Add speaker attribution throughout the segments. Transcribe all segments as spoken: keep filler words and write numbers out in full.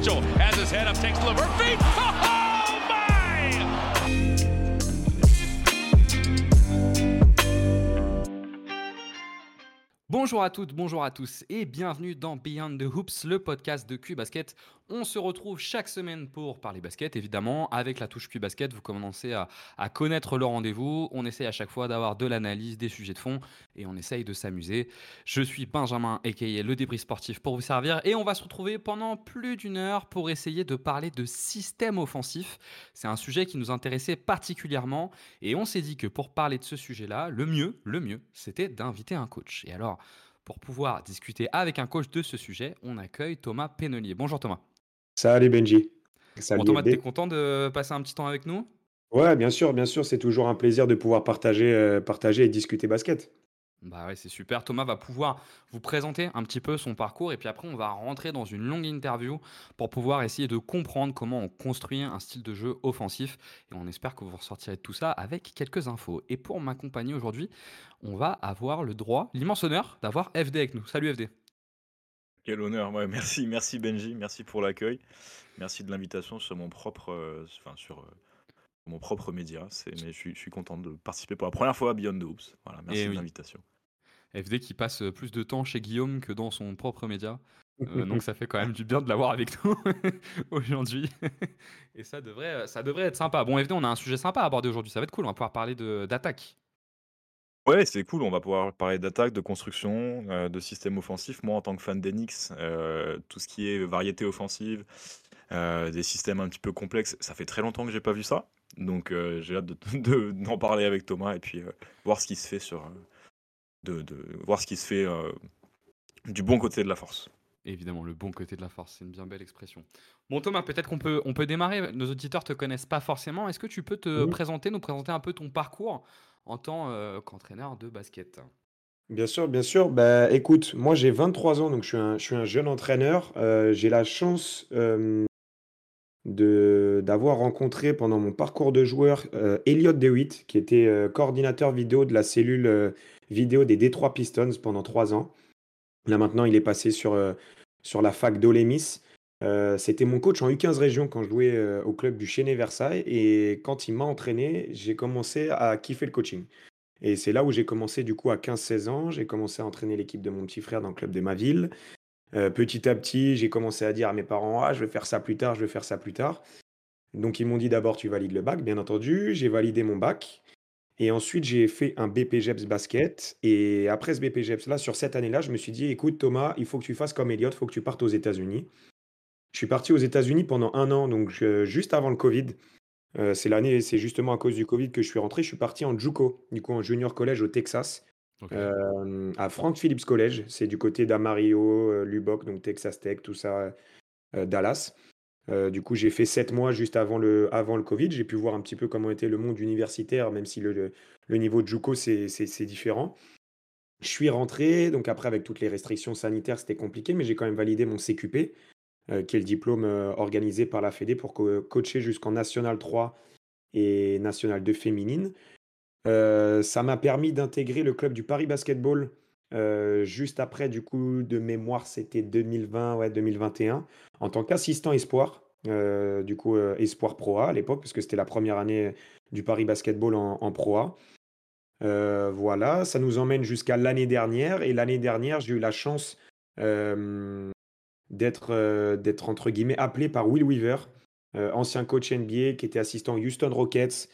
Speaker 1: Mitchell has his head up, takes Levert feet. Oh my!
Speaker 2: Bonjour à toutes, bonjour à tous et bienvenue dans Beyond the Hoops, le podcast de Q Basket. On se retrouve chaque semaine pour parler basket, évidemment. Avec la touche Q Basket, vous commencez à, à connaître le rendez-vous. On essaye à chaque fois d'avoir de l'analyse, des sujets de fond et on essaye de s'amuser. Je suis Benjamin, aka le débris sportif, pour vous servir. Et on va se retrouver pendant plus d'une heure pour essayer de parler de système offensif. C'est un sujet qui nous intéressait particulièrement et on s'est dit que pour parler de ce sujet-là, le mieux, le mieux, c'était d'inviter un coach. Et alors, pour pouvoir discuter avec un coach de ce sujet, on accueille Thomas Pennelier. Bonjour Thomas.
Speaker 3: Salut Benji.
Speaker 2: Bon
Speaker 3: Salut
Speaker 2: Thomas, t'es
Speaker 3: F D.
Speaker 2: content de passer un petit temps avec nous?
Speaker 3: Ouais, bien sûr, bien sûr, c'est toujours un plaisir de pouvoir partager, euh, partager et discuter basket.
Speaker 2: Bah ouais, c'est super. Thomas va pouvoir vous présenter un petit peu son parcours et puis après on va rentrer dans une longue interview pour pouvoir essayer de comprendre comment on construit un style de jeu offensif et on espère que vous ressortirez de tout ça avec quelques infos. Et pour m'accompagner aujourd'hui, on va avoir le droit, l'immense honneur d'avoir F D avec nous. Salut F D.
Speaker 4: Quel honneur, ouais, merci, merci Benji, merci pour l'accueil, merci de l'invitation sur mon propre, euh, enfin sur euh, mon propre média. C'est, mais je suis, je suis content de participer pour la première fois à Beyond the Hoops. Voilà, merci
Speaker 2: Et
Speaker 4: de
Speaker 2: oui,
Speaker 4: l'invitation.
Speaker 2: F D qui passe plus de temps chez Guillaume que dans son propre média. Euh, donc ça fait quand même du bien de l'avoir avec nous aujourd'hui. Et ça devrait, ça devrait être sympa. Bon F D, on a un sujet sympa à aborder aujourd'hui, ça va être cool, on va pouvoir parler de, d'attaque.
Speaker 4: Ouais, c'est cool. On va pouvoir parler d'attaque, de construction, euh, de système offensif. Moi, en tant que fan d'Enix, euh, tout ce qui est variété offensive, euh, des systèmes un petit peu complexes, ça fait très longtemps que j'ai pas vu ça. Donc, euh, j'ai hâte de, de- d'en parler avec Thomas et puis euh, voir ce qui se fait sur, euh, de, de- voir ce qui se fait euh, du bon côté de la force.
Speaker 2: Évidemment, le bon côté de la force, c'est une bien belle expression. Bon Thomas, peut-être qu'on peut, on peut démarrer. Nos auditeurs te connaissent pas forcément. Est-ce que tu peux te
Speaker 3: Mhm.
Speaker 2: présenter, nous présenter un peu ton parcours en tant euh, qu'entraîneur de basket?
Speaker 3: Bien sûr, bien sûr. Bah, écoute, moi j'ai vingt-trois ans, donc je suis un, je suis un jeune entraîneur. Euh, j'ai la chance euh, de, d'avoir rencontré pendant mon parcours de joueur euh, Elliot DeWitt, qui était euh, coordinateur vidéo de la cellule euh, vidéo des Detroit Pistons pendant trois ans. Là maintenant, il est passé sur, euh, sur la fac d'Olemis. Euh, c'était mon coach en U quinze région quand je jouais euh, au club du Chénet Versailles. Et quand il m'a entraîné, j'ai commencé à kiffer le coaching. Et c'est là où j'ai commencé du coup à quinze seize ans. J'ai commencé à entraîner l'équipe de mon petit frère dans le club de ma ville. Euh, petit à petit, j'ai commencé à dire à mes parents, ah, je vais faire ça plus tard, je vais faire ça plus tard. Donc ils m'ont dit d'abord, tu valides le bac, bien entendu. J'ai validé mon bac. Et ensuite, j'ai fait un B P G E P S basket. Et après ce B P G E P S-là, sur cette année-là, je me suis dit, écoute, Thomas, il faut que tu fasses comme Elliot, il faut que tu partes aux États-Unis. Je suis parti aux États-Unis pendant un an, donc euh, juste avant le Covid. Euh, c'est l'année, c'est justement à cause du Covid que je suis rentré. Je suis parti en JUCO, du coup en junior collège au Texas,
Speaker 2: Ok.
Speaker 3: euh, à Frank Phillips College. C'est du côté d'Amarillo, euh, Lubbock, donc Texas Tech, tout ça, euh, Dallas. Euh, du coup, j'ai fait sept mois juste avant le, avant le Covid. J'ai pu voir un petit peu comment était le monde universitaire, même si le, le, le niveau de JUCO, c'est c'est- c'est différent. Je suis rentré, donc après, avec toutes les restrictions sanitaires, c'était compliqué, mais j'ai quand même validé mon C Q P, euh, qui est le diplôme euh, organisé par la Fédé pour co- coacher jusqu'en National trois et National deux féminine. Euh, ça m'a permis d'intégrer le club du Paris Basketball euh, juste après, du coup, de mémoire, c'était deux mille vingt, ouais, deux mille vingt et un, en tant qu'assistant espoir, euh, du coup, euh, espoir Pro A à l'époque, parce que c'était la première année du Paris Basketball en, en Pro A. Euh, voilà, ça nous emmène jusqu'à l'année dernière. Et l'année dernière, j'ai eu la chance euh, d'être, euh, d'être, entre guillemets, appelé par Will Weaver, euh, ancien coach N B A, qui était assistant Houston Rockets,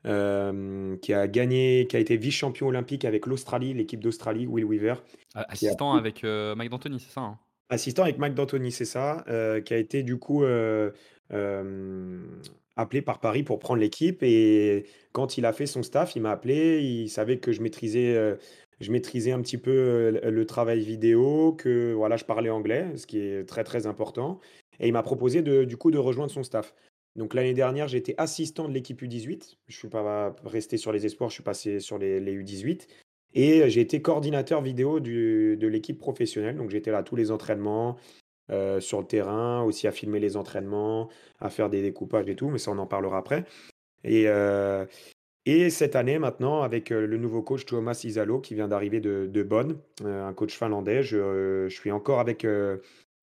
Speaker 3: euh, qui a gagné, qui a été vice-champion olympique avec l'Australie, l'équipe d'Australie, Will Weaver,
Speaker 2: A-
Speaker 3: qui a
Speaker 2: Assistant avec euh, Mike D'Antoni, c'est ça, hein?
Speaker 3: assistant avec Mike D'Antoni, c'est ça, euh, qui a été du coup euh, euh, appelé par Paris pour prendre l'équipe. Et quand il a fait son staff, il m'a appelé. Il savait que je maîtrisais, euh, je maîtrisais un petit peu euh, le travail vidéo, que voilà, je parlais anglais, ce qui est très très important. Et il m'a proposé de, du coup de rejoindre son staff. Donc l'année dernière, j'étais assistant de l'équipe U dix-huit. Je ne suis pas resté sur les espoirs, je suis passé sur les, les U dix-huit. Et j'ai été coordinateur vidéo du- de l'équipe professionnelle. Donc j'étais là à tous les entraînements, euh, sur le terrain, aussi à filmer les entraînements, à faire des découpages et tout, mais ça on en parlera après. Et, euh, et cette année maintenant, avec euh, le nouveau coach Thomas Isalo qui vient d'arriver de, de Bonn, euh, un coach finlandais, je, euh, je suis encore avec, euh,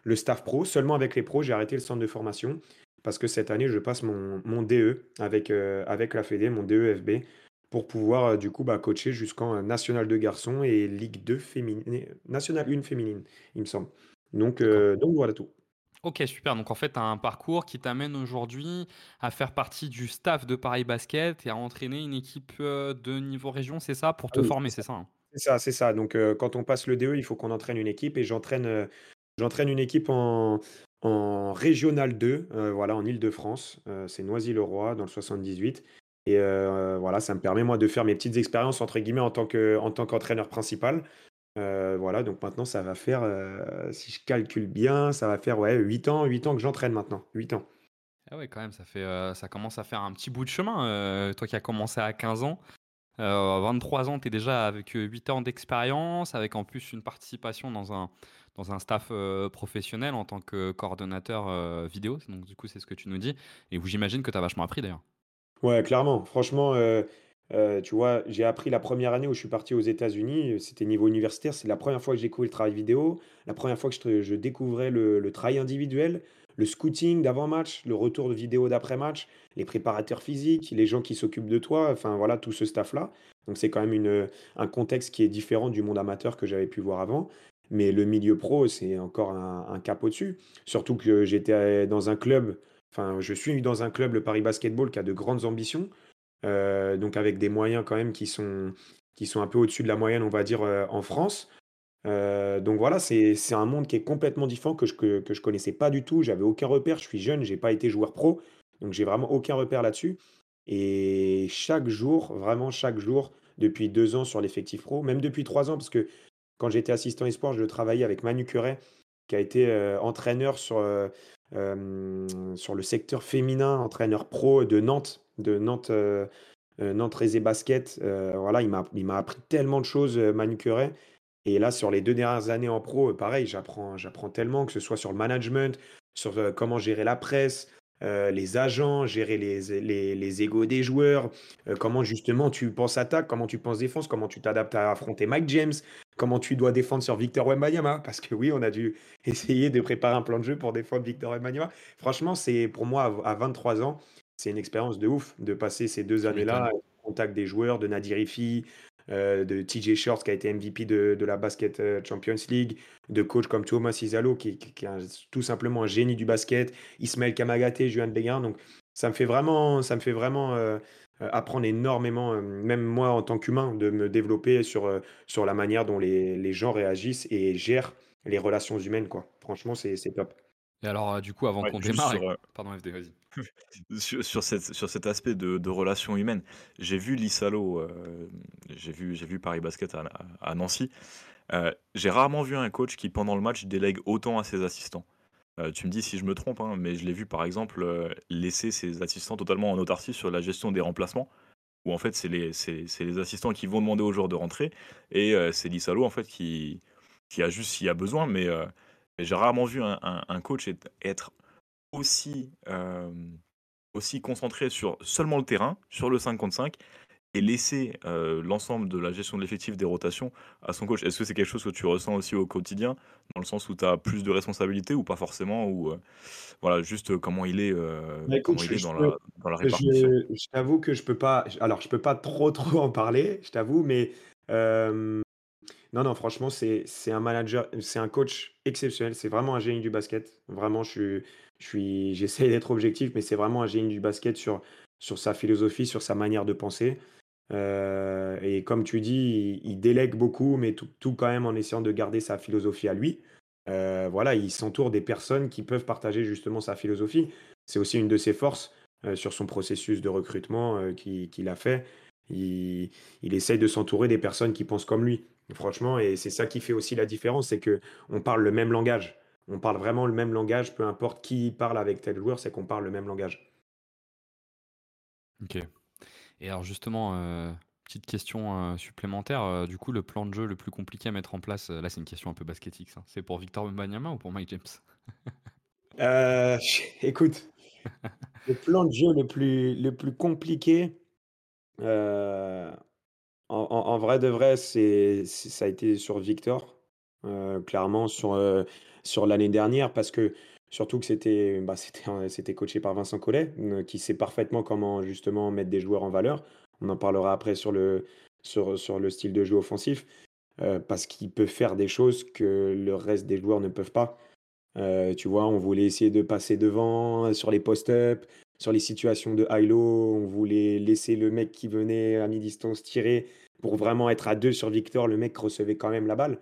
Speaker 3: le staff pro. Seulement avec les pros, j'ai arrêté le centre de formation parce que cette année, je passe mon, mon D E avec, euh, avec la Fédé, mon D E F B, pour pouvoir euh, du coup bah, coacher jusqu'en euh, National deux garçons et Ligue deux féminine, National un féminine, il me semble. Donc,
Speaker 2: D'accord.
Speaker 3: euh, donc voilà tout.
Speaker 2: Ok, super. Donc en fait, tu as un parcours qui t'amène aujourd'hui à faire partie du staff de Paris Basket et à entraîner une équipe euh, de niveau région, c'est ça, pour
Speaker 3: Ah
Speaker 2: te
Speaker 3: oui,
Speaker 2: former,
Speaker 3: c'est
Speaker 2: c'est
Speaker 3: ça.
Speaker 2: ça, hein?
Speaker 3: C'est ça, c'est ça. Donc, euh, quand on passe le D E, il faut qu'on entraîne une équipe et j'entraîne euh, j'entraîne une équipe en, en Régional deux, euh, voilà, en Île-de-France. Euh, c'est Noisy-le-Roi dans le soixante-dix-huit. Et euh, voilà, ça me permet moi de faire mes petites expériences entre guillemets en tant que, en tant qu'entraîneur principal. Euh, voilà, donc maintenant ça va faire, euh, si je calcule bien, ça va faire ouais, huit ans, huit ans que j'entraîne maintenant. Huit ans.
Speaker 2: Ah ouais, quand même, ça fait, euh, ça commence à faire un petit bout de chemin. Euh, toi qui as commencé à quinze ans, euh, vingt-trois ans, tu es déjà avec euh, huit ans d'expérience, avec en plus une participation dans un, dans un staff euh, professionnel en tant que coordonnateur euh, vidéo. Donc du coup, c'est ce que tu nous dis. Et où j'imagine que tu as vachement appris d'ailleurs.
Speaker 3: Ouais, clairement. Franchement, euh, euh, tu vois, j'ai appris la première année où je suis parti aux États-Unis, euh, c'était niveau universitaire, c'est la première fois que j'ai découvert le travail vidéo, la première fois que je, je découvrais le, le travail individuel, le scouting d'avant-match, le retour de vidéo d'après-match, les préparateurs physiques, les gens qui s'occupent de toi, enfin voilà, tout ce staff-là. Donc c'est quand même une, un contexte qui est différent du monde amateur que j'avais pu voir avant. Mais le milieu pro, c'est encore un, un cap au-dessus. Surtout que j'étais dans un club. Enfin, je suis dans un club, le Paris Basketball, qui a de grandes ambitions, euh, donc avec des moyens quand même qui sont, qui sont un peu au-dessus de la moyenne, on va dire, euh, en France. Euh, donc voilà, c'est, c'est un monde qui est complètement différent que je, que, que je connaissais pas du tout. J'avais aucun repère. Je suis jeune, j'ai pas été joueur pro, donc j'ai vraiment aucun repère là-dessus. Et chaque jour, vraiment chaque jour, depuis deux ans sur l'effectif pro, même depuis trois ans, parce que quand j'étais assistant e-sport, je travaillais avec Manu Curé, qui a été euh, entraîneur sur, euh, euh, sur le secteur féminin, entraîneur pro de Nantes, de Nantes, euh, euh, Nantes Rézé Basket. Euh, voilà, il m'a, il m'a appris tellement de choses, euh, Manu Curé. Et là, sur les deux dernières années en pro, euh, pareil, j'apprends, j'apprends tellement, que ce soit sur le management, sur euh, comment gérer la presse, euh, les agents, gérer les, les, les égos des joueurs, euh, comment justement tu penses attaque, comment tu penses défense, comment tu t'adaptes à affronter Mike James, comment tu dois défendre sur Victor Wembanyama. Parce que oui, on a dû essayer de préparer un plan de jeu pour défendre Victor Wembanyama. Franchement, c'est pour moi, à à vingt-trois ans, c'est une expérience de ouf de passer ces deux
Speaker 2: Tu
Speaker 3: années-là
Speaker 2: m'étonnes.
Speaker 3: au contact des joueurs, de Nadir Rifi, euh, de T J Shorts qui a été M V P de, de la Basket euh, Champions League, de coachs comme Thomas Isalo qui, qui- qui est un- tout simplement un génie du basket, Ismaël Kamagaté, Juan Beguin. Donc ça me fait vraiment, ça me fait vraiment euh, euh, apprendre énormément, euh, même moi en tant qu'humain, de me développer sur, euh, sur la manière dont les, les gens réagissent et gèrent les relations humaines, quoi. Franchement, c'est c'est top.
Speaker 2: Et alors, euh, du coup, avant
Speaker 4: Ouais,
Speaker 2: qu'on
Speaker 4: juste
Speaker 2: démarre,
Speaker 4: sur,
Speaker 2: et-
Speaker 4: euh,
Speaker 2: pardon F D, vas-y.
Speaker 4: sur, sur cette, sur cet aspect de, de relations humaines, j'ai vu Lissalo, euh, j'ai vu, j'ai vu Paris Basket à, à- à Nancy. Euh, j'ai rarement vu un coach qui, pendant le match, délègue autant à ses assistants. Euh, tu me dis si je me trompe, hein, mais je l'ai vu par exemple euh, laisser ses assistants totalement en autarcie sur la gestion des remplacements, où en fait c'est les, c'est, c'est les assistants qui vont demander aux joueurs de rentrer, et euh, c'est Lissalo en fait qui, qui a juste s'il y a besoin, mais, euh, mais j'ai rarement vu un, un- un coach être être aussi, euh, aussi concentré sur seulement le terrain, sur le cinq contre cinq, et laisser euh, l'ensemble de la gestion de l'effectif des rotations à son coach. Est-ce que c'est quelque chose que tu ressens aussi au quotidien, dans le sens où tu as plus de responsabilités ou pas forcément, ou euh, voilà, juste euh, comment il est, euh,
Speaker 3: Bah, écoute,
Speaker 4: comment il
Speaker 3: je,
Speaker 4: est
Speaker 3: je
Speaker 4: dans
Speaker 3: peux-
Speaker 4: la, dans la
Speaker 3: je,
Speaker 4: répartition?
Speaker 3: je t'avoue que je peux pas. Alors, je peux pas trop trop en parler, je t'avoue, mais euh, non, non, franchement, c'est c'est un manager, c'est un coach exceptionnel. C'est vraiment un génie du basket. Vraiment, je suis, je suis, j'essaie d'être objectif, mais c'est vraiment un génie du basket sur sur sa philosophie, sur sa manière de penser. Euh, et comme tu dis, il, il délègue beaucoup, mais tout, tout quand même en essayant de garder sa philosophie à lui. Euh, voilà, il s'entoure des personnes qui peuvent partager justement sa philosophie. C'est aussi une de ses forces euh, sur son processus de recrutement euh, qui- qu'il a fait. Il, il essaye de s'entourer des personnes qui pensent comme lui. Franchement, et c'est ça qui fait aussi la différence, c'est que on parle le même langage. On parle vraiment le même langage, peu importe qui parle avec tel joueur, c'est qu'on parle le même langage.
Speaker 2: Ok. Et alors justement, euh, petite question euh, supplémentaire, euh, du coup, le plan de jeu le plus compliqué à mettre en place, euh, là c'est une question un peu basketique, ça. C'est pour Victor Wembanyama ou pour Mike James?
Speaker 3: Euh, écoute, le plan de jeu le plus, le plus compliqué, euh, en, en- en vrai de vrai, c'est, c'est- ça a été sur Victor. heu, clairement sur, heu, sur l'année dernière parce que surtout que c'était, bah, c'était un c'était coaché par Vincent Collet, mmh, qui sait parfaitement comment justement mettre des joueurs en valeur. On en parlera après sur le sur, sur le style de jeu offensif, heu, parce qu'il peut faire des choses que le reste des joueurs ne peuvent pas. Heu, tu vois, on voulait essayer de passer devant, heu, sur les post-up, sur les situations de high-low, on voulait laisser le mec qui venait à mi-distance tirer pour vraiment être à deux sur Victor, le mec recevait quand même la balle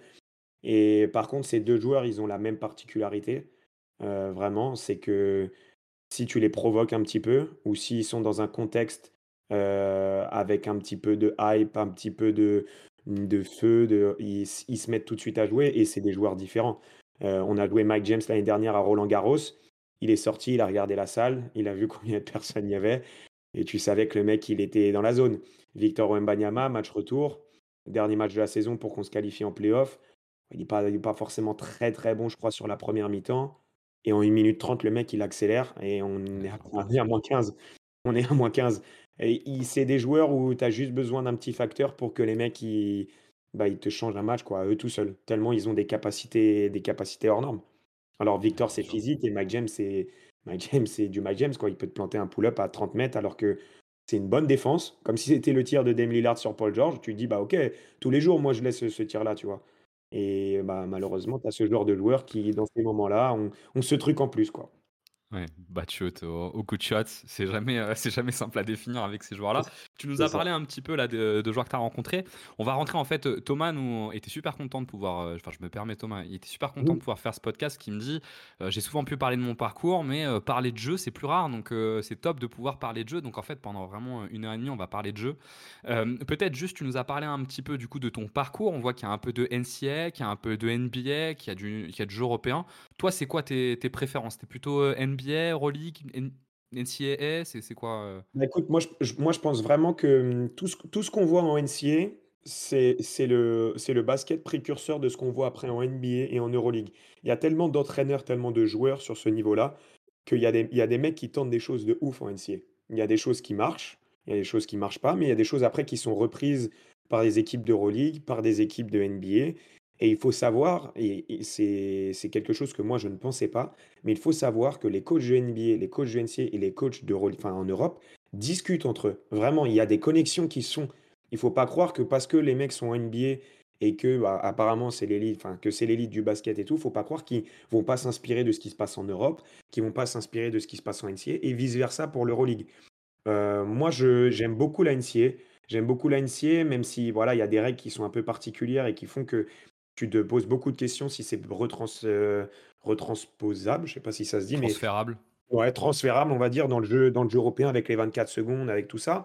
Speaker 3: et par contre, ces deux joueurs, ils ont la même particularité, heu, vraiment, c'est que si tu les provoques un petit peu ou s'ils sont dans un contexte, heu, avec un petit peu de hype, un petit peu de de feu, de ils s ils se mettent tout de suite à jouer et c'est des joueurs différents. Heu, on a joué Mike James l'année dernière à Roland-Garros. Il est sorti, il a regardé la salle, il a vu combien de personnes il y avait et tu savais que le mec, il était dans la zone. Victor Wembanyama, match retour, dernier match de la saison pour qu'on se qualifie en play-off. Il est pas il est pas forcément très, très bon, je crois, sur la première mi-temps et en une minute trente, le mec, il accélère et on est à on est à moins quinze. On est à moins quinze et il c'est des joueurs où tu as juste besoin d'un petit facteur pour que les mecs, ils bah, ils te changent un match, quoi, à eux tout seuls, tellement ils ont des capacités des capacités hors normes. Alors Victor,
Speaker 2: Bien
Speaker 3: c'est
Speaker 2: sûr.
Speaker 3: physique et Mike James, c'est Mike James, c'est du Mike James, quoi. Il peut te planter un pull-up à trente mètres alors que c'est une bonne défense, comme si c'était le tir de Dame Lillard sur Paul George. Tu te dis: «Bah, OK, tous les jours, moi, je laisse ce ce tir-là», tu vois? Et bah, malheureusement, tu as ce genre de joueurs qui, dans ces moments-là, ont ont ce truc en plus, quoi.
Speaker 2: Ouais, bad shot au au coup de shot, c'est jamais, heu, c'est jamais simple à définir avec ces joueurs-là.
Speaker 3: C'est
Speaker 2: Tu nous
Speaker 3: c'est
Speaker 2: as
Speaker 3: ça.
Speaker 2: parlé un petit peu là de de joueurs que tu as rencontrés. On va rentrer en fait, heu, Thomas nous était super content de pouvoir, heu, enfin je me permets Thomas, il était super content de
Speaker 3: Mmh.
Speaker 2: pouvoir faire ce podcast qui me dit, heu: «J'ai souvent pu parler de mon parcours mais heu, parler de jeu c'est plus rare donc heu, c'est top de pouvoir parler de jeu». Donc en fait pendant vraiment, une heure et demie on va parler de jeu. Hem, peut-être juste tu nous as parlé un petit peu du coup de ton parcours. On voit qu'il y a un peu de N C A A, qu'il y a un peu de N B A, qu'il y a du qu'il y a du jeu européen. Toi, c'est quoi tes tes préférences? Tu plutôt, heu, N B A, Euroleague, N NCAA? C'est c'est quoi, heu?
Speaker 3: Bah, écoute, moi je je moi je pense vraiment que, mmh, tout ce tout ce qu'on voit en N C A A, c'est c'est le c'est le basket précurseur de ce qu'on voit après en N B A et en Euroleague. Il y a tellement d'entraîneurs, tellement de joueurs sur ce niveau-là, qu'il y a des il y a des mecs qui tentent des choses de ouf en N C A A. Il y a des choses qui marchent, il y a des choses qui marchent pas, mais il y a des choses après qui sont reprises par des équipes d'Euroleague, par des équipes de N B A et il faut savoir et et c'est c'est quelque chose que moi je ne pensais pas, mais il faut savoir que les coachs de N B A, les coachs de N C A A et les coachs d'Eurol enfin en Europe, discutent entre eux. Vraiment, il y a des connexions qui sont il faut pas croire que parce que les mecs sont N B A et que, bah, apparemment c'est l'élite, enfin que c'est l'élite du basket et tout, faut pas croire qu'ils vont pas s'inspirer de ce qui se passe en Europe, qu'ils vont pas s'inspirer de ce qui se passe en N C A A et vice versa pour l'Euroleague. Heu, moi je j'aime beaucoup la N C A A. J'aime beaucoup la N C A A même si voilà, il y a des règles qui sont un peu particulières et qui font que tu te poses beaucoup de questions si c'est retrans heu, retransposable, je sais pas si ça se dit, mais
Speaker 2: Transférable?
Speaker 3: ouais, transférable, on va dire, dans le jeu dans le jeu européen avec les vingt-quatre secondes, avec tout ça.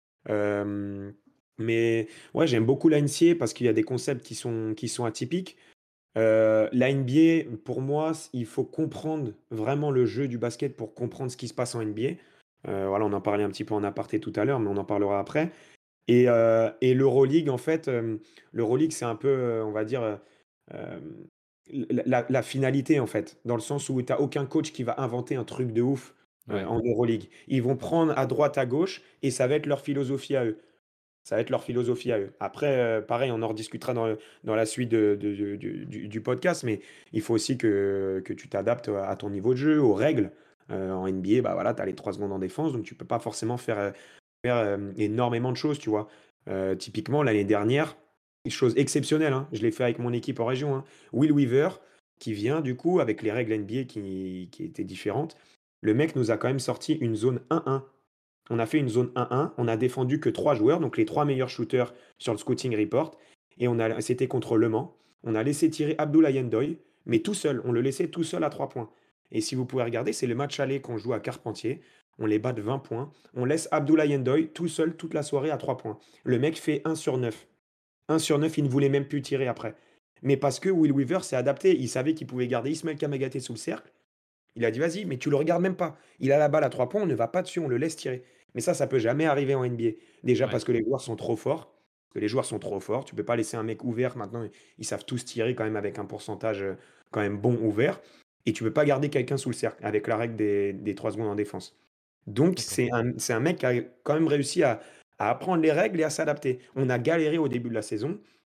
Speaker 3: Hem, mais ouais, j'aime beaucoup la N C A A parce qu'il y a des concepts qui sont qui sont atypiques. Heu, la N B A, pour moi, s il faut comprendre vraiment le jeu du basket pour comprendre ce qui se passe en N B A. Heu, voilà, on en parlait un petit peu en aparté tout à l'heure, mais on en parlera après. Et heu et l'Euroleague, en fait, hem, l'Euroleague, c'est un peu, heu, on va dire, heu, hem, l la la finalité, en fait, dans le sens où tu as aucun coach qui va inventer un truc de ouf, heu,
Speaker 2: Ouais,
Speaker 3: en Euroleague. Ils vont prendre à droite, à gauche et ça va être leur philosophie à eux. Ça va être leur philosophie à eux. Après, heu, pareil, on en rediscutera dans le dans la suite de de de du du du podcast, mais il faut aussi que que tu t'adaptes, à ton niveau de jeu, aux règles. Heu, en N B A, bah, voilà, tu as les trois secondes en défense, donc tu peux pas forcément faire, heu, faire, hem, énormément de choses, tu vois? Heu, typiquement, l'année dernière, une chose exceptionnelle, hein, je l'ai fait avec mon équipe en région, hein. Will Weaver, qui vient du coup avec les règles N B A qui qui étaient différentes, le mec nous a quand même sorti une zone un un. On a fait une zone un un, on a défendu que trois joueurs, donc les trois meilleurs shooters sur le scouting report et on a c'était contre Le Mans. On a laissé tirer Abdoulaye Ndoye, mais tout seul, on le laissait tout seul à trois points et si vous pouvez regarder, c'est le match aller qu'on joue à Carpentier. On les bat de vingt points. On laisse Abdoulaye Ndoye tout seul toute la soirée à trois points. Le mec fait un sur neuf. un sur neuf, il ne voulait même plus tirer après. Mais parce que Will Weaver s'est adapté, il savait qu'il pouvait garder Ismaël Kamagaté sous le cercle. Il a dit: «Vas-y, mais tu le regardes même pas. Il a la balle à trois points, on ne va pas dessus, on le laisse tirer». Mais ça, ça peut jamais arriver en N B A. Déjà
Speaker 2: ouais,
Speaker 3: parce que les joueurs sont trop forts, parce que les joueurs sont trop forts. Tu peux pas laisser un mec ouvert maintenant, ils savent tous tirer quand même avec un pourcentage, heu, quand même bon ouvert et tu peux pas garder quelqu'un sous le cercle avec la règle des des trois secondes en défense. Donc
Speaker 2: d'accord.
Speaker 3: c'est un c'est un mec qui a quand même réussi à à apprendre les règles et à s'adapter. On a galéré au début de la saison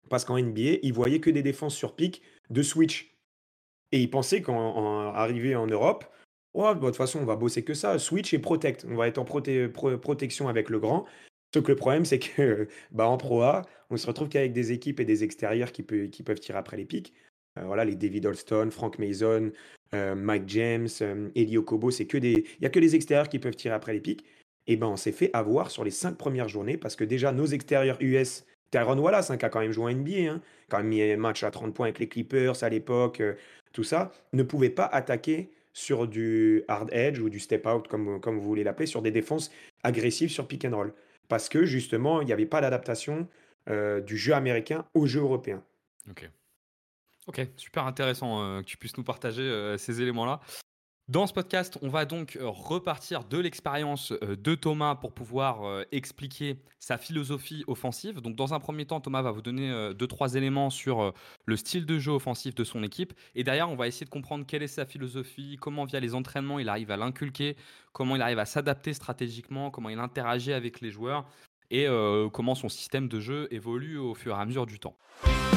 Speaker 3: Parce qu'en N B A, ils voyaient que des défenses sur pick de switch. Et ils pensaient qu'en en- arrivé en Europe, oh, bah, de toute façon, on va bosser que ça, switch et protect. On va être en proté- pro- protection avec le grand. Sauf que le problème, c'est que bah, en Pro A, on se retrouve qu'avec des équipes et des extérieurs qui, peut- qui peuvent tirer après les pics. Euh, voilà, les David Alston, Frank Mason, euh, Mike James, euh, Eli Okobo, c'est que des, il y a que les extérieurs qui peuvent tirer après les pics. Et ben, on s'est fait avoir sur les cinq premières journées parce que déjà, nos extérieurs U S, Tyrone Wallace, hein, qui a quand même joué en N B A, hein, quand même mis un match à trente points avec les Clippers à l'époque, euh, tout ça, ne pouvaient pas attaquer sur du hard edge ou du step out, comme, comme vous voulez l'appeler, sur des défenses agressives sur pick and roll. Parce que justement, il n'y avait pas d'adaptation euh, du jeu américain au jeu européen.
Speaker 2: Ok. Ok, super intéressant euh, que tu puisses nous partager euh, ces éléments-là. Dans ce podcast, on va donc euh, repartir de l'expérience euh, de Thomas pour pouvoir euh, expliquer sa philosophie offensive. Donc, dans un premier temps, Thomas va vous donner euh, deux, trois éléments sur euh, le style de jeu offensif de son équipe. Et derrière, on va essayer de comprendre quelle est sa philosophie, comment via les entraînements il arrive à l'inculquer, comment il arrive à s'adapter stratégiquement, comment il interagit avec les joueurs et euh, comment son système de jeu évolue au fur et à mesure du temps.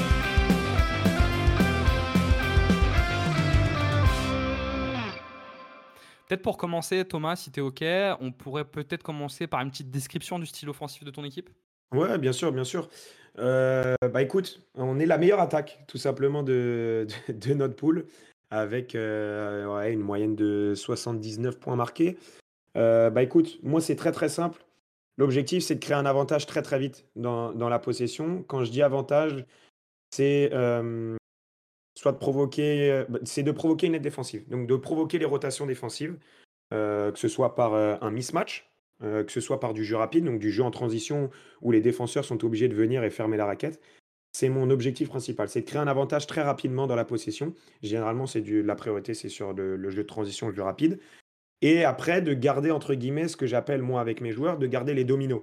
Speaker 2: Peut-être pour commencer, Thomas, si tu es OK, on pourrait peut-être commencer par une petite description du style offensif de ton équipe.
Speaker 3: Ouais, bien sûr, bien sûr. Euh, bah écoute, on est la meilleure attaque, tout simplement, de, de, de notre pool, avec euh, ouais, une moyenne de soixante-dix-neuf points marqués. Euh, bah écoute, moi c'est très très simple. L'objectif c'est de créer un avantage très très vite dans, dans la possession. Quand je dis avantage, c'est euh, soit de provoquer, euh, bah, c'est de provoquer une aide défensive. Donc de provoquer les rotations défensives, euh, que ce soit par euh, un mismatch, euh, que ce soit par du jeu rapide, donc du jeu en transition où les défenseurs sont obligés de venir et fermer la raquette. C'est mon objectif principal, c'est de créer un avantage très rapidement dans la possession. Généralement, c'est du, la priorité, c'est sur le, le jeu de transition, le jeu rapide. Et après, de garder, entre guillemets, ce que j'appelle, moi, avec mes joueurs, de garder les dominos.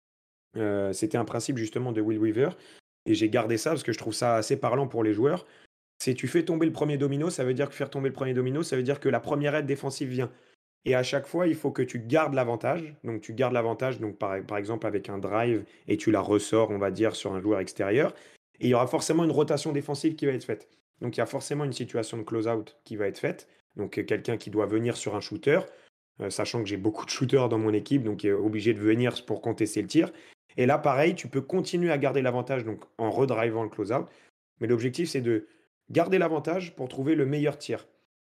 Speaker 3: Euh, c'était un principe, justement, de Will Weaver. Et j'ai gardé ça parce que je trouve ça assez parlant pour les joueurs. C'est tu fais tomber le premier domino, ça veut dire que faire tomber le premier domino, ça veut dire que la première aide défensive vient. Et à chaque fois, il faut que tu gardes l'avantage. Donc, tu gardes l'avantage, donc par, par exemple, avec un drive, et tu la ressors, on va dire, sur un joueur extérieur. Et il y aura forcément une rotation défensive qui va être faite. Donc, il y a forcément une situation de close-out qui va être faite. Donc, euh, quelqu'un qui doit venir sur un shooter, euh, sachant que j'ai beaucoup de shooters dans mon équipe, donc est obligé de venir pour contester le tir. Et là, pareil, tu peux continuer à garder l'avantage donc en redrivant le close-out. Mais l'objectif, c'est de garder l'avantage pour trouver le meilleur tir.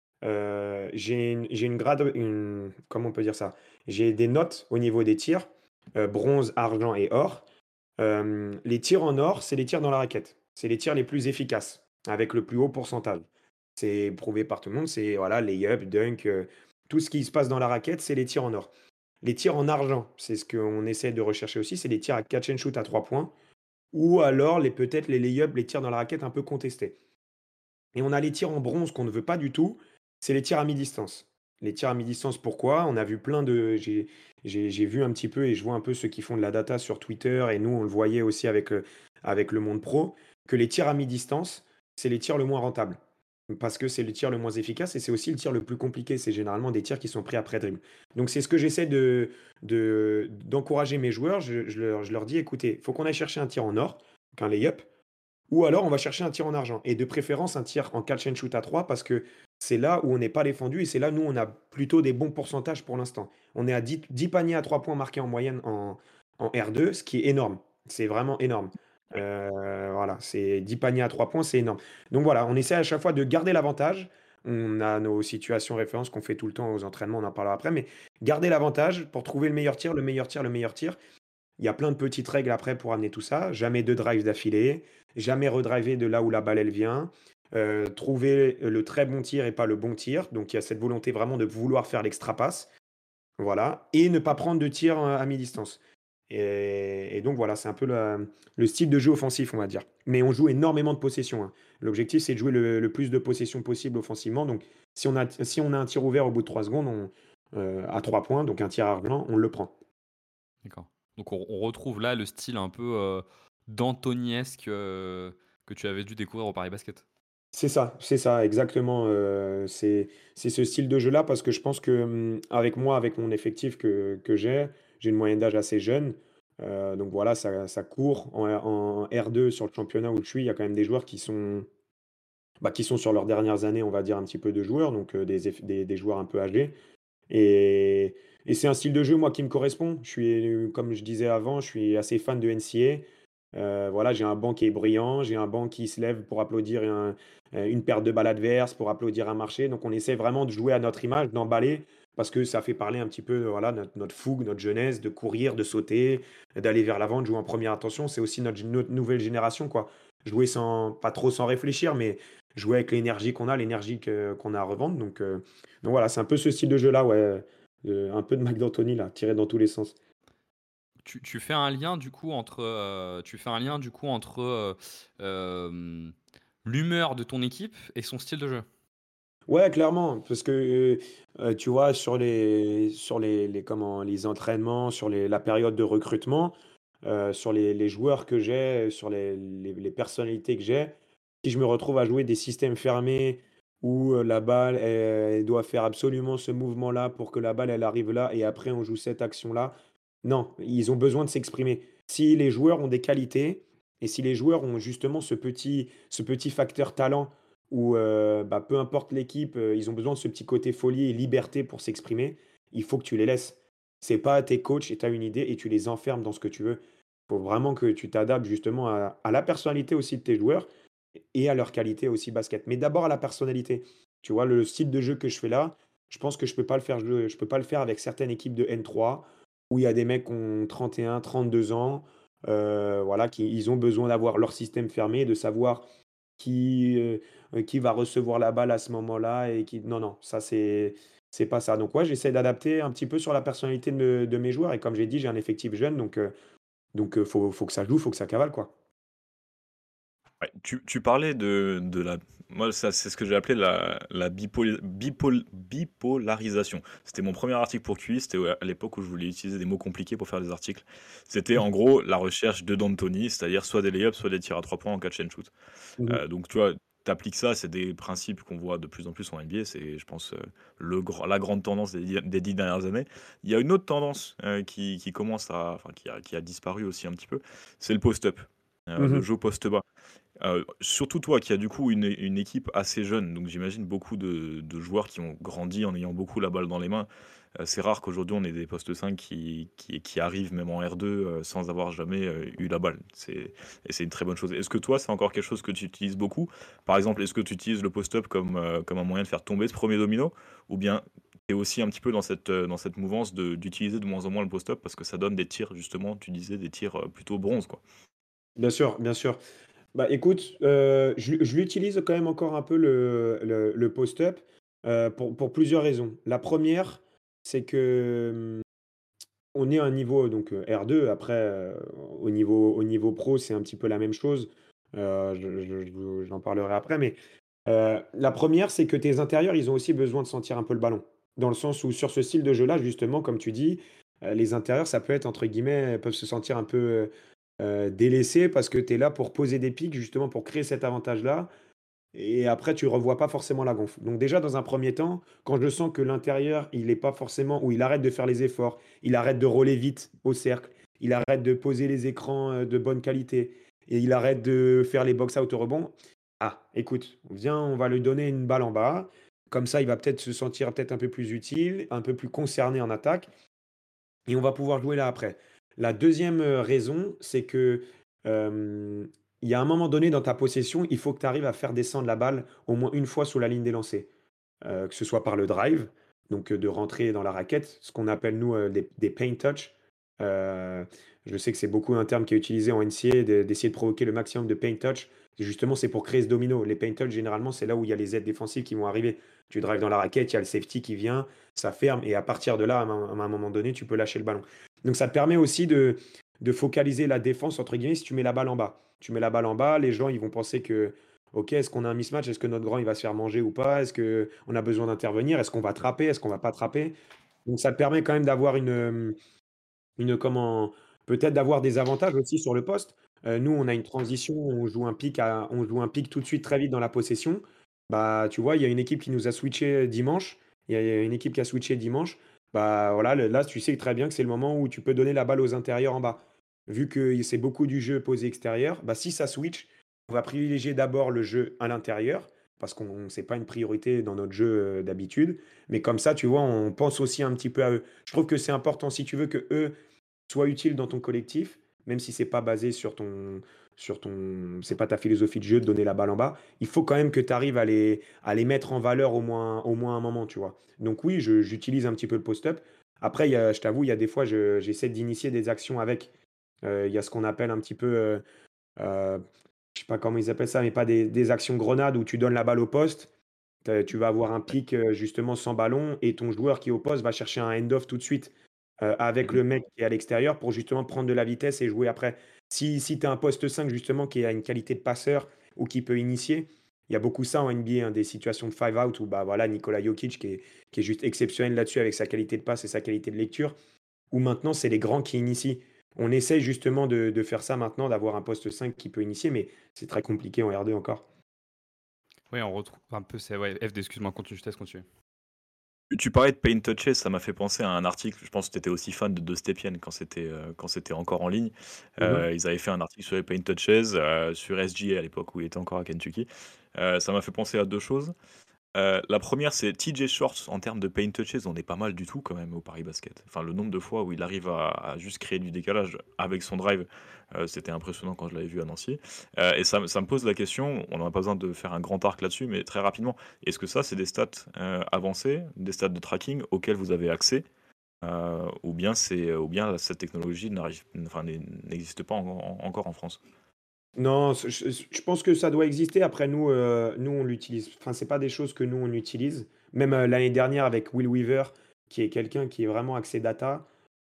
Speaker 3: Euh, j'ai une, j'ai une grade, une- comment on peut dire ça? J'ai des notes au niveau des tirs, euh, bronze, argent et or. Euh, les tirs en or, c'est les tirs dans la raquette. C'est les tirs les plus efficaces, avec le plus haut pourcentage. C'est prouvé par tout le monde, c'est voilà, layup, dunk, euh, tout ce qui se passe dans la raquette, c'est les tirs en or. Les tirs en argent, c'est ce qu'on essaie de rechercher aussi, c'est les tirs à catch and shoot à trois points, ou alors les peut-être les layups, les tirs dans la raquette un peu contestés. Et on a les tirs en bronze qu'on ne veut pas du tout, c'est les tirs à mi-distance. Les tirs à mi-distance, pourquoi? On a vu plein de. J'ai j'ai- j'ai vu un petit peu et je vois un peu ceux qui font de la data sur Twitter et nous, on le voyait aussi avec, euh, avec le monde pro, que les tirs à mi-distance, c'est les tirs le moins rentables. Parce que c'est le tir le moins efficace et c'est aussi le tir le plus compliqué. C'est généralement des tirs qui sont pris après dribble. Donc c'est ce que j'essaie de, de- d'encourager mes joueurs. Je, je leur, je leur dis, écoutez, il faut qu'on aille chercher un tir en or, qu'un lay-up. Ou alors, on va chercher un tir en argent. Et de préférence, un tir en catch and shoot à trois parce que c'est là où on n'est pas défendu et c'est là, nous, on a plutôt des bons pourcentages pour l'instant. On est à dix, dix paniers à trois points marqués en moyenne en, en R deux, ce qui est énorme. C'est vraiment énorme. Euh, voilà, c'est dix paniers à trois points, c'est énorme. Donc voilà, on essaie à chaque fois de garder l'avantage. On a nos situations références qu'on fait tout le temps aux entraînements, on en parlera après, mais garder l'avantage pour trouver le meilleur tir, le meilleur tir, le meilleur tir. Il y a plein de petites règles après pour amener tout ça. Jamais deux drives d'affilée, jamais redriver de là où la balle elle vient, euh, trouver le très bon tir et pas le bon tir. Donc il y a cette volonté vraiment de vouloir faire l'extra passe. Voilà. Et ne pas prendre de tir euh, à mi-distance. Et, et donc voilà, c'est un peu la- le style de jeu offensif, on va dire. Mais on joue énormément de possession, hein. L'objectif, c'est de jouer le, le plus de possession possible offensivement. Donc si on a, si on a un tir ouvert au bout de trois secondes, on- euh, à trois points, donc un tir argent, on le prend.
Speaker 2: D'accord. Donc on, on retrouve là le style un peu euh, d'Antoniesque euh, que tu avais dû découvrir au Paris Basket.
Speaker 3: C'est ça, c'est ça, exactement. euh, c'est, c'est ce style de jeu-là parce que je pense que hum, avec moi, avec mon effectif que, que j'ai, j'ai une moyenne d'âge assez jeune. Heu, donc voilà, ça ça court. En en R deux sur le championnat où je suis, il y a quand même des joueurs qui sont, bah, qui sont sur leurs dernières années, on va dire, un petit peu de joueurs, donc heu, des eff des des joueurs un peu âgés et et c'est un style de jeu, moi, qui me correspond. Je suis, comme je disais avant, je suis assez fan de N C A A. Heu, voilà, j'ai un banc qui est brillant, j'ai un banc qui se lève pour applaudir un heu, une perte de balle adverse, pour applaudir un marché. Donc on essaie vraiment de jouer à notre image, d'emballer parce que ça fait parler un petit peu, voilà, notre notre fougue, notre jeunesse, de courir, de sauter, d'aller vers l'avant, de jouer en première intention. C'est aussi notre notre nouvelle génération, quoi. Jouer sans pas trop sans réfléchir, mais jouer avec l'énergie qu'on a, l'énergie que qu'on a à revendre. Donc heu, donc voilà, c'est un peu ce style de jeu-là, ouais, heu, un peu de Mike D'Antoni là, tiré dans tous les sens.
Speaker 2: Tu tu fais un lien du coup entre, heu, tu fais un lien du coup entre, heu, hem, l'humeur de ton équipe et son style de jeu?
Speaker 3: Ouais, clairement, parce que, heu tu vois, sur les sur les les comment, les entraînements, sur les la période de recrutement, heu, sur les les joueurs que j'ai, sur les les les personnalités que j'ai, si je me retrouve à jouer des systèmes fermés où, heu, la balle, elle elle doit faire absolument ce mouvement-là pour que la balle, elle arrive là et après on joue cette action-là. Non, ils ont besoin de s'exprimer. Si les joueurs ont des qualités et si les joueurs ont justement ce petit ce petit facteur talent où, heu, bah, peu importe l'équipe, heu, ils ont besoin de ce petit côté folie et liberté pour s'exprimer, il faut que tu les laisses. C'est pas tes coachs et tu as une idée et tu les enfermes dans ce que tu veux. Il faut vraiment que tu t'adaptes justement à à la personnalité aussi de tes joueurs et à leur qualité aussi basket. Mais d'abord à la personnalité. Tu vois, le style de jeu que je fais là, je pense que je peux pas le faire je je peux pas le faire avec certaines équipes de N trois où il y a des mecs qui ont trente et un trente-deux ans, heu, voilà, qui ils ont besoin d'avoir leur système fermé, de savoir qui, heu heu, qui va recevoir la balle à ce moment-là et qui non, non, ça c'est c'est pas ça. Donc ouais, j'essaie d'adapter un petit peu sur la personnalité de me de mes joueurs et comme j'ai dit, j'ai un effectif jeune donc heu donc heu, faut faut que ça joue, faut que ça cavale, quoi.
Speaker 4: Ouais, tu tu parlais de de la moi, ça, c'est ce que j'ai appelé la la bipol bipol bipolarisation. C'était mon premier article pour Q I, c'était, ouais, à l'époque où je voulais utiliser des mots compliqués pour faire des articles. C'était en gros la recherche de D'Antoni, c'est-à-dire soit des lay-ups, soit des tirs à trois points en catch and shoot.
Speaker 3: Mmh mh.
Speaker 4: Heu, donc tu vois, tu appliques ça, c'est des principes qu'on voit de plus en plus en N B A, c'est je pense, heu, le grand la grande tendance des dix des dix dernières années. Il y a une autre tendance, heu, qui qui commence à enfin qui a qui a disparu aussi un petit peu, c'est le post-up, heu,
Speaker 3: Mmh
Speaker 4: le
Speaker 3: mh.
Speaker 4: jeu post bas. Heu, surtout toi qui as du coup une une équipe assez jeune, donc j'imagine beaucoup de de joueurs qui ont grandi en ayant beaucoup la balle dans les mains. Heu, c'est rare qu'aujourd'hui on ait des postes cinq qui qui qui arrivent même en R deux, heu, sans avoir jamais, heu, eu la balle. C'est et c'est une très bonne chose. Est-ce que toi, c'est encore quelque chose que tu utilises beaucoup? Par exemple, est-ce que tu utilises le post-up comme, heu, comme un moyen de faire tomber ce premier domino? Ou bien tu es aussi un petit peu dans cette, heu, dans cette mouvance de d'utiliser de moins en moins le post-up parce que ça donne des tirs justement, tu disais des tirs, heu, plutôt bronze, quoi?
Speaker 3: Bien sûr, bien sûr. Bah, écoute, heu, je je l'utilise quand même encore un peu le le le post-up, heu, pour pour plusieurs raisons. La première, c'est que, mmh, on est à un niveau donc heu, R deux après, heu, au niveau au niveau pro, c'est un petit peu la même chose. Heu, je je je j'en parlerai après, mais heu, la première, c'est que tes intérieurs, ils ont aussi besoin de sentir un peu le ballon. Dans le sens où sur ce style de jeu-là, justement, comme tu dis, heu, les intérieurs, ça peut être entre guillemets, peuvent se sentir un peu, heu heu, délaissés parce que tu es là pour poser des pics, justement pour créer cet avantage-là et après tu revois pas forcément la gonfle. Donc déjà, dans un premier temps, quand je sens que l'intérieur, il est pas forcément ou il arrête de faire les efforts, il arrête de roller vite au cercle, il arrête de poser les écrans, heu, de bonne qualité et il arrête de faire les box out au rebond. Ah, écoute, viens, on va lui donner une balle en bas. Comme ça, il va peut-être se sentir peut-être un peu plus utile, un peu plus concerné en attaque et on va pouvoir jouer là après. La deuxième e raison, c'est que, hem, il y a un moment donné dans ta possession, il faut que tu arrives à faire descendre la balle au moins une fois sous la ligne des lancers. Heu, que ce soit par le drive, donc heu, de rentrer dans la raquette, ce qu'on appelle nous, heu, des des paint touch. Heu, je sais que c'est beaucoup un terme qui est utilisé en N C A A de d'essayer de provoquer le maximum de paint touch. Justement, c'est pour créer ce domino. Les paint touch généralement, c'est là où il y a les aides défensives qui vont arriver. Tu drives dans la raquette, il y a le safety qui vient, ça ferme et à partir de là, à un à un moment donné, tu peux lâcher le ballon. Donc ça te permet aussi de de «focaliser la défense» entre guillemets si tu mets la balle en bas. Tu mets la balle en bas, les gens ils vont penser que OK, est-ce qu'on a un mismatch? Est-ce que notre grand, il va se faire manger ou pas? Est-ce qu'on a besoin d'intervenir? Est-ce qu'on va trapper? Est-ce qu'on va pas trapper? Donc ça te permet quand même d'avoir une, hem, une comment? Peut-être d'avoir des avantages aussi sur le poste. Heu, nous, on a une transition, on joue un pick à on joue un pick tout de suite très vite dans la possession. Bah, tu vois, il y a une équipe qui nous a switché dimanche. Il y a il y a une équipe qui a switché dimanche. Bah, voilà, le là, tu sais très bien que c'est le moment où tu peux donner la balle aux intérieurs en bas. vu que c'est beaucoup du jeu posé extérieur, bah, si ça switch, on va privilégier d'abord le jeu à l'intérieur, parce qu'on c'est pas une priorité dans notre jeu, heu, d'habitude. Mais comme ça, tu vois, on pense aussi un petit peu à eux. Je trouve que c'est important si tu veux qu'eux soient utiles dans ton collectif, même si c'est pas basé sur ton sur ton c'est pas ta philosophie de jeu de donner la balle en bas, il faut quand même que tu arrives à les à les mettre en valeur au moins au moins un moment, tu vois? Donc oui, je j'utilise un petit peu le post-up. Après, il y a je t'avoue, il y a des fois, je j'essaie d'initier des actions avec. Heu, il y a ce qu'on appelle un petit peu, heu heu, je sais pas comment ils appellent ça, mais pas des des actions grenades où tu donnes la balle au poste. Tu tu vas avoir un
Speaker 4: Ouais.
Speaker 3: pic, heu, justement sans ballon et ton joueur qui est au poste va chercher un hand-off tout de suite, heu, avec
Speaker 4: Mmh.
Speaker 3: le mec qui est à l'extérieur pour justement prendre de la vitesse et jouer après. Si si tu as un poste cinq justement qui a une qualité de passeur ou qui peut initier, il y a beaucoup ça en N B A, hein, des situations de five out où, bah, voilà, Nikola Jokic qui est qui est juste exceptionnel là-dessus avec sa qualité de passe et sa qualité de lecture, où maintenant c'est les grands qui initient. On essaye justement de de faire ça maintenant, d'avoir un poste cinq qui peut initier, mais c'est très compliqué en R deux encore.
Speaker 2: Oui, on retrouve un peu, c'est ouais, F D, excuse-moi, continue, je te laisse continuer.
Speaker 4: Tu parlais de Paint Touches, ça m'a fait penser à un article, je pense que tu étais aussi fan de De Stepien quand c'était, heu, quand c'était encore en ligne.
Speaker 3: Mmh.
Speaker 4: Heu, ils avaient fait un article sur les Paint Touches, heu, sur S G A à l'époque où il était encore à Kentucky. Heu, ça m'a fait penser à deux choses. Heu, la première, c'est T J Shorts en termes de paint touches, on est pas mal du tout quand même au Paris Basket. Enfin, le nombre de fois où il arrive à à juste créer du décalage avec son drive, heu, c'était impressionnant quand je l'avais vu à Nancy. Heu et ça me ça me pose la question, on n'a pas besoin de faire un grand arc là-dessus, mais très rapidement, est-ce que ça, c'est des stats, heu, avancées, des stats de tracking auxquelles vous avez accès? Heu, ou bien c'est ou bien cette technologie n'arrive enfin, n'est n'existe pas en en encore en France?
Speaker 3: Non, ce je je pense que ça doit exister. Après nous, heu, nous on l'utilise enfin, c'est pas des choses que nous on utilise. Même, heu, l'année dernière avec Will Weaver, qui est quelqu'un qui est vraiment axé data,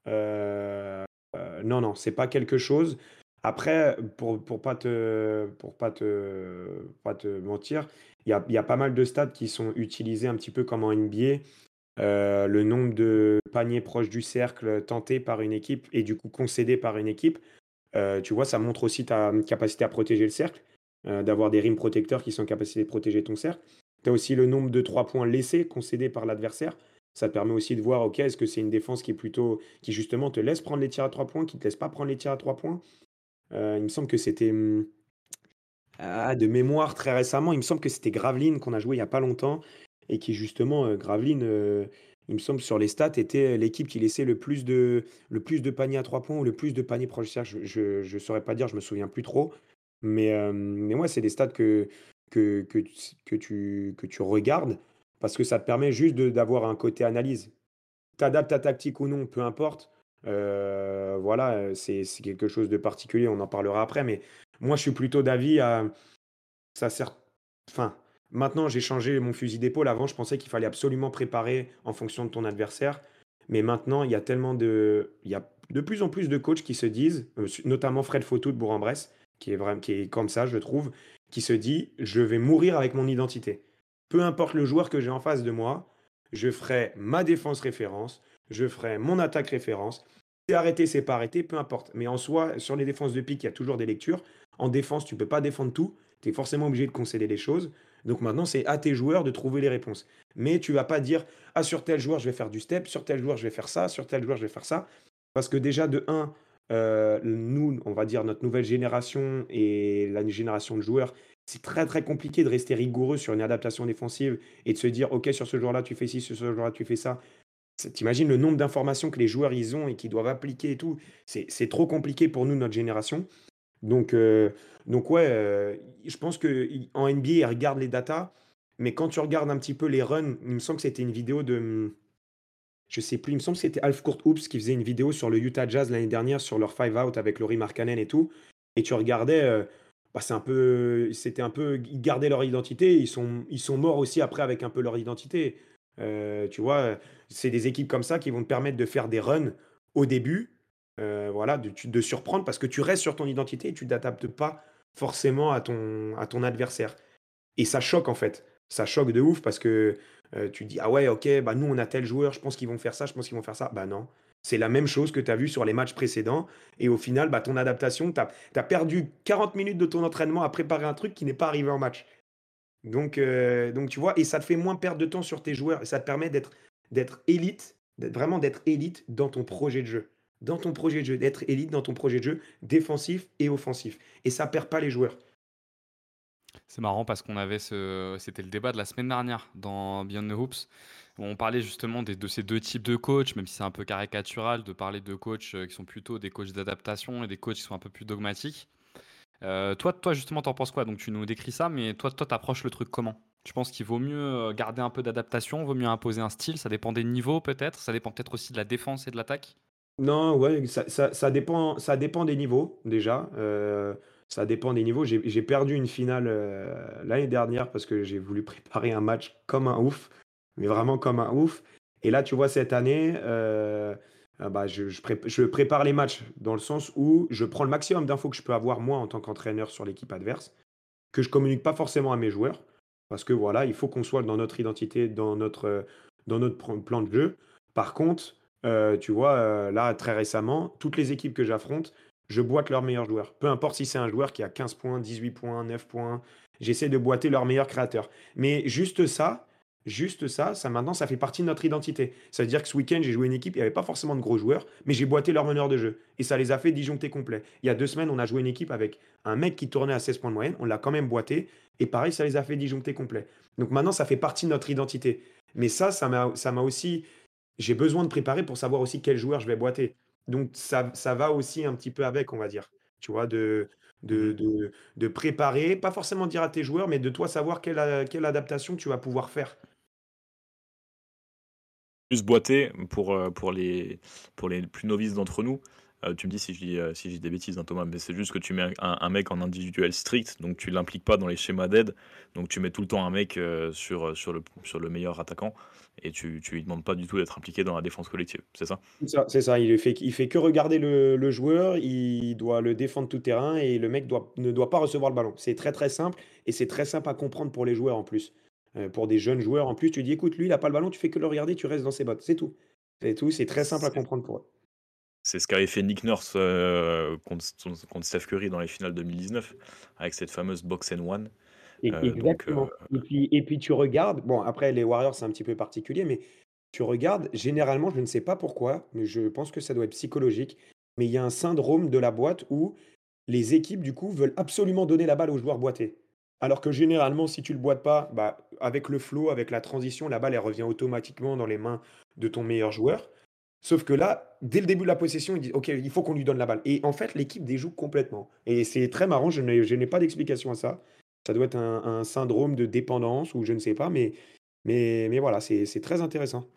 Speaker 3: heu heu, non, non, c'est pas quelque chose. Après, pour pour pas te pour pas te pas te mentir, il y a il y a pas mal de stats qui sont utilisés un petit peu comme en N B A. Heu, le nombre de paniers proches du cercle tentés par une équipe et du coup concédés par une équipe. Heu, tu vois, ça montre aussi ta, mmh, capacité à protéger le cercle, heu, d'avoir des rims protecteurs qui sont en capacité de protéger ton cercle. Tu as aussi le nombre de trois points laissés, concédés par l'adversaire. Ça te permet aussi de voir, OK, est-ce que c'est une défense qui est plutôt qui justement te laisse prendre les tirs à trois points, qui te laisse pas prendre les tirs à trois points? Heu, il me semble que c'était, mmh, ah, de mémoire très récemment, il me semble que c'était Gravelines qu'on a joué il y a pas longtemps et qui justement, heu, Gravelines, heu, il me semble sur les stats était l'équipe qui laissait le plus de le plus de paniers à trois points ou le plus de paniers proches du cercle. Je je je saurais pas dire, je me souviens plus trop. Mais, hem, mais ouais, c'est des stats que que que tu que tu que tu regardes parce que ça te permet juste de d'avoir un côté analyse. Tu adaptes ta tactique ou non, peu importe. Heu, voilà, heu, c'est c'est quelque chose de particulier, on en parlera après. Mais moi, je suis plutôt d'avis à ça sert enfin, maintenant j'ai changé mon fusil d'épaule. Avant, je pensais qu'il fallait absolument préparer en fonction de ton adversaire. Mais maintenant, il y a tellement de il y a de plus en plus de coachs qui se disent, heu, su notamment Fred Fautou de Bourg-en-Bresse, qui est vraim qui est comme ça, je trouve, qui se dit: «Je vais mourir avec mon identité. Peu importe le joueur que j'ai en face de moi, je ferai ma défense référence, je ferai mon attaque référence. C'est arrêté, c'est pas arrêté, peu importe». Mais en soi, sur les défenses de pique, il y a toujours des lectures. En défense, tu peux pas défendre tout. Tu es forcément obligé de concéder des choses. Donc maintenant, c'est à tes joueurs de trouver les réponses. Mais tu vas pas dire: «Ah, sur tel joueur, je vais faire du step, sur tel joueur, je vais faire ça, sur tel joueur, je vais faire ça». Parce que déjà, de un, heu, nous, on va dire notre nouvelle génération et la génération de joueurs, c'est très, très compliqué de rester rigoureux sur une adaptation défensive et de se dire: «OK, sur ce joueur-là, tu fais ci, sur ce joueur-là, tu fais ça». C'est tu le nombre d'informations que les joueurs, ils ont et qu'ils doivent appliquer et tout. C'est c'est trop compliqué pour nous, notre génération. Donc, heu, donc ouais, heu, je pense qu'en N B A, ils regardent les datas, mais quand tu regardes un petit peu les runs, il me semble que c'était une vidéo de, mmh, je sais plus, il me semble que c'était Half Court Hoops qui faisait une vidéo sur le Utah Jazz l'année dernière, sur leur five out avec Lauri Markkanen et tout. Et tu regardais, heu, bah, c'est un peu c'était un peu ils gardaient leur identité, ils sont ils sont morts aussi après avec un peu leur identité. Heu, tu vois, c'est des équipes comme ça qui vont te permettre de faire des runs au début, heu, voilà, de tu de surprendre parce que tu restes sur ton identité et tu t'adaptes pas forcément à ton à ton adversaire. Et ça choque en fait. Ça choque de ouf parce que, heu, tu te dis: «Ah ouais, OK, bah, nous on a tel joueur, je pense qu'ils vont faire ça, je pense qu'ils vont faire ça». Bah non, c'est la même chose que tu as vu sur les matchs précédents et au final, bah, ton adaptation, tu as perdu quarante minutes de ton entraînement à préparer un truc qui n'est pas arrivé en match. Donc heu, donc tu vois? Et ça te fait moins perdre de temps sur tes joueurs et ça te permet d'être d'être élite, d'être vraiment d'être élite dans ton projet de jeu. dans ton projet de jeu, d'être élite dans ton projet de jeu, défensif et offensif. Et ça perd pas les joueurs.
Speaker 2: C'est marrant parce qu'on avait ce c'était le débat de la semaine dernière dans Beyond the Hoops, où on parlait justement des de ces deux types de coachs, même si c'est un peu caricatural de parler de coachs, heu, qui sont plutôt des coachs d'adaptation et des coachs qui sont un peu plus dogmatiques. Heu, toi toi justement, t'en penses quoi? Donc tu nous décris ça, mais toi toi, tu le truc comment? Tu penses qu'il vaut mieux, heu, garder un peu d'adaptation, vaut mieux imposer un style? Ça dépend des niveaux peut-être? Ça dépend peut-être aussi de la défense et de l'attaque?
Speaker 3: Non, ouais, ça ça ça dépend ça dépend des niveaux déjà, heu, ça dépend des niveaux. J'ai j'ai perdu une finale, heu, l'année dernière parce que j'ai voulu préparer un match comme un ouf, mais vraiment comme un ouf et là, tu vois, cette année, heu, ah bah, je je prép je prépare les matchs dans le sens où je prends le maximum d'infos que je peux avoir moi en tant qu'entraîneur sur l'équipe adverse, que je communique pas forcément à mes joueurs parce que voilà, il faut qu'on soit dans notre identité, dans notre, heu, dans notre plan plan de jeu. Par contre, heu, tu vois, heu, là, très récemment, toutes les équipes que j'affronte, je boite leurs meilleurs joueurs. Peu importe si c'est un joueur qui a quinze points, dix-huit points, neuf points, j'essaie de boiter leurs meilleurs créateurs. Mais juste ça, juste ça, ça maintenant, ça fait partie de notre identité. Ça veut dire que ce week-end, j'ai joué une équipe, il y avait pas forcément de gros joueurs, mais j'ai boité leurs meneurs de jeu et ça les a fait disjoncter complets. Il y a deux semaines, on a joué une équipe avec un mec qui tournait à seize points de moyenne, on l'a quand même boité et pareil, ça les a fait disjoncter complets. Donc maintenant, ça fait partie de notre identité. Mais ça, ça m'a ça m'a aussi j'ai besoin de préparer pour savoir aussi quel joueur je vais boiter. Donc ça ça va aussi un petit peu avec, on va dire. Tu vois? De de
Speaker 4: Mmh.
Speaker 3: de de préparer, pas forcément dire à tes joueurs, mais de toi savoir quelle a quelle adaptation tu vas pouvoir faire.
Speaker 4: Plus boiter pour, heu, pour les pour les plus novices d'entre nous, heu, tu me dis si je dis, heu, si je dis des bêtises, hein, Thomas, mais c'est juste que tu mets un un un mec en individuel strict, donc tu l'impliques pas dans les schémas d'aide, donc tu mets tout le temps un mec, heu, sur, heu, sur le sur le meilleur attaquant et tu tu lui demandes pas du tout d'être impliqué dans la défense collective, c'est ça?
Speaker 3: C'est ça, c'est ça, il fait il fait que regarder le le joueur, il doit le défendre tout terrain et le mec doit ne doit pas recevoir le ballon. C'est très, très simple et c'est très simple à comprendre pour les joueurs en plus. Heu, pour des jeunes joueurs en plus, tu dis: «Écoute, lui il a pas le ballon, tu fais que le regarder, tu restes dans ses bottes». C'est tout. C'est tout, c'est très simple à
Speaker 4: C'est
Speaker 3: comprendre pour eux.
Speaker 4: c'est ce qu'avait fait Nick Nurse, heu, contre son contre Steph Curry dans les finales deux mille dix-neuf avec cette fameuse box and one,
Speaker 3: E
Speaker 4: heu, donc heu,
Speaker 3: exactement et puis et puis tu regardes bon après les Warriors, c'est un petit peu particulier, mais tu regardes, généralement, je ne sais pas pourquoi, mais je pense que ça doit être psychologique, mais il y a un syndrome de la boîte où les équipes, du coup, veulent absolument donner la balle aux joueurs boités. Alors que généralement, si tu le boites pas, bah, avec le flow, avec la transition, la balle, elle revient automatiquement dans les mains de ton meilleur joueur. Sauf que là, dès le début de la possession, ils disent: «OK, il faut qu'on lui donne la balle» et en fait, l'équipe déjoue complètement et c'est très marrant, je n'ai je n'ai pas d'explication à ça. Ça doit être un un syndrome de dépendance ou je ne sais pas, mais mais mais voilà, c'est c'est très intéressant.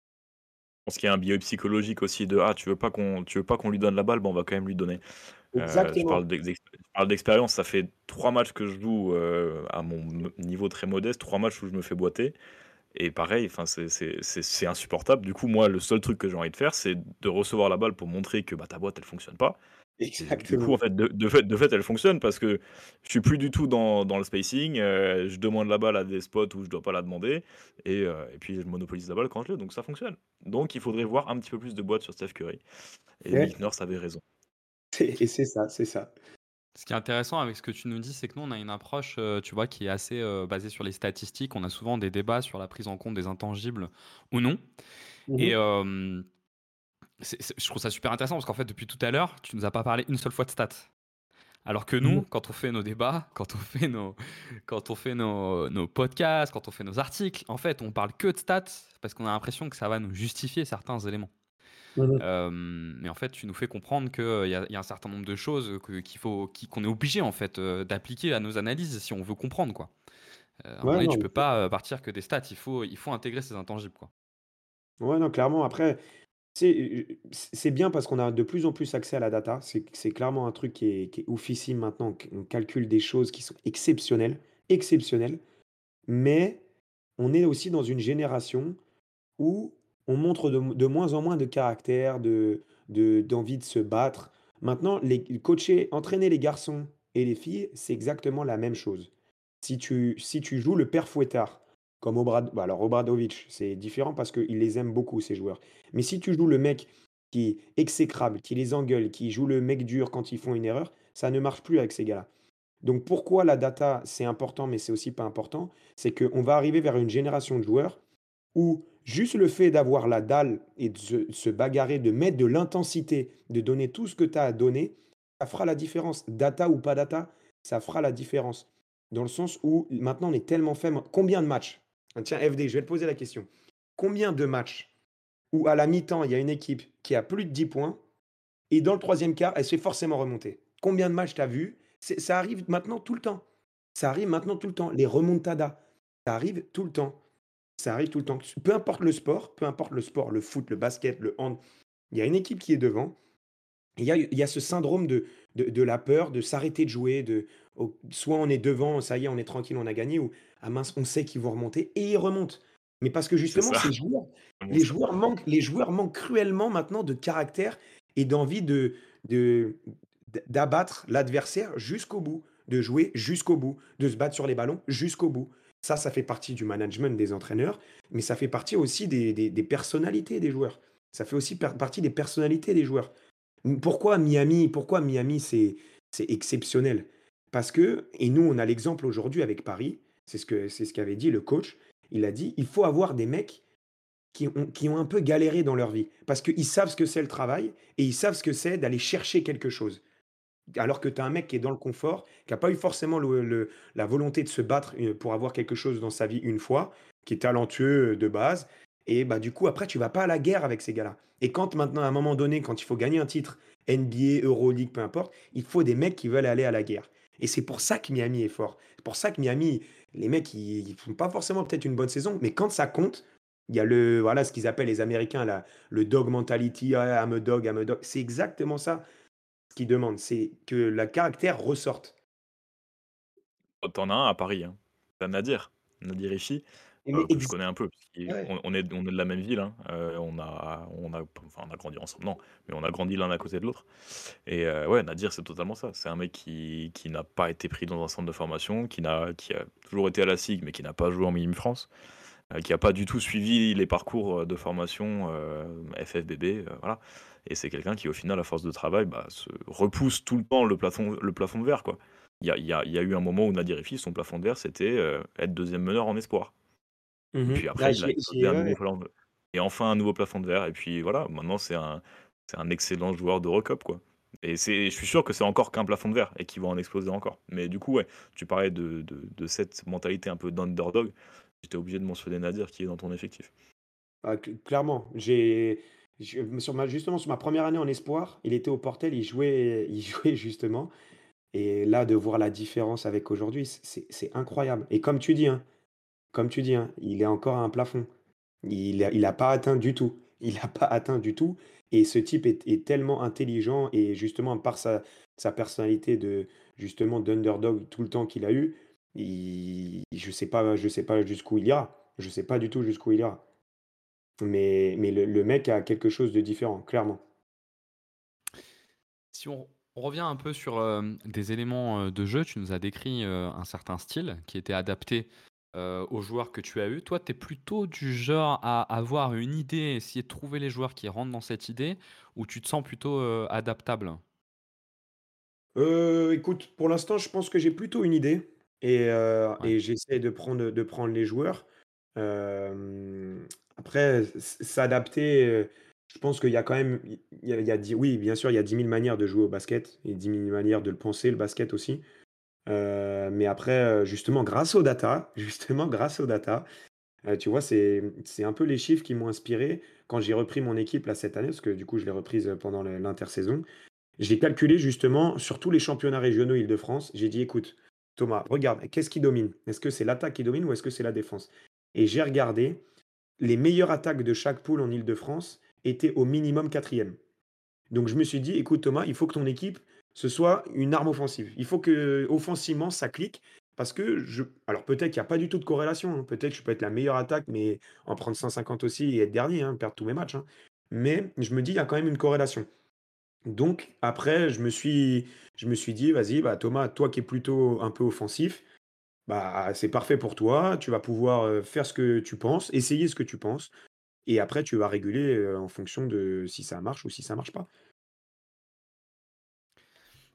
Speaker 4: je pense qu'il y a un biais psychologique aussi de: «Ah, tu veux pas qu'on tu veux pas qu'on lui donne la balle, bah, on va quand même lui donner». Heu, je
Speaker 3: Exactement.
Speaker 4: parle d'ex d'ex je parle d'expérience, ça fait trois matchs que je joue, heu, à mon m niveau très modeste, trois matchs où je me fais boiter et pareil, enfin, c'est c'est c'est c'est insupportable. Du coup, moi, le seul truc que j'ai envie de faire, c'est de recevoir la balle pour montrer que, bah, ta boîte, elle fonctionne pas et du coup, en
Speaker 3: Exactement.
Speaker 4: fait, de de fait de fait, elle fonctionne parce que je suis plus du tout dans dans le spacing, heu, je demande la balle à des spots où je dois pas la demander et heu et puis je monopolise la balle quand je l'ai, donc ça fonctionne. Donc il faudrait voir un petit peu plus de boîtes sur Steph Curry et
Speaker 3: Ouais,
Speaker 4: Nick Nurse avait raison.
Speaker 3: c'est et c'est ça, c'est ça.
Speaker 2: Ce qui est intéressant avec ce que tu nous dis, c'est que nous, on a une approche, heu, tu vois, qui est assez, heu, basée sur les statistiques. On a souvent des débats sur la prise en compte des intangibles ou non
Speaker 3: Mmh
Speaker 2: et
Speaker 3: mh.
Speaker 2: hem, c'est c'est je trouve ça super intéressant parce qu'en fait, depuis tout à l'heure, tu nous as pas parlé une seule fois de stats. Alors que nous,
Speaker 3: Mmh.
Speaker 2: quand on fait nos débats, quand on fait nos quand on fait nos nos podcasts, quand on fait nos articles, en fait, on parle que de stats parce qu'on a l'impression que ça va nous justifier certains éléments.
Speaker 3: Mmh mh.
Speaker 2: Hem, mais en fait, tu nous fais comprendre qu'il y a il y a un certain nombre de choses que qu'il faut qui qu'on est obligé, en fait, heu, d'appliquer à nos analyses si on veut comprendre, quoi. Heu, à un moment
Speaker 3: Ouais,
Speaker 2: donné,
Speaker 3: non,
Speaker 2: tu
Speaker 3: mais
Speaker 2: peux
Speaker 3: c'est
Speaker 2: pas, heu, partir que des stats. Il faut il faut intégrer ces intangibles, quoi.
Speaker 3: ouais, non, clairement, après, tu sais, heu, c'est c'est bien parce qu'on a de plus en plus accès à la data. C'est c'est clairement un truc qui est qui est oufissime maintenant. Q On calcule des choses qui sont exceptionnelles, exceptionnelles, mais on est aussi dans une génération où on montre de de moins en moins de caractère, de de d'envie de se battre. Maintenant, les coacher, entraîner les garçons et les filles, c'est exactement la même chose. Si tu si tu joues le père fouettard, comme Obrad bah, alors Obradovic, c'est différent parce qu'il les aime beaucoup ces joueurs. Mais si tu joues le mec qui est exécrable, qui les engueule, qui joue le mec dur quand ils font une erreur, ça ne marche plus avec ces gars-là. Donc pourquoi la data, c'est important, mais c'est aussi pas important? C'est qu'on va arriver vers une génération de joueurs où Juste le fait d'avoir la dalle et de se se bagarrer, de mettre de l'intensité, de donner tout ce que tu as à donner, ça fera la différence. Data ou pas data, ça fera la différence. Dans le sens où maintenant on est tellement faible. Combien de matchs? Ah, tiens, F D, je vais te poser la question. Combien de matchs où à la mi-temps, il y a une équipe qui a plus de dix points et dans le troisième quart, elle se fait forcément remonter? Combien de matchs tu as vu? C'est ça arrive maintenant tout le temps. Ça arrive maintenant tout le temps. Les remontadas, ça arrive tout le temps. Ça arrive tout le temps. Peu importe le sport, peu importe le sport, le foot, le basket, le hand, il y a une équipe qui est devant. Il y a, il y a ce syndrome de, de, de la peur, de s'arrêter de jouer, de oh, soit on est devant, ça y est, on est tranquille, on a gagné, ou ah mince, on sait qu'ils vont remonter, et ils remontent. Mais parce que
Speaker 4: C'est
Speaker 3: justement,
Speaker 4: ça,
Speaker 3: ces joueurs,
Speaker 4: vraiment
Speaker 3: les
Speaker 4: ça.
Speaker 3: joueurs manquent, les joueurs manquent cruellement maintenant de caractère et d'envie de, de, d'abattre l'adversaire jusqu'au bout, de jouer jusqu'au bout, de se battre sur les ballons jusqu'au bout. Ça, ça fait partie du management des entraîneurs, mais ça fait partie aussi des, des- des personnalités des joueurs. Ça fait aussi par- partie des personnalités des joueurs. Pourquoi Miami, pourquoi Miami, c'est c'est exceptionnel? Parce que, et nous, on a l'exemple aujourd'hui avec Paris, c'est ce que c'est ce qu'avait dit le coach. Il a dit, il faut avoir des mecs qui ont, qui ont un peu galéré dans leur vie, parce qu'ils savent ce que c'est le travail et ils savent ce que c'est d'aller chercher quelque chose. Alors que tu as un mec qui est dans le confort, qui n'a pas eu forcément le- le- la volonté de se battre euh, pour avoir quelque chose dans sa vie une fois, qui est talentueux euh, de base, et bah du coup après tu vas pas à la guerre avec ces gars-là. Et quand maintenant à un moment donné, quand il faut gagner un titre, N B A, Euroleague, peu importe, il faut des mecs qui veulent aller à la guerre. Et c'est pour ça que Miami est fort. C'est pour ça que Miami, les mecs, ils, ils font pas forcément peut-être une bonne saison, mais quand ça compte, il y a le voilà ce qu'ils appellent les Américains là, le dog mentality, ah, I'm a dog, I'm a dog. C'est exactement ça ce qu'ils demandent, c'est que le caractère ressorte.
Speaker 4: T'en as un à Paris, hein. Tu Nadir, Nadir Hichi,
Speaker 3: Et mais
Speaker 4: heu, que je
Speaker 3: ex
Speaker 4: connais un peu, parce
Speaker 3: ouais.
Speaker 4: qu'on on est on est de la même ville, hein, heu, on a on a enfin, on a grandi ensemble, non, mais on a grandi l'un à côté de l'autre et heu, ouais, Nadir, c'est totalement ça. C'est un mec qui qui n'a pas été pris dans un centre de formation, qui n'a qui a toujours été à la SIG, mais qui n'a pas joué en Minime France, heu, qui a pas du tout suivi les parcours, heu, de formation, heu, F F B B, heu, voilà et c'est quelqu'un qui, au final, à force de travail, bah, se repousse tout le temps le plafond le plafond de verre, quoi. Il y a il y a il y a eu un moment où Nadir Hichi, son plafond de verre, c'était, heu, être deuxième meneur en espoir et
Speaker 3: Mmh.
Speaker 4: puis
Speaker 3: Ah
Speaker 4: après, il a
Speaker 3: j'ai
Speaker 4: explosé
Speaker 3: j'ai
Speaker 4: un
Speaker 3: ouais,
Speaker 4: nouveau
Speaker 3: ouais.
Speaker 4: plafond de et enfin un nouveau plafond de verre et puis voilà, maintenant c'est un c'est un excellent joueur d'Eurocup, quoi et c'est je suis sûr que c'est encore qu'un plafond de verre et qu'il va en exploser encore. Mais du coup, ouais, tu parlais de de de cette mentalité un peu d'underdog, j'étais obligé de mentionner Nadir qui est dans ton effectif.
Speaker 3: Ah cl clairement, j'ai je sur ma justement sur ma première année en espoir, il était au Portel, il jouait il jouait justement et là de voir la différence avec aujourd'hui, c c'est c'est incroyable et comme tu dis, hein, comme tu dis, hein, il est encore à un plafond. Il a il a pas atteint du tout. Il a pas atteint du tout et ce type est est tellement intelligent et justement par sa sa personnalité de justement d'underdog tout le temps qu'il a eu, il je sais pas je sais pas jusqu'où il ira. Je sais pas du tout jusqu'où il ira. Mais mais le le mec a quelque chose de différent, clairement.
Speaker 2: Si on on revient un peu sur, hem, des éléments, heu, de jeu, tu nous as décrit, heu, un certain style qui était adapté, heu, aux joueurs que tu as eus. Toi, tu es plutôt du genre à avoir une idée, essayer de trouver les joueurs qui rentrent dans cette idée ou tu te sens plutôt, heu, adaptable?
Speaker 3: Heu, écoute, pour l'instant, je pense que j'ai plutôt une idée et heu
Speaker 2: Ouais.
Speaker 3: et j'essaie de prendre de prendre les joueurs. Hem, après s s'adapter, heu, je pense qu'il y a quand même il y a il y a dix oui, bien sûr, il y a dix mille manières de jouer au basket et dix mille manières de le penser, le basket aussi. Heu, mais après, heu, justement grâce aux data, justement grâce aux data, heu, tu vois, c'est c'est un peu les chiffres qui m'ont inspiré quand j'ai repris mon équipe là cette année, parce que du coup je l'ai reprise, pendant le l'intersaison. J'ai calculé justement sur tous les championnats régionaux Île-de-France, j'ai dit: «Écoute, Thomas, regarde, qu'est-ce qui domine? Est-ce que c'est l'attaque qui domine ou est-ce que c'est la défense?» Et j'ai regardé, les meilleures attaques de chaque poule en Île-de-France étaient au minimum quatrième. Donc je me suis dit: «Écoute Thomas, il faut que ton équipe, ce soit une arme offensive. Il faut que offensivement ça clique» parce que je alors peut-être qu'il y a pas du tout de corrélation, hein, peut-être que je peux être la meilleure attaque, mais en prendre cent cinquante aussi et être dernier, hein, perdre tous mes matchs, hein. Mais je me dis: «Il y a quand même une corrélation». Donc après, je me suis je me suis dit: «Vas-y, bah, Thomas, toi qui es plutôt un peu offensif, bah, c'est parfait pour toi. Tu vas pouvoir, heu, faire ce que tu penses, essayer ce que tu penses et après tu vas réguler, heu, en fonction de si ça marche ou si ça marche pas».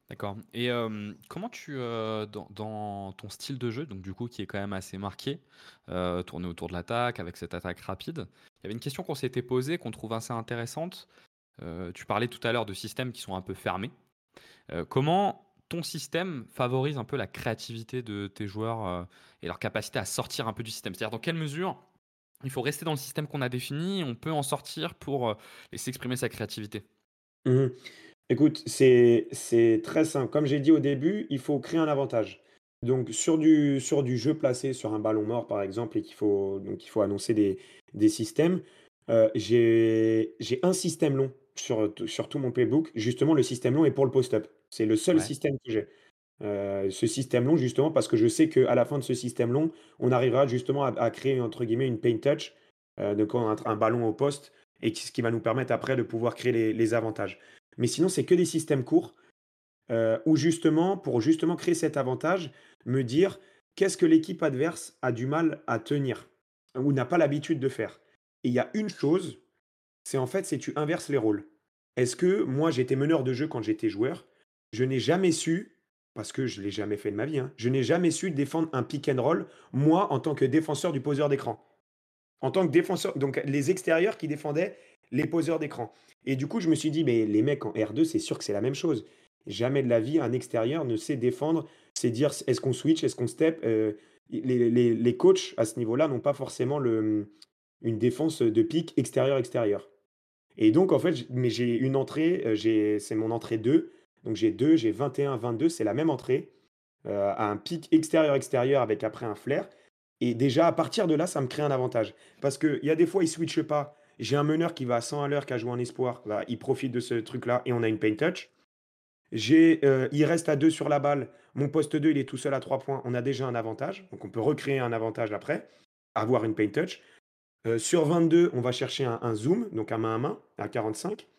Speaker 2: D'accord et hem, comment tu, heu, dans dans ton style de jeu, donc du coup qui est quand même assez marqué, heu, tourné autour de l'attaque avec cette attaque rapide, il y avait une question qu'on s'était posée, qu'on trouve assez intéressante. Heu, tu parlais tout à l'heure de systèmes qui sont un peu fermés. Heu, comment ton système favorise un peu la créativité de tes joueurs, heu, et leur capacité à sortir un peu du système? C'est-à-dire dans quelle mesure il faut rester dans le système qu'on a défini et on peut en sortir pour, heu, laisser exprimer sa créativité?
Speaker 3: Mmh. Écoute, c'est c'est très simple. Comme j'ai dit au début, il faut créer un avantage. Donc sur du sur du jeu placé sur un ballon mort, par exemple, et qu'il faut donc il faut annoncer des des systèmes, heu, j'ai j'ai un système long sur, t sur tout mon playbook. Justement, le système long est pour le post-up. C'est le seul
Speaker 2: Ouais,
Speaker 3: système que j'ai. Heu, ce système long justement parce que je sais qu'à la fin de ce système long, on arrivera justement à à créer entre guillemets «une paint touch», heu, donc un un ballon au poste et qui ce qui va nous permettre après de pouvoir créer les les avantages. Mais sinon, c'est que des systèmes courts, heu, où justement pour justement créer cet avantage, me dire: «Qu'est-ce que l'équipe adverse a du mal à tenir ou n'a pas l'habitude de faire?» Et il y a une chose, c'est en fait, c'est tu inverses les rôles. Est-ce que moi, j'étais meneur de jeu quand j'étais joueur, je n'ai jamais su, parce que je ne l'ai jamais fait de ma vie, hein, je n'ai jamais su défendre un pick and roll, moi, en tant que défenseur du poseur d'écran. En tant que défenseur, donc les extérieurs qui défendaient les poseurs d'écran. Et du coup, je me suis dit, mais les mecs en R deux, c'est sûr que c'est la même chose. Jamais de la vie, un extérieur ne sait défendre, c'est dire est-ce qu'on switch, est-ce qu'on step. Euh, les, les- les coachs à ce niveau-là n'ont pas forcément le, une défense de pique extérieur-extérieur. Et donc, en fait, j mais j'ai une entrée, heu, j'ai c'est mon entrée deux, donc j'ai deux, j'ai vingt et un vingt-deux, c'est la même entrée, heu, à un pic extérieur-extérieur avec après un flair et déjà à partir de là, ça me crée un avantage. Parce qu'il y a des fois, ils switchent pas. J'ai un meneur qui va à cent à l'heure, qui a joué en espoir, bah, il profite de ce truc-là et on a une paint touch. J'ai, heu, il reste à deux sur la balle, mon poste deux, il est tout seul à trois points, on a déjà un avantage, donc on peut recréer un avantage après, avoir une paint touch. Heu, sur vingt-deux, on va chercher un un zoom, donc un main à main à quarante-cinq.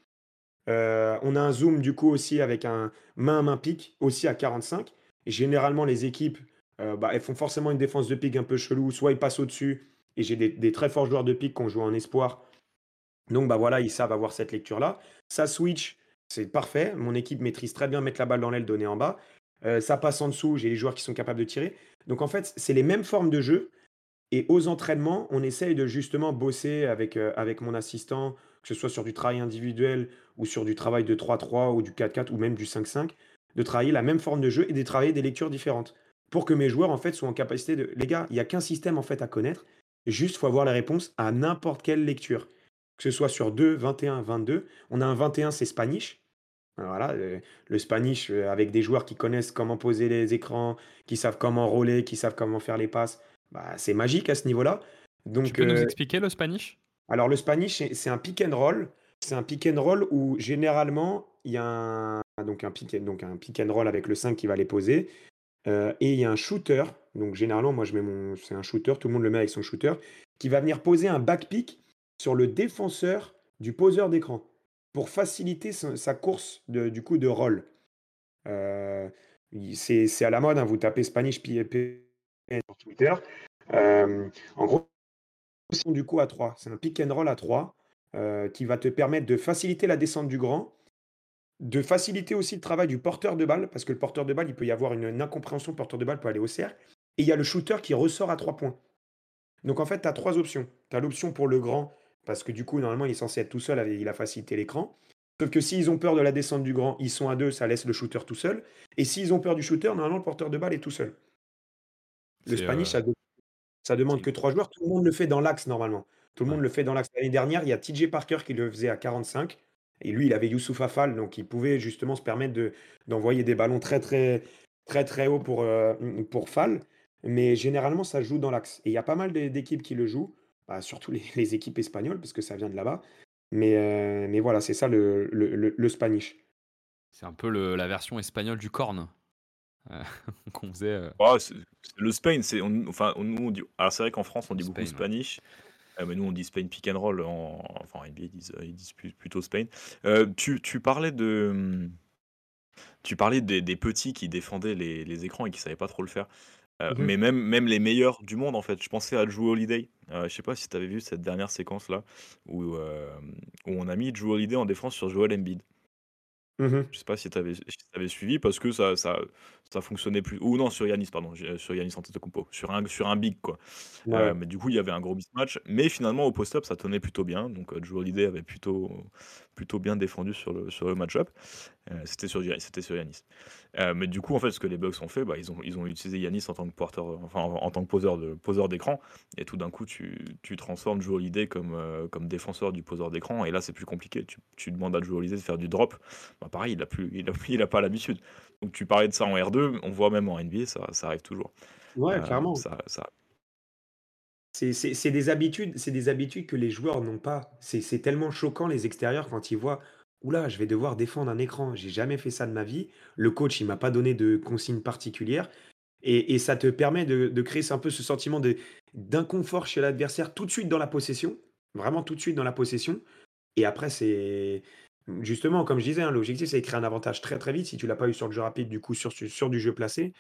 Speaker 3: Heu, on a un zoom du coup aussi avec un main à main pique aussi à quarante-cinq et généralement les équipes, heu, bah, elles font forcément une défense de pique un peu chelou, soit ils passent au-dessus et j'ai des des très forts joueurs de pique qui ont joué en espoir, donc bah, voilà, ils savent avoir cette lecture-là. Ça switch, c'est parfait, mon équipe maîtrise très bien mettre la balle dans l'aile, donner en bas. Heu, ça passe en dessous, j'ai les joueurs qui sont capables de tirer. Donc en fait, c'est les mêmes formes de jeu et aux entraînements, on essaye de justement bosser avec, heu, avec mon assistant, que ce soit sur du travail individuel ou sur du travail de trois trois ou du quatre quatre ou même du cinq cinq, de travailler la même forme de jeu et de travailler des lectures différentes. Pour que mes joueurs, en fait, soient en capacité de les gars, il y a qu'un système, en fait, à connaître. Juste, faut avoir la réponse à n'importe quelle lecture. Que ce soit sur deux, vingt et un, vingt-deux. On a un vingt et un, c'est Spanish. Voilà, heu, le Spanish, heu, avec des joueurs qui connaissent comment poser les écrans, qui savent comment roller, qui savent comment faire les passes, bah, c'est magique à ce niveau-là.
Speaker 2: Tu
Speaker 3: Donc,
Speaker 2: peux nous
Speaker 3: heu,
Speaker 2: expliquer le Spanish?
Speaker 3: alors le Spanish, c'est c'est un pick and roll. C'est un pick and roll où généralement, il y a un donc un pick and donc un pick and roll avec le cinq qui va les poser, heu et il y a un shooter, donc généralement, moi je mets mon c'est un shooter, tout le monde le met avec son shooter, qui va venir poser un back pick sur le défenseur du poseur d'écran, pour faciliter son sa course de du coup de roll. Heu, il c'est c'est à la mode, hein, vous tapez Spanish P P sur Twitter. Hem, en gros, c'est du coup à trois. C'est un pick and roll à trois, heu, qui va te permettre de faciliter la descente du grand, de faciliter aussi le travail du porteur de balle, parce que le porteur de balle, il peut y avoir une une incompréhension, le porteur de balle peut aller au cercle et il y a le shooter qui ressort à trois points. Donc en fait, tu as trois options. Tu as l'option pour le grand, parce que du coup, normalement, il est censé être tout seul, avec il a facilité l'écran. Sauf que s'ils ont peur de la descente du grand, ils sont à deux, ça laisse le shooter tout seul. Et s'ils ont peur du shooter, normalement, le porteur de balle est tout seul. Le
Speaker 2: C'est,
Speaker 3: Spanish,
Speaker 2: heu,
Speaker 3: ça, de- ça
Speaker 2: c'est
Speaker 3: demande que
Speaker 2: une
Speaker 3: trois joueurs. Tout le monde le fait dans l'axe, normalement. Tout le
Speaker 2: ouais.
Speaker 3: monde le fait dans l'axe. L'année dernière, il y a T J Parker qui le faisait à quarante-cinq. Et lui, il avait Youssouf Afal, donc il pouvait justement se permettre de, d'envoyer des ballons très, très, très, très hauts pour, euh, pour Fall. Mais généralement, ça joue dans l'axe. Et il y a pas mal d'é- d'équipes qui le jouent, bah, surtout les, les équipes espagnoles, parce que ça vient de là-bas. Mais, euh, mais voilà, c'est ça le, le, le, le Spanish.
Speaker 2: C'est un peu le la version espagnole du corne, heu, qu'on faisait, heu,
Speaker 4: Ouais, c'est c'est le Spain, c'est on enfin, on- nous, on dit alors c'est vrai qu'en France, on
Speaker 2: au
Speaker 4: dit beaucoup
Speaker 2: Spain, ouais.
Speaker 4: Spanish, heu, mais nous, on dit Spain pick and roll en enfin, en N B A, ils disent, ils disent plus plutôt Spain. Heu, tu tu parlais de, mmh, tu parlais des des petits qui défendaient les les écrans et qui savaient pas trop le faire, heu, mais
Speaker 3: Mhm.
Speaker 4: même même les meilleurs du monde, en fait. Je pensais à Jrue Holiday, heu, je sais pas si tu avais vu cette dernière séquence-là où, hem, où on a mis Jrue Holiday en défense sur Joel Embiid.
Speaker 3: Mmh.
Speaker 4: Je sais pas si tu avais si tu suivi parce que ça ça ça fonctionnait plus ou non sur Yanis pardon, j'ai sur Yanis Antetokounmpo, sur un sur un big quoi.
Speaker 3: Ouais,
Speaker 4: Heu,
Speaker 3: ouais.
Speaker 4: mais du coup, il y avait un gros mismatch, mais finalement au post-up ça tenait plutôt bien donc heu, Jrue Holiday avait plutôt plutôt bien défendu sur le sur le match-up. Heu, c'était sur Gia c'était sur Yanis. Heu, mais du coup, en fait, ce que les Bucks ont fait, bah, ils ont ils ont utilisé Yanis en tant que porteur, enfin en en tant que poseur de poseur d'écran et tout d'un coup tu tu transformes Jrue Holiday comme, heu, comme défenseur du poseur d'écran et là c'est plus compliqué. Tu tu demandes à Jrue Holiday de faire du drop, bah, pareil, il a plus il a il a pas l'habitude. Donc tu parlais de ça en R deux, on voit même en N B A, ça ça arrive toujours.
Speaker 3: Ouais,
Speaker 4: Hem,
Speaker 3: clairement.
Speaker 4: ça ça
Speaker 3: C'est c'est c'est des habitudes c'est des habitudes que les joueurs n'ont pas. C'est c'est tellement choquant les extérieurs quand ils voient: «Ouh là, je vais devoir défendre un écran. J'ai jamais fait ça de ma vie. Le coach, il m'a pas donné de consignes particulières». Et et ça te permet de de créer, c'est un peu ce sentiment de d'inconfort chez l'adversaire tout de suite dans la possession, vraiment tout de suite dans la possession. Et après c'est justement comme je disais, hein, l'objectif c'est de créer un avantage très, très vite si tu l'as pas eu sur le jeu rapide, du coup sur sur du jeu placé.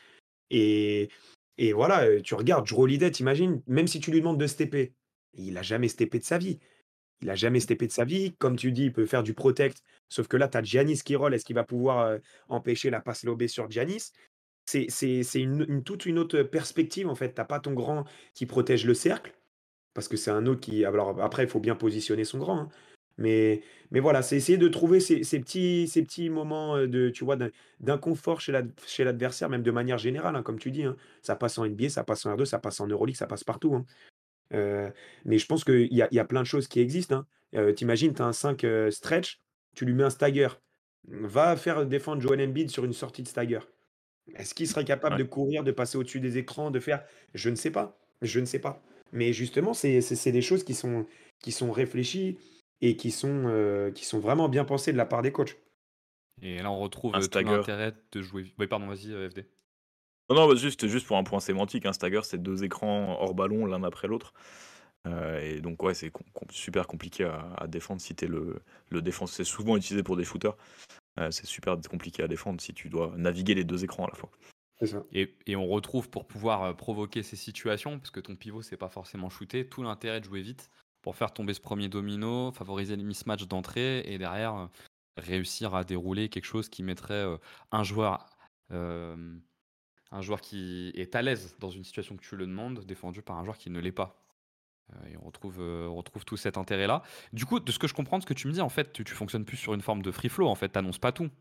Speaker 3: Et et voilà, heu, tu regardes Jrue Holiday, tu même si tu lui demandes de stepper, il a jamais steppé de sa vie. Il a jamais steppé de sa vie. Comme tu dis, il peut faire du protect, sauf que là, tu as Giannis qui roll. Est-ce qu'il va pouvoir, heu, empêcher la passe lobée sur Giannis? C'est c'est c'est une une toute une autre perspective, en fait. Tu as pas ton grand qui protège le cercle, parce que c'est un autre qui alors après, il faut bien positionner son grand, hein. Mais mais voilà, c'est essayer de trouver ces ces petits ces petits moments, heu, de tu vois, d'in d'inconfort chez l'ad chez l'adversaire, même de manière générale, hein, comme tu dis, hein. Ça passe en N B A, ça passe en R deux, ça passe en Euroleague, ça passe partout, hein. Heu, mais je pense qu'il y a il y a plein de choses qui existent, hein. Heu, tu imagines, tu as un cinq, heu, stretch, tu lui mets un stagger. Va faire défendre Joel Embiid sur une sortie de stagger. Est-ce qu'il serait capable
Speaker 4: ouais.
Speaker 3: de courir, de passer au-dessus des écrans, de faire? Je ne sais pas, je ne sais pas. Mais justement, c'est c'est c'est des choses qui sont qui sont réfléchies et qui sont, heu, qui sont vraiment bien pensées de la part des coachs.
Speaker 2: Et là, on retrouve,
Speaker 4: Un
Speaker 2: heu, tout
Speaker 4: stagger
Speaker 2: l'intérêt de jouer oui, pardon, vas-y, heu, F D.
Speaker 4: non, non, bah, juste juste pour un point sémantique, un stagger, c'est deux écrans hors ballon l'un après l'autre. Heu et donc ouais, c'est com com super compliqué à à défendre si tu es le le défense c'est souvent utilisé pour des shooters, heu, c'est super compliqué à défendre si tu dois naviguer les deux écrans à la fois.
Speaker 3: C'est ça.
Speaker 2: Et et on retrouve pour pouvoir, heu, provoquer ces situations, parce que ton pivot c'est pas forcément shooter, tout l'intérêt de jouer vite pour faire tomber ce premier domino, favoriser les mismatchs d'entrée et derrière, heu, réussir à dérouler quelque chose qui mettrait, heu, un joueur, hem, un joueur qui est à l'aise dans une situation que tu le demandes, défendu par un joueur qui ne l'est pas. Heu et on retrouve, heu, on retrouve tout cet intérêt-là. Du coup, de ce que je comprends de ce que tu me dis, en fait, tu tu fonctionnes plus sur une forme de free flow, en fait, tu pas tout?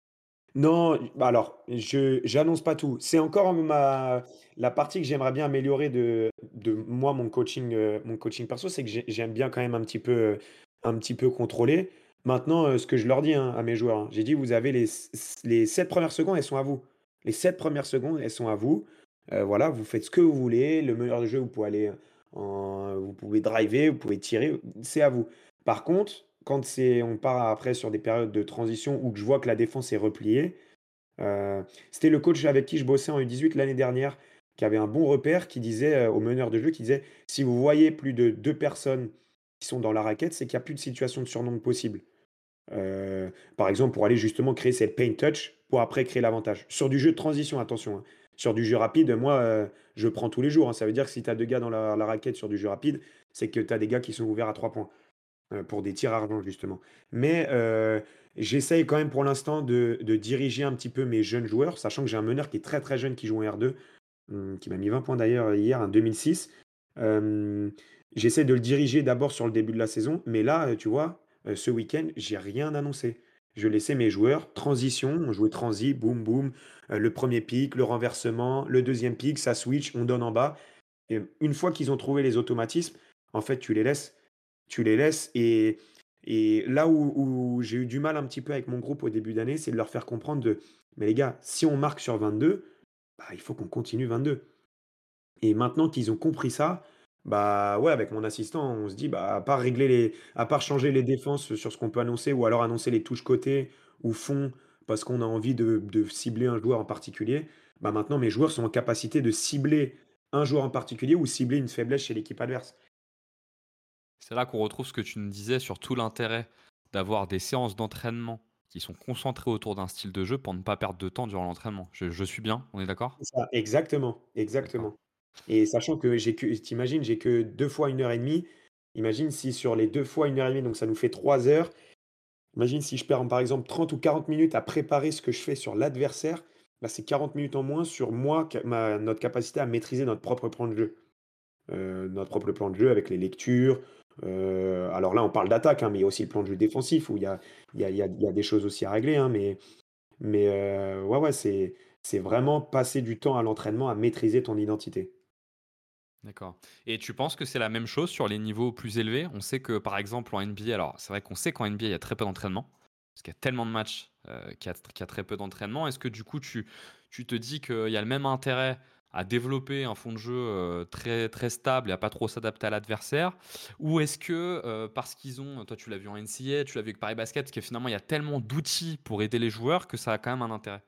Speaker 3: Non, bah, alors, je j'annonce pas tout. C'est encore ma la partie que j'aimerais bien améliorer de de moi, mon coaching, heu, mon coaching perso, c'est que j'ai j'aime bien quand même un petit peu, heu, un petit peu contrôler. Maintenant, heu, ce que je leur dis, hein, à mes joueurs, hein, j'ai dit: «Vous avez les s s les sept premières secondes, elles sont à vous. Les sept premières secondes, elles sont à vous. Heu, voilà, vous faites ce que vous voulez. Le meilleur de jeu, vous pouvez aller en vous pouvez driver, vous pouvez tirer, c'est à vous. Par contre, quand c'est on part après sur des périodes de transition où que je vois que la défense est repliée». Heu, c'était le coach avec qui je bossais en U dix-huit l'année dernière, qui avait un bon repère, qui disait, heu, aux meneurs de jeu, qui disait: «Si vous voyez plus de deux personnes qui sont dans la raquette, c'est qu'il y a plus de situation de surnombre possible». Heu, par exemple, pour aller justement créer cette paint touch pour après créer l'avantage. Sur du jeu de transition, attention, hein. Sur du jeu rapide, moi, heu, je prends tous les jours, hein. Ça veut dire que si tu as deux gars dans la la raquette sur du jeu rapide, c'est que tu as des gars qui sont ouverts à trois points. Heu, pour des tirs argent justement. Mais heu, j'essaye quand même pour l'instant de de diriger un petit peu mes jeunes joueurs, sachant que j'ai un meneur qui est très, très jeune qui joue en R deux, mmh, qui m'a mis vingt points d'ailleurs hier, un deux mille six. Hem, J'essaie de le diriger d'abord sur le début de la saison, mais là, heu, tu vois, heu, ce week-end, j'ai rien annoncé. Je laissais mes joueurs transition, on jouait transi, boum boum, heu, le premier pick, le renversement, le deuxième pick, ça switch, on donne en bas et une fois qu'ils ont trouvé les automatismes, en fait, tu les laisses tu les laisses et et là où où j'ai eu du mal un petit peu avec mon groupe au début d'année, c'est de leur faire comprendre de: «Mais les gars, si on marque sur vingt-deux, bah, il faut qu'on continue vingt-deux». Et maintenant qu'ils ont compris ça, bah, ouais, avec mon assistant, on se dit: «Bah, à part régler les à part changer les défenses sur ce qu'on peut annoncer ou alors annoncer les touches côté ou fond parce qu'on a envie de de cibler un joueur en particulier, bah, maintenant mes joueurs sont en capacité de cibler un joueur en particulier ou cibler une faiblesse chez l'équipe adverse».
Speaker 2: C'est là qu'on retrouve ce que tu nous disais sur tout l'intérêt d'avoir des séances d'entraînement qui sont concentrées autour d'un style de jeu pour ne pas perdre de temps durant l'entraînement. Je je suis bien, on est d'accord?
Speaker 3: C'est ça, exactement,
Speaker 2: D'accord.
Speaker 3: exactement. Et sachant que j'ai que tu imagines, j'ai que deux fois une heure et demie. Imagine si sur les deux fois une heure et demie, donc ça nous fait trois heures, Imagine si je perds, par exemple, trente ou quarante minutes à préparer ce que je fais sur l'adversaire, bah, c'est quarante minutes en moins sur moi, ca ma notre capacité à maîtriser notre propre plan de jeu. Heu, notre propre plan de jeu avec les lectures, heu, alors là, on parle d'attaque, hein, mais il y a aussi le plan de jeu défensif où il y a il y a il y a il y a des choses aussi à régler, hein, mais mais heu, ouais, ouais, c'est c'est vraiment passer du temps à l'entraînement à maîtriser ton identité.
Speaker 2: D'accord. Et tu penses que c'est la même chose sur les niveaux plus élevés? On sait que, par exemple, en N B A, alors c'est vrai qu'on sait qu'en N B A, il y a très peu d'entraînement, parce qu'il y a tellement de matchs, heu, qu'il y a qu'il y a très peu d'entraînement. Est-ce que du coup, tu tu te dis qu'il y a le même intérêt à développer un fond de jeu, heu, très très stable et à pas trop s'adapter à l'adversaire? Ou est-ce que, heu, parce qu'ils ont toi tu l'as vu en N C A A, tu l'as vu avec Paris Basket, que finalement il y a tellement d'outils pour aider les joueurs que ça a quand même un intérêt?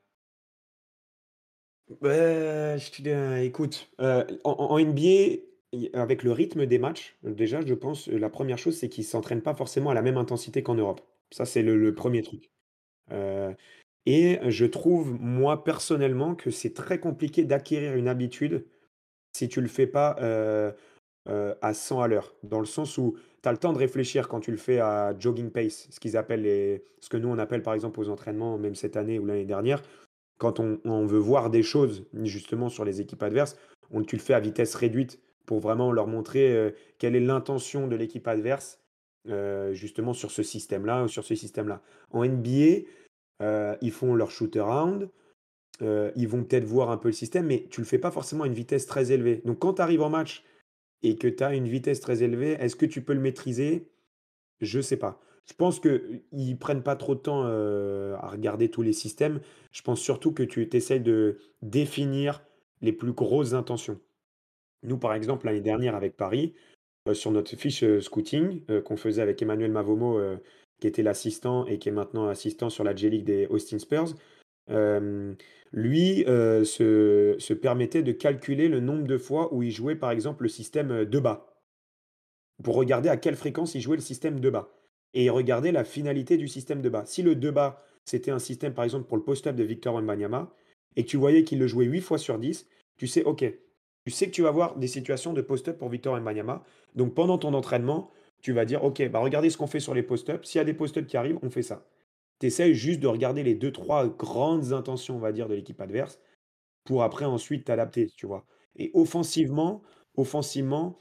Speaker 3: Bah, je te dis, heu, écoute, heu, en en en N B A, i avec le rythme des matchs, euh, déjà, je pense, heu, la première chose, c'est qu'ils s'entraînent pas forcément à la même intensité qu'en Europe. Ça, c'est le le
Speaker 2: D'accord.
Speaker 3: premier truc. Heu et je trouve, moi, personnellement, que c'est très compliqué d'acquérir une habitude si tu le fais pas, heu heu, à cent à l'heure. Dans le sens où tu as le temps de réfléchir quand tu le fais à jogging pace, ce qu'ils appellent les ce que nous, on appelle, par exemple, aux entraînements, même cette année ou l'année dernière, quand on on veut voir des choses, justement, sur les équipes adverses, on tu le fais à vitesse réduite pour vraiment leur montrer, heu, quelle est l'intention de l'équipe adverse, heu, justement sur ce système-là ou sur ce système-là. En N B A, heu, ils font leur shoot around, heu, ils vont peut-être voir un peu le système, mais tu le fais pas forcément à une vitesse très élevée. Donc quand tu arrives en match et que tu as une vitesse très élevée, est-ce que tu peux le maîtriser? Je sais pas. Je pense qu'ils prennent pas trop de temps, heu, à regarder tous les systèmes. Je pense surtout que tu essaies de définir les plus grosses intentions. Nous, par exemple, l'année dernière avec Paris, heu, sur notre fiche, heu, scouting, heu, qu'on faisait avec Emmanuel Mavomo, heu, qui était l'assistant et qui est maintenant assistant sur la J-League des Austin Spurs, hem, lui, heu, se se permettait de calculer le nombre de fois où il jouait, par exemple, le système, heu, deux bas. Pour regarder à quelle fréquence il jouait le système de bas et regarder la finalité du système de bas. Si le de bas, c'était un système, par exemple, pour le post-up de Victor Wembanyama et que tu voyais qu'il le jouait huit fois sur dix, tu sais, OK, tu sais que tu vas avoir des situations de post-up pour Victor Wembanyama. Donc pendant ton entraînement, tu vas dire: «OK, bah, regardez ce qu'on fait sur les post-up. S'il y a des post-up qui arrivent, on fait ça». Tu essaies juste de regarder les deux trois grandes intentions, on va dire, de l'équipe adverse pour après ensuite t'adapter, tu vois? Et offensivement offensivement,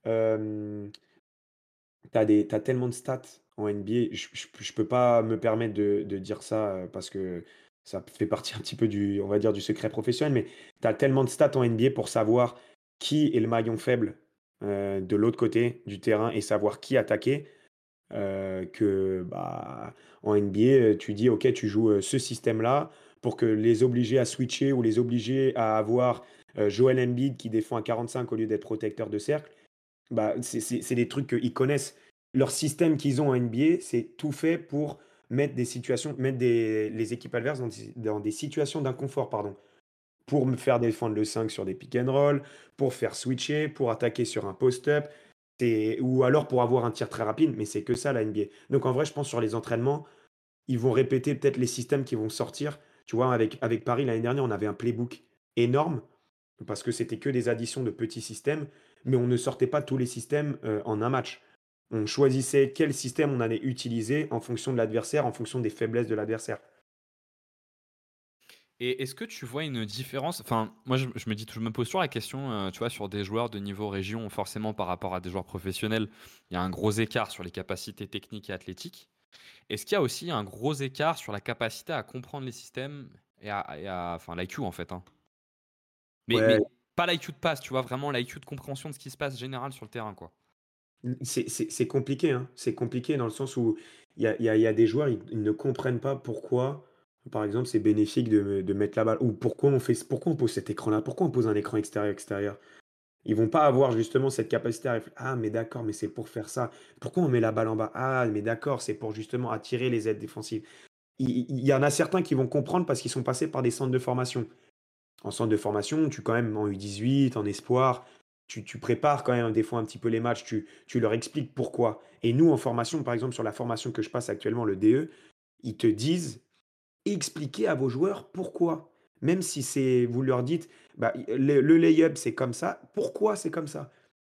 Speaker 3: hem T'as des t'as tellement de stats en N B A, je je je peux pas me permettre de de dire ça, heu, parce que ça fait partie un petit peu du on va dire du secret professionnel, mais tu as tellement de stats en N B A pour savoir qui est le maillon faible, heu, de l'autre côté du terrain et savoir qui attaquer, heu, que, bah, en N B A, heu, tu dis: «OK, tu joues, heu, ce système-là» pour que les obliger à switcher ou les obliger à avoir, heu, Joel Embiid qui défend à quarante-cinq au lieu d'être protecteur de cercle. Bah, c'est c'est c'est des trucs qu'ils connaissent. Leur système qu'ils ont en N B A, c'est tout fait pour mettre des situations mettre des les équipes adverses dans des dans des situations d'inconfort, pardon. Pour me faire défendre le cinq sur des pick and roll, pour faire switcher, pour attaquer sur un post-up, c'est ou alors pour avoir un tir très rapide, mais c'est que ça la N B A. Donc en vrai, je pense sur les entraînements, ils vont répéter peut-être les systèmes qui vont sortir. Tu vois, avec avec Paris l'année dernière, on avait un playbook énorme parce que c'était que des additions de petits systèmes, mais on ne sortait pas tous les systèmes, heu, en un match. On choisissait quel système on allait utiliser en fonction de l'adversaire, en fonction des faiblesses de l'adversaire.
Speaker 2: Et est-ce que tu vois une différence? Enfin, moi, je je me dis je me pose toujours la question, heu, tu vois, sur des joueurs de niveau région, forcément par rapport à des joueurs professionnels, il y a un gros écart sur les capacités techniques et athlétiques. Est-ce qu'il y a aussi un gros écart sur la capacité à comprendre les systèmes et à et à enfin l'I Q, en fait, hein? Mais
Speaker 3: Ouais,
Speaker 2: mais pas l'I Q de passe, tu vois? Vraiment l'I Q de compréhension de ce qui se passe général sur le terrain, quoi.
Speaker 3: mmh, c'est c'est c'est compliqué, hein. C'est compliqué dans le sens où il y a il y a il y a des joueurs, ils ils ne comprennent pas pourquoi, par exemple, c'est bénéfique de de mettre la balle ou pourquoi on fait pourquoi on pose cet écran-là? Pourquoi on pose un écran extérieur-extérieur? Ils vont pas avoir justement cette capacité à réfl «Ah mais d'accord, mais c'est pour faire ça. Pourquoi on met la balle en bas? Ah mais d'accord, c'est pour justement attirer les aides défensives». Il il il y en a certains qui vont comprendre parce qu'ils sont passés par des centres de formation. En centre de formation, tu quand même en U dix-huit, en espoir, tu tu prépares quand même des fois un petit peu les matchs, tu tu leur expliques pourquoi. Et nous en formation, par exemple sur la formation que je passe actuellement, le D E, ils te disent: «Expliquez à vos joueurs pourquoi». Même si c'est vous leur dites: «Bah, i le le lay-up c'est comme ça, pourquoi c'est comme ça?»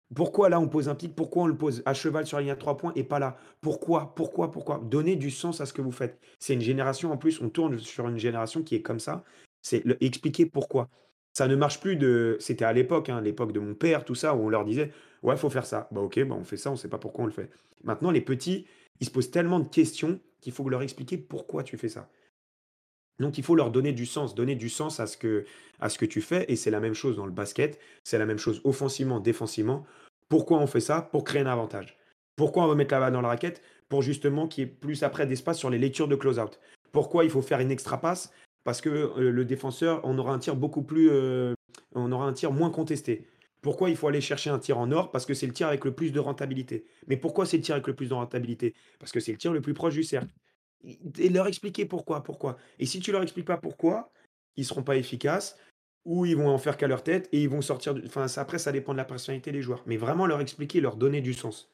Speaker 3: Pourquoi là on pose un pic? Pourquoi on le pose à cheval sur la ligne à trois points et pas là? Pourquoi? Pourquoi? Pourquoi? Donnez du sens à ce que vous faites. C'est une génération en plus, on tourne sur une génération qui est comme ça. C'est le expliquer pourquoi. Ça ne marche plus de c'était à l'époque, hein, l'époque de mon père, tout ça, où on leur disait: «Ouais, faut faire ça». Bah OK, bah on fait ça, on sait pas pourquoi on le fait. Maintenant les petits, ils se posent tellement de questions qu'il faut leur expliquer pourquoi tu fais ça. Donc il faut leur donner du sens, donner du sens à ce que à ce que tu fais et c'est la même chose dans le basket, c'est la même chose offensivement, défensivement. Pourquoi on fait ça? Pour créer un avantage. Pourquoi on veut mettre la balle dans la raquette? Pour justement qu'il y ait plus après d'espace sur les lectures de close-out. Pourquoi il faut faire une extra passe? Parce que, heu, le défenseur, on aura un tir beaucoup plus, heu, on aura un tir moins contesté. Pourquoi il faut aller chercher un tir en or? Parce que c'est le tir avec le plus de rentabilité. Mais pourquoi c'est le tir avec le plus de rentabilité? Parce que c'est le tir le plus proche du cercle. Et et leur expliquer pourquoi, pourquoi. Et si tu leur expliques pas pourquoi, ils seront pas efficaces ou ils vont en faire qu'à leur tête et ils vont sortir du enfin ça après ça dépend de la personnalité des joueurs. Mais vraiment leur expliquer, leur donner du sens.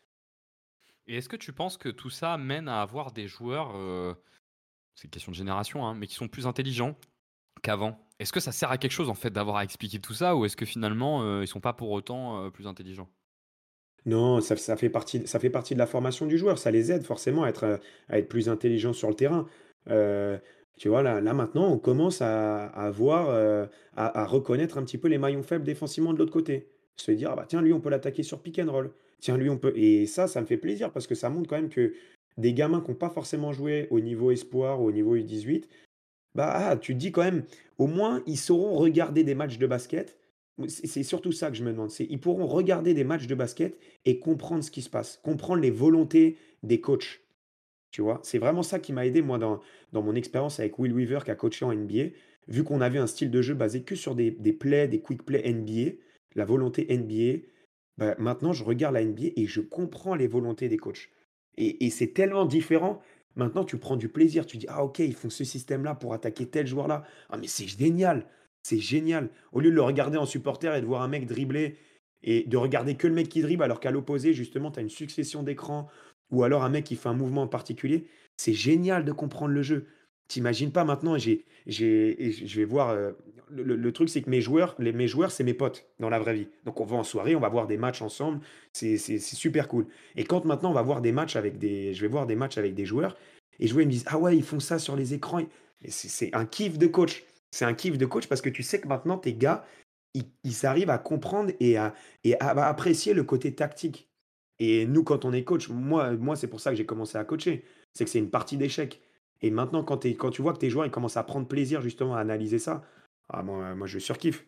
Speaker 2: Et est-ce que tu penses que tout ça mène à avoir des joueurs, heu, c'est une question de génération, hein, mais qui sont plus intelligents qu'avant? Est-ce que ça sert à quelque chose, en fait, d'avoir à expliquer tout ça ou est-ce que finalement, heu, ils sont pas pour autant, heu, plus intelligents?
Speaker 3: Non, ça ça fait partie ça fait partie de la formation du joueur. Ça les aide forcément à être, heu, à être plus intelligents sur le terrain. Heu, tu vois, là là maintenant, on commence à à voir, heu, à à reconnaître un petit peu les maillons faibles défensivement de l'autre côté. Se dire: «Ah bah tiens, lui, on peut l'attaquer sur pick and roll. Tiens, lui, on peut» et ça, ça me fait plaisir parce que ça montre quand même que des gamins qui ont pas forcément joué au niveau espoir ou au niveau U dix-huit, bah, ah, tu te dis quand même, au moins, ils sauront regarder des matchs de basket. C'est c'est surtout ça que je me demande, c'est ils pourront regarder des matchs de basket et comprendre ce qui se passe, comprendre les volontés des coachs, tu vois? C'est vraiment ça qui m'a aidé moi dans dans mon expérience avec Will Weaver qui a coaché en N B A. Vu qu'on avait un style de jeu basé que sur des des plays, des quick plays N B A, la volonté N B A, bah, maintenant je regarde la N B A et je comprends les volontés des coachs et et c'est tellement différent. Maintenant tu prends du plaisir, tu dis: «Ah OK, ils font ce système-là pour attaquer tel joueur-là. Ah mais c'est génial! C'est génial!» Au lieu de le regarder en supporter et de voir un mec dribbler et de regarder que le mec qui dribble alors qu'à l'opposé justement tu as une succession d'écrans ou alors un mec qui fait un mouvement en particulier, c'est génial de comprendre le jeu. T'imagines pas maintenant, j'ai j'ai et je vais voir, heu, le le le truc c'est que mes joueurs les mes joueurs, c'est mes potes dans la vraie vie. Donc on va en soirée, on va voir des matchs ensemble, c'est c'est c'est super cool. Et quand maintenant on va voir des matchs avec des je vais voir des matchs avec des joueurs et joueurs ils me disent: «Ah ouais, ils font ça sur les écrans» et c'est c'est un kiff de coach. C'est un kiff de coach parce que tu sais que maintenant tes gars, ils ils arrivent à comprendre et à et à à apprécier le côté tactique. Et nous, quand on est coach, moi moi, c'est pour ça que j'ai commencé à coacher. C'est que c'est une partie d'échecs. Et maintenant, quand tu quand tu vois que tes joueurs, ils commencent à prendre plaisir justement à analyser ça, ah moi moi je surkiffe.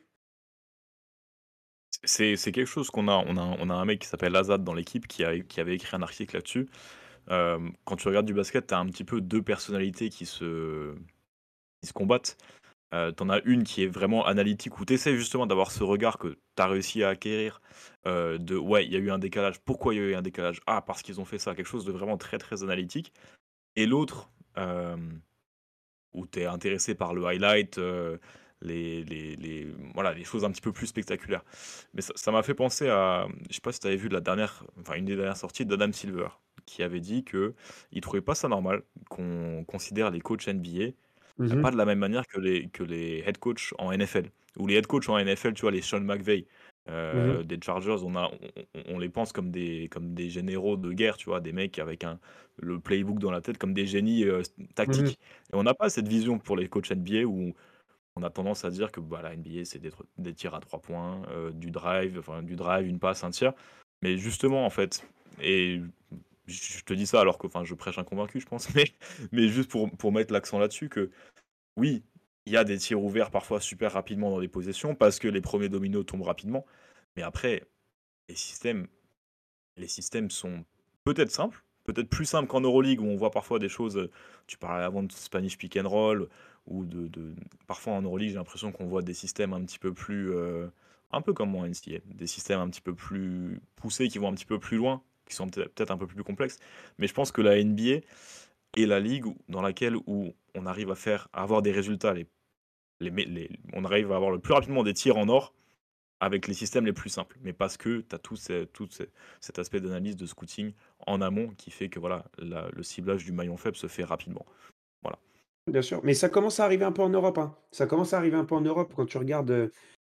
Speaker 4: C'est c'est quelque chose qu'on a on a on a un mec qui s'appelle Azad dans l'équipe qui a qui avait écrit un article là-dessus. Hem, quand tu regardes du basket, tu as un petit peu deux personnalités qui se qui se combattent. Heu, tu as une qui est vraiment analytique où tu essaies justement d'avoir ce regard que tu as réussi à acquérir, heu, de: «Ouais, il y a eu un décalage. Pourquoi il y a eu un décalage? Ah, parce qu'ils ont fait ça». Quelque chose de vraiment très, très analytique et l'autre, hem où tu es intéressé par le highlight, heu, les les les voilà, les choses un petit peu plus spectaculaires. Mais ça ça m'a fait penser à, je sais pas si tu avais vu la dernière enfin une des dernières sorties d'Adam Silver, qui avait dit que il trouvait pas ça normal qu'on considère les coachs N B A, heu, pas
Speaker 3: Mmh.
Speaker 4: de la même manière que les que les head coachs en N F L. Ou les head coachs en N F L, tu vois, les Sean McVay,
Speaker 3: Mmh.
Speaker 4: heu, des Chargers, on a on on on les pense comme des comme des généraux de guerre, tu vois? Des mecs avec un le playbook dans la tête comme des génies, heu,
Speaker 3: Mmh.
Speaker 4: tactiques. Et on n'a pas cette vision pour les coachs N B A où on a tendance à dire que, bah, la N B A, c'est des tr des tirs à trois points, heu, du drive, enfin du drive, une passe, un tir. Mais justement, en fait et je je te dis ça alors que, enfin, je prêche un convaincu, je pense, mais mais juste pour pour mettre l'accent là-dessus que, oui, il y a des tirs ouverts parfois super rapidement dans les possessions parce que les premiers dominos tombent rapidement. Mais après, les systèmes les systèmes sont peut-être simples, peut-être plus simples qu'en Euroleague où on voit parfois des choses, heu, tu parlais avant de Spanish pick and roll ou de de parfois en Euroleague, j'ai l'impression qu'on voit des systèmes un petit peu plus, heu, un peu comme en N C A A, des systèmes un petit peu plus poussés, qui vont un petit peu plus loin, qui sont peut-être peut-être un peu plus complexes. Mais je pense que la N B A est la ligue où dans laquelle où on arrive à faire à avoir des résultats les les mé les on arrive à avoir le plus rapidement des tirs en or avec les systèmes les plus simples, mais parce que tu as tout ce tout ce cet aspect d'analyse, de scouting en amont qui fait que voilà, la le ciblage du maillon faible se fait rapidement. Voilà.
Speaker 3: Bien sûr, mais ça commence à arriver un peu en Europe, hein. Ça commence à arriver un peu en Europe quand tu regardes, heu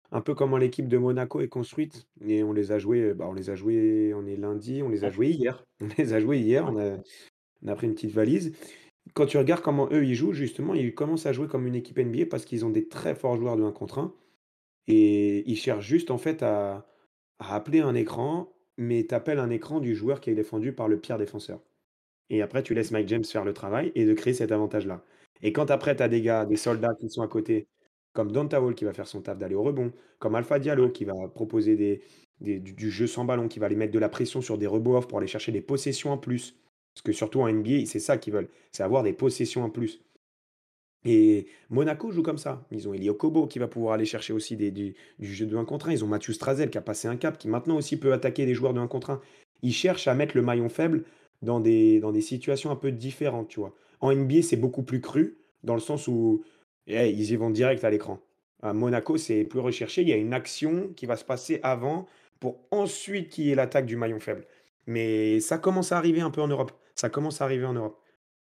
Speaker 3: un peu comment l'équipe de Monaco est construite et on les a joués, heu, bah, on les a joués on est lundi, on les a
Speaker 2: Bon,
Speaker 3: joués hier. On les a joués hier,
Speaker 2: ouais.
Speaker 3: on a on a pris une petite valise. Quand tu regardes comment eux, ils jouent, justement, ils commencent à jouer comme une équipe N B A parce qu'ils ont des très forts joueurs de un contre un et ils cherchent juste, en fait, à à appeler un écran, mais tu appelles un écran du joueur qui est défendu par le pire défenseur. Et après, tu laisses Mike James faire le travail et de créer cet avantage-là. Et quand après, tu as des gars, des soldats qui sont à côté, comme Donta Hall qui va faire son taf d'aller au rebond, comme Alpha Diallo qui va proposer des, des- du, du jeu sans ballon, qui va aller mettre de la pression sur des rebonds off pour aller chercher des possessions en plus. Parce que surtout en N B A, c'est ça qu'ils veulent, c'est avoir des possessions en plus. Et Monaco joue comme ça. Ils ont Eli Okobo qui va pouvoir aller chercher aussi des, du, du jeu de un contre un. Ils ont Mathieu Strazel qui a passé un cap, qui maintenant aussi peut attaquer des joueurs de un contre un. Ils cherchent à mettre le maillon faible dans des, dans des situations un peu différentes, tu vois. En N B A, c'est beaucoup plus cru, dans le sens où eh, ils y vont direct à l'écran. À Monaco, c'est plus recherché. Il y a une action qui va se passer avant pour ensuite qu'il y ait l'attaque du maillon faible. Mais ça commence à arriver un peu en Europe. Ça commence à arriver en Europe.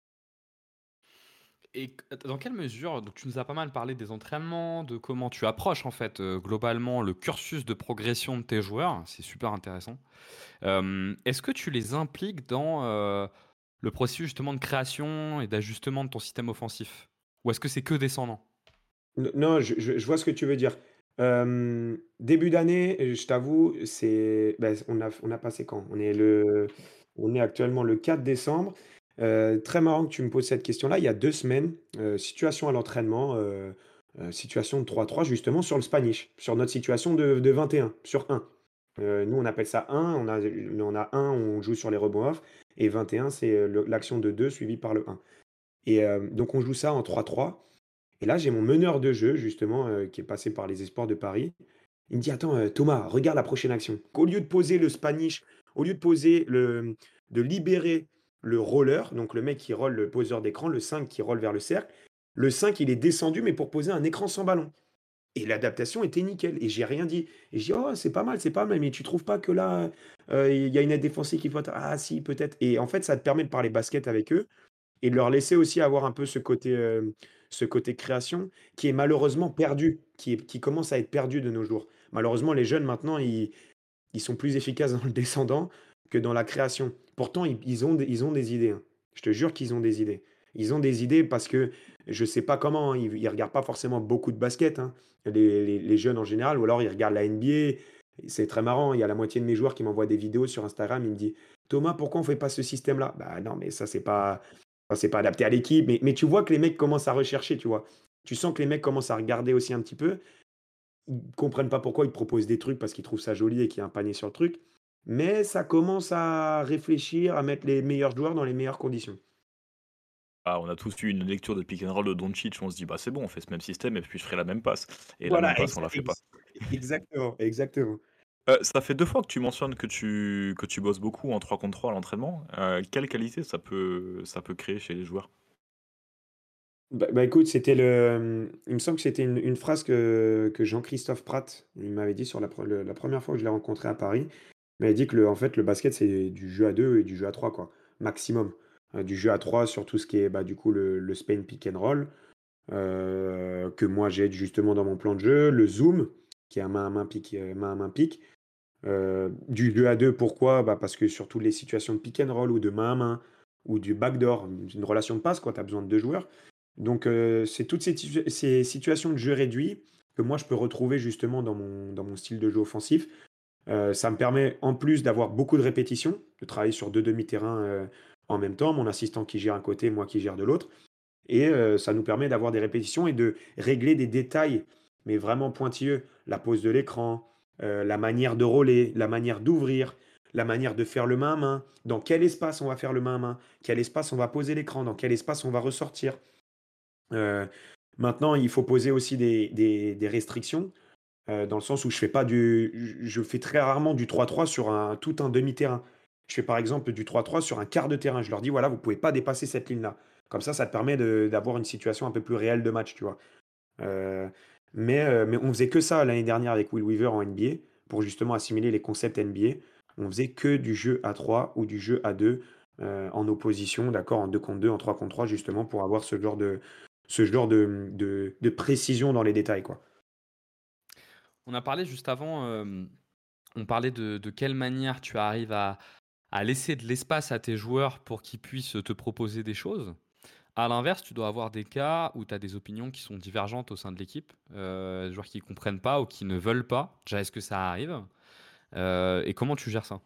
Speaker 2: Et q dans quelle mesure donc tu nous as pas mal parlé des entraînements, de comment tu approches en fait, heu, globalement le cursus de progression de tes joueurs, c'est super intéressant. Hem, est-ce que tu les impliques dans, heu, le processus justement de création et d'ajustement de ton système offensif? Ou est-ce que c'est que descendant?
Speaker 3: N non, je je je vois ce que tu veux dire. Hem, début d'année, heu, je t'avoue, c'est bah, on a on a passé quand? On est le on est actuellement le quatre décembre. Heu, très marrant que tu me poses cette question-là. Il y a deux semaines, heu, situation à l'entraînement, heu heu, situation de trois trois justement sur le Spanish, sur notre situation de de vingt et un sur un. Heu, nous on appelle ça un, on a on a un, on joue sur les rebonds off et vingt et un c'est, heu, le l'action de deux suivie par le un et hem, donc on joue ça en trois trois et là, j'ai mon meneur de jeu justement, heu, qui est passé par les Espoirs de Paris. Il me dit: «Attends, heu, Thomas, regarde la prochaine action». Qu'au lieu de poser le Spanish, au lieu de poser le de libérer le roller, donc le mec qui roll, le poseur d'écran, le cinq qui roll vers le cercle, le cinq il est descendu, mais pour poser un écran sans ballon et l'adaptation était nickel et j'ai rien dit et je dis: «Oh, c'est pas mal, c'est pas mal, mais tu trouves pas que là, heu, il y a une aide défensive qu'il faut att» «Ah si, peut-être» et en fait, ça te permet de parler basket avec eux et de leur laisser aussi avoir un peu ce côté, hem, ce côté création qui est malheureusement perdu, qui est qui commence à être perdu de nos jours. Malheureusement, les jeunes maintenant, ils ils sont plus efficaces dans le descendant que dans la création. Pourtant, ils ils ont des ils ont des idées, hein. Je te jure qu'ils ont des idées. Ils ont des idées parce que je sais pas comment, hein, ils ils regardent pas forcément beaucoup de basket, hein, les les les jeunes en général ou alors ils regardent la N B A. C'est très marrant, il y a la moitié de mes joueurs qui m'envoient des vidéos sur Instagram, ils me disent: «Thomas, pourquoi on fait pas ce système-là?» Bah non, mais ça c'est pas enfin, c'est pas adapté à l'équipe, mais mais tu vois que les mecs commencent à rechercher, tu vois? Tu sens que les mecs commencent à regarder aussi un petit peu. Ils comprennent pas pourquoi ils te proposent des trucs parce qu'ils trouvent ça joli et qu'il y a un panier sur le truc, mais ça commence à réfléchir, à mettre les meilleurs joueurs dans les meilleures conditions.
Speaker 4: Ah, on a tous eu une lecture de pick and roll de Doncic, on se dit: «Bah, c'est bon, on fait ce même système et puis je ferai la même passe» et la même
Speaker 3: Voilà,
Speaker 4: passe, on
Speaker 3: exa
Speaker 4: la fait pas.
Speaker 3: ex exactement, exactement.
Speaker 4: Heu, ça fait deux fois que tu mentionnes que tu que tu bosses beaucoup en trois contre trois à l'entraînement. Heu, quelle qualité ça peut ça peut créer chez les joueurs?
Speaker 3: Bah bah, écoute, c'était le, mmh, il me semble que c'était une une phrase que que Jean-Christophe Prat, il m'avait dit sur la pre le la première fois que je l'ai rencontré à Paris. Il m'avait dit que le en fait, le basket, c'est du jeu à deux et du jeu à trois quoi, maximum. Heu, du jeu à trois sur tout ce qui est, bah, du coup, le le Spain pick and roll, heu, que moi j'aide justement dans mon plan de jeu, le zoom, qui est un main à main pick, heu, main à main pick, heu, du deux à deux pourquoi? Bah, parce que sur toutes les situations de pick and roll ou de main à main ou du backdoor, une relation de passe quoi, tu as besoin de deux joueurs. Donc heu, c'est toutes ces situa ces situations de jeu réduit que moi je peux retrouver justement dans mon dans mon style de jeu offensif. Heu, ça me permet en plus d'avoir beaucoup de répétitions, de travailler sur deux demi-terrains, heu, en même temps, mon assistant qui gère un côté, moi qui gère de l'autre. Et heu, ça nous permet d'avoir des répétitions et de régler des détails, mais vraiment pointilleux. La pose de l'écran, heu, la manière de roller, la manière d'ouvrir, la manière de faire le main à main. Dans quel espace on va faire le main à main? Quel espace on va poser l'écran? Dans quel espace on va ressortir? Heu, Maintenant, il faut poser aussi des des des restrictions, heu, dans le sens où je fais pas du je je fais très rarement du trois trois sur un tout un demi-terrain. Je fais par exemple du trois trois sur un quart de terrain. Je leur dis: «Voilà, vous pouvez pas dépasser cette ligne-là». Comme ça, ça te permet de d'avoir une situation un peu plus réelle de match, tu vois? Heu, mais heu, mais on faisait que ça l'année dernière avec Will Weaver en N B A pour justement assimiler les concepts N B A. On faisait que du jeu à trois ou du jeu à deux, heu, en opposition, d'accord, en deux contre deux, en trois contre trois justement pour avoir ce genre de ce genre de, mmh, de de précision dans les détails, quoi.
Speaker 2: On a parlé juste avant, euh, on parlait de, de quelle manière tu arrives à, à laisser de l'espace à tes joueurs pour qu'ils puissent te proposer des choses. À l'inverse, tu dois avoir des cas où tu as des opinions qui sont divergentes au sein de l'équipe, euh, des joueurs qui ne comprennent pas ou qui ne veulent pas. Déjà, est-ce que ça arrive? Euh, et comment tu gères ça?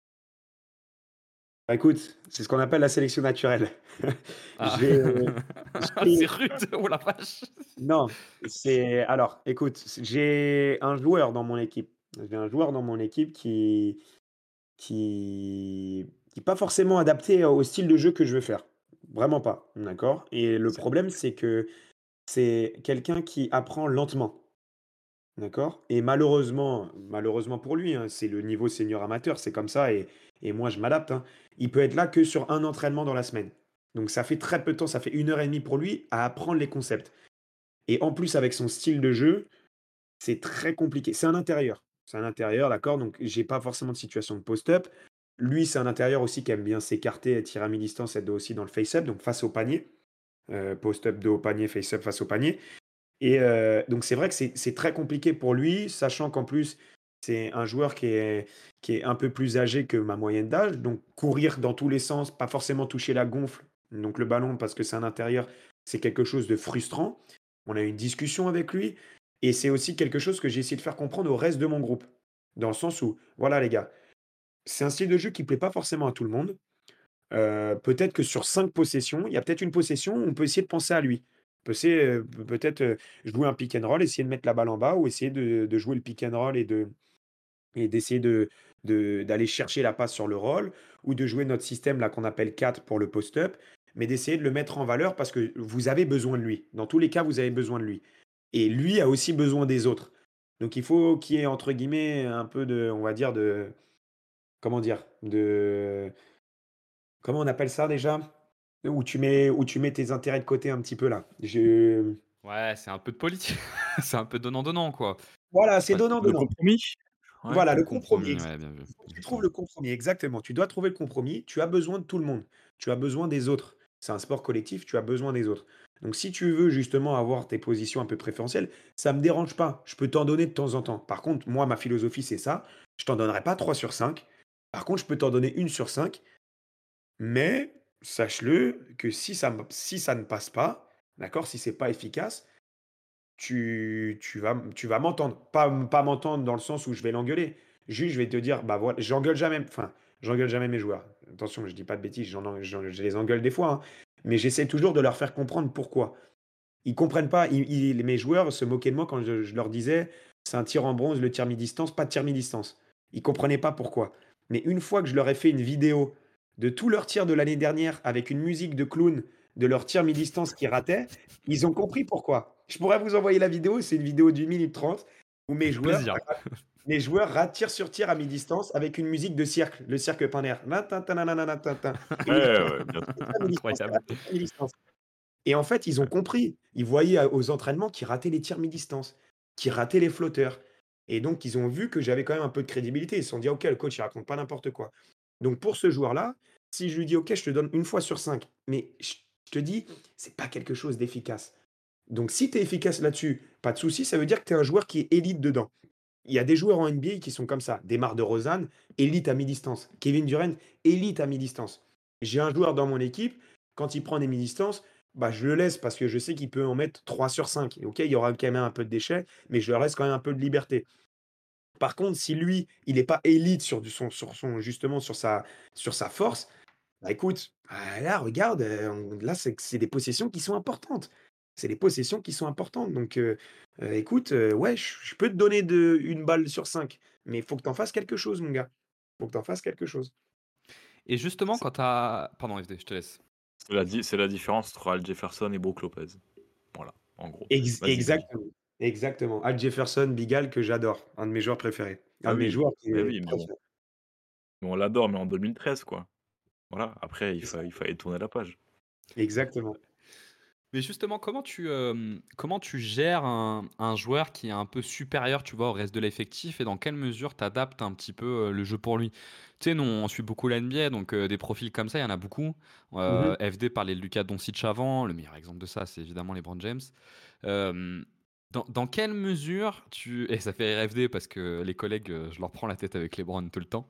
Speaker 3: Bah, écoute, c'est ce qu'on appelle la sélection naturelle.
Speaker 2: Ah,
Speaker 3: J'ai
Speaker 2: c'est
Speaker 3: j'ai
Speaker 2: rude, oh la vache!
Speaker 3: non, c'est alors écoute, c j'ai un joueur dans mon équipe. J'ai un joueur dans mon équipe qui qui qui est pas forcément adapté au style de jeu que je veux faire. Vraiment pas, d'accord? Et le
Speaker 4: C'est
Speaker 3: problème, c'est que c'est quelqu'un qui apprend lentement. D'accord? Et malheureusement malheureusement pour lui, hein, c'est le niveau senior amateur, c'est comme ça et et moi je m'adapte, hein. Il peut être là que sur un entraînement dans la semaine. Donc ça fait très peu de temps, ça fait une heure et demie pour lui à apprendre les concepts et en plus avec son style de jeu, c'est très compliqué. C'est un intérieur, c'est un intérieur, d'accord? Donc j'ai pas forcément de situation de post-up. Lui, c'est un intérieur aussi qui aime bien s'écarter, tirer à mi-distance, être aussi dans le face-up, donc face au panier, heu, post-up, dos au panier, face-up face au panier. Et heu, donc c'est vrai que c'est c'est très compliqué pour lui, sachant qu'en plus, c'est un joueur qui est qui est un peu plus âgé que ma moyenne d'âge, donc courir dans tous les sens, pas forcément toucher la gonfle, donc le ballon parce que c'est un intérieur, c'est quelque chose de frustrant. On a eu une discussion avec lui et c'est aussi quelque chose que j'ai essayé de faire comprendre au reste de mon groupe. Dans le sens où, voilà les gars, c'est un style de jeu qui plaît pas forcément à tout le monde. Heu, peut-être que sur cinq possessions, il y a peut-être une possession où on peut essayer de penser à lui. On peut essayer, heu, peut peut-être, heu, jouer un pick and roll, essayer de mettre la balle en bas ou essayer de de jouer le pick and roll et de et d'essayer de de d'aller chercher la passe sur le roll ou de jouer notre système là qu'on appelle quatre pour le post-up, mais d'essayer de le mettre en valeur parce que vous avez besoin de lui. Dans tous les cas, vous avez besoin de lui et lui a aussi besoin des autres. Donc il faut qu'il y ait entre guillemets un peu de on va dire de comment dire? De comment on appelle ça déjà? Où tu mets où tu mets tes intérêts de côté un petit peu là. Je
Speaker 2: Ouais, c'est un peu de politique, c'est un peu donnant-donnant, quoi.
Speaker 3: voilà,
Speaker 2: C'est
Speaker 3: c'est
Speaker 2: pas le
Speaker 4: le
Speaker 3: donnant-donnant.
Speaker 4: compromis? Ouais.
Speaker 3: Voilà,
Speaker 2: le
Speaker 3: le compromis,
Speaker 2: compromis,
Speaker 3: ex
Speaker 2: ouais, bien vu,
Speaker 3: il faut que tu trouves
Speaker 2: exactement.
Speaker 3: le compromis, exactement. Tu dois trouver le compromis, tu as besoin de tout le monde, tu as besoin des autres. C'est un sport collectif, tu as besoin des autres. Donc si tu veux justement avoir tes positions un peu préférentielles, ça me dérange pas, je peux t'en donner de temps en temps. Par contre, moi, ma philosophie, c'est ça, je t'en donnerai pas trois sur cinq. Par contre, je peux t'en donner une sur cinq. Mais sache-le que si ça me si ça ne passe pas, d'accord, si c'est pas efficace, tu tu vas m tu vas m'entendre. Pas m pas m'entendre dans le sens où je vais l'engueuler. Juste, je vais te dire: «Bah, voilà», j'engueule jamais, enfin, j'engueule jamais mes joueurs. Attention, je dis pas de bêtises, j'en en j'en je les engueule des fois, hein, mais j'essaie toujours de leur faire comprendre pourquoi. Ils comprennent pas, ils ils mes joueurs se moquaient de moi quand je je leur disais: «C'est un tir en bronze, le tir mi-distance, pas de tir mi-distance». Ils comprenaient pas pourquoi. Mais une fois que je leur ai fait une vidéo de tous leurs tirs de l'année dernière avec une musique de clown de leurs tirs mi-distance qui rataient, ils ont compris pourquoi. Je pourrais vous envoyer la vidéo, c'est une vidéo d'une minute trente où mes
Speaker 2: Avec
Speaker 3: joueurs
Speaker 2: plaisir.
Speaker 3: mes joueurs ratent tir sur tir à mi-distance avec une musique de cirque, le cirque Pinner. Na tin tin nanana tin tin et
Speaker 4: Ouais,
Speaker 3: ils
Speaker 4: ouais, ouais, bien sûr.
Speaker 3: à mi-distance,
Speaker 2: Incroyable.
Speaker 3: à mi-distance. Et en fait, ils ont compris. Ils voyaient à aux entraînements qu'ils rataient les tirs mi-distance, qu'ils rataient les flotteurs et donc ils ont vu que j'avais quand même un peu de crédibilité. Ils se sont dit: «OK, le coach, il raconte pas n'importe quoi». Donc pour ce joueur-là, si je lui dis: «OK, je te donne une fois sur cinq, mais je je te dis, c'est pas quelque chose d'efficace». Donc si tu es efficace là-dessus, pas de souci, ça veut dire que tu es un joueur qui est élite dedans. Il y a des joueurs en N B A qui sont comme ça. Demar DeRozan, élite à mi-distance. Kevin Durant, élite à mi-distance. J'ai un joueur dans mon équipe, quand il prend des mi-distances, bah, je le laisse parce que je sais qu'il peut en mettre trois sur cinq. OK, il y aura quand même un peu de déchets, mais je leur laisse quand même un peu de liberté. Par contre, si lui, il n'est pas élite sur, du son, sur son, justement sur sa, sur sa force, bah écoute, ah, là, regarde, heu, on là, c'est c'est des possessions qui sont importantes. C'est des possessions qui sont importantes donc heu heu, écoute, heu, ouais, je je peux te donner de une balle sur cinq, mais il faut que tu en fasses quelque chose, mon gars. Faut que tu en fasses quelque chose.
Speaker 2: Et justement,
Speaker 4: C'est
Speaker 2: quand tu as pardon, F D, je te laisse.
Speaker 4: c'est la di c'est la différence entre Al Jefferson et Brook Lopez. Voilà, en gros.
Speaker 3: Ex
Speaker 4: Vas-y, vas-y.
Speaker 3: exactement, exactement. Al Jefferson, Big Al, que j'adore, un de mes joueurs préférés. Un
Speaker 4: Bah
Speaker 3: de mes
Speaker 4: oui,
Speaker 3: joueurs qui
Speaker 4: bah
Speaker 3: est
Speaker 4: oui, mais bon,
Speaker 3: préféré.
Speaker 4: mais on l'adore, mais en deux mille treize, quoi. Voilà, après il
Speaker 3: C'est ça,
Speaker 4: fa il fallait tourner la page.
Speaker 3: exactement.
Speaker 2: Mais justement, comment tu, hem, comment tu gères un un joueur qui est un peu supérieur, tu vois, au reste de l'effectif et dans quelle mesure tu adaptes un petit peu, heu, le jeu pour lui? Tu sais, nous, on suit beaucoup la N B A, donc heu, des profils comme ça, il y en a beaucoup.
Speaker 3: Mmh mh.
Speaker 2: Heu, F D parlait de Luka Doncic avant, le meilleur exemple de ça, c'est évidemment LeBron James. Hem, Dans dans quelle mesure tu et ça fait R F D parce que les collègues, heu, je leur prends la tête avec LeBron tout le temps.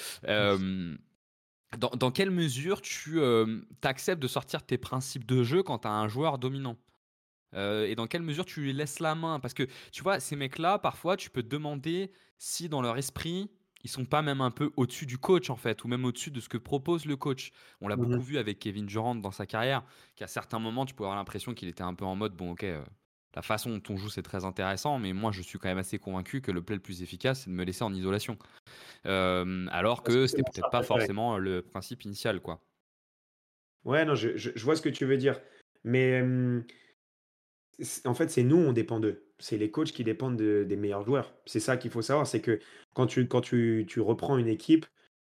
Speaker 2: Hem, dans dans quelle mesure tu, hem, tu acceptes de sortir tes principes de jeu quand tu as un joueur dominant? Heu et dans quelle mesure tu lui laisses la main? Parce que, tu vois, ces mecs-là, parfois, tu peux te demander si dans leur esprit, ils sont pas même un peu au-dessus du coach, en fait, ou même au-dessus de ce que propose le coach. On l'a beaucoup
Speaker 3: Mmh.
Speaker 2: vu avec Kevin Durant dans sa carrière, qu'à certains moments, tu peux avoir l'impression qu'il était un peu en mode: «Bon, OK, heu, la façon dont on joue, c'est très intéressant, mais moi, je suis quand même assez convaincu que le play le plus efficace, c'est de me laisser en isolation». Hem, alors
Speaker 3: Parce que
Speaker 2: que
Speaker 3: c'est
Speaker 2: c'était
Speaker 3: mon
Speaker 2: peut-être
Speaker 3: style
Speaker 2: pas
Speaker 3: préféré.
Speaker 2: forcément le principe initial, quoi.
Speaker 3: Ouais, non, je je je vois ce que tu veux dire. Mais, hem, c en fait, c'est nous, on dépend d'eux. C'est les coachs qui dépendent de des meilleurs joueurs. C'est ça qu'il faut savoir, c'est que quand tu quand tu tu reprends une équipe,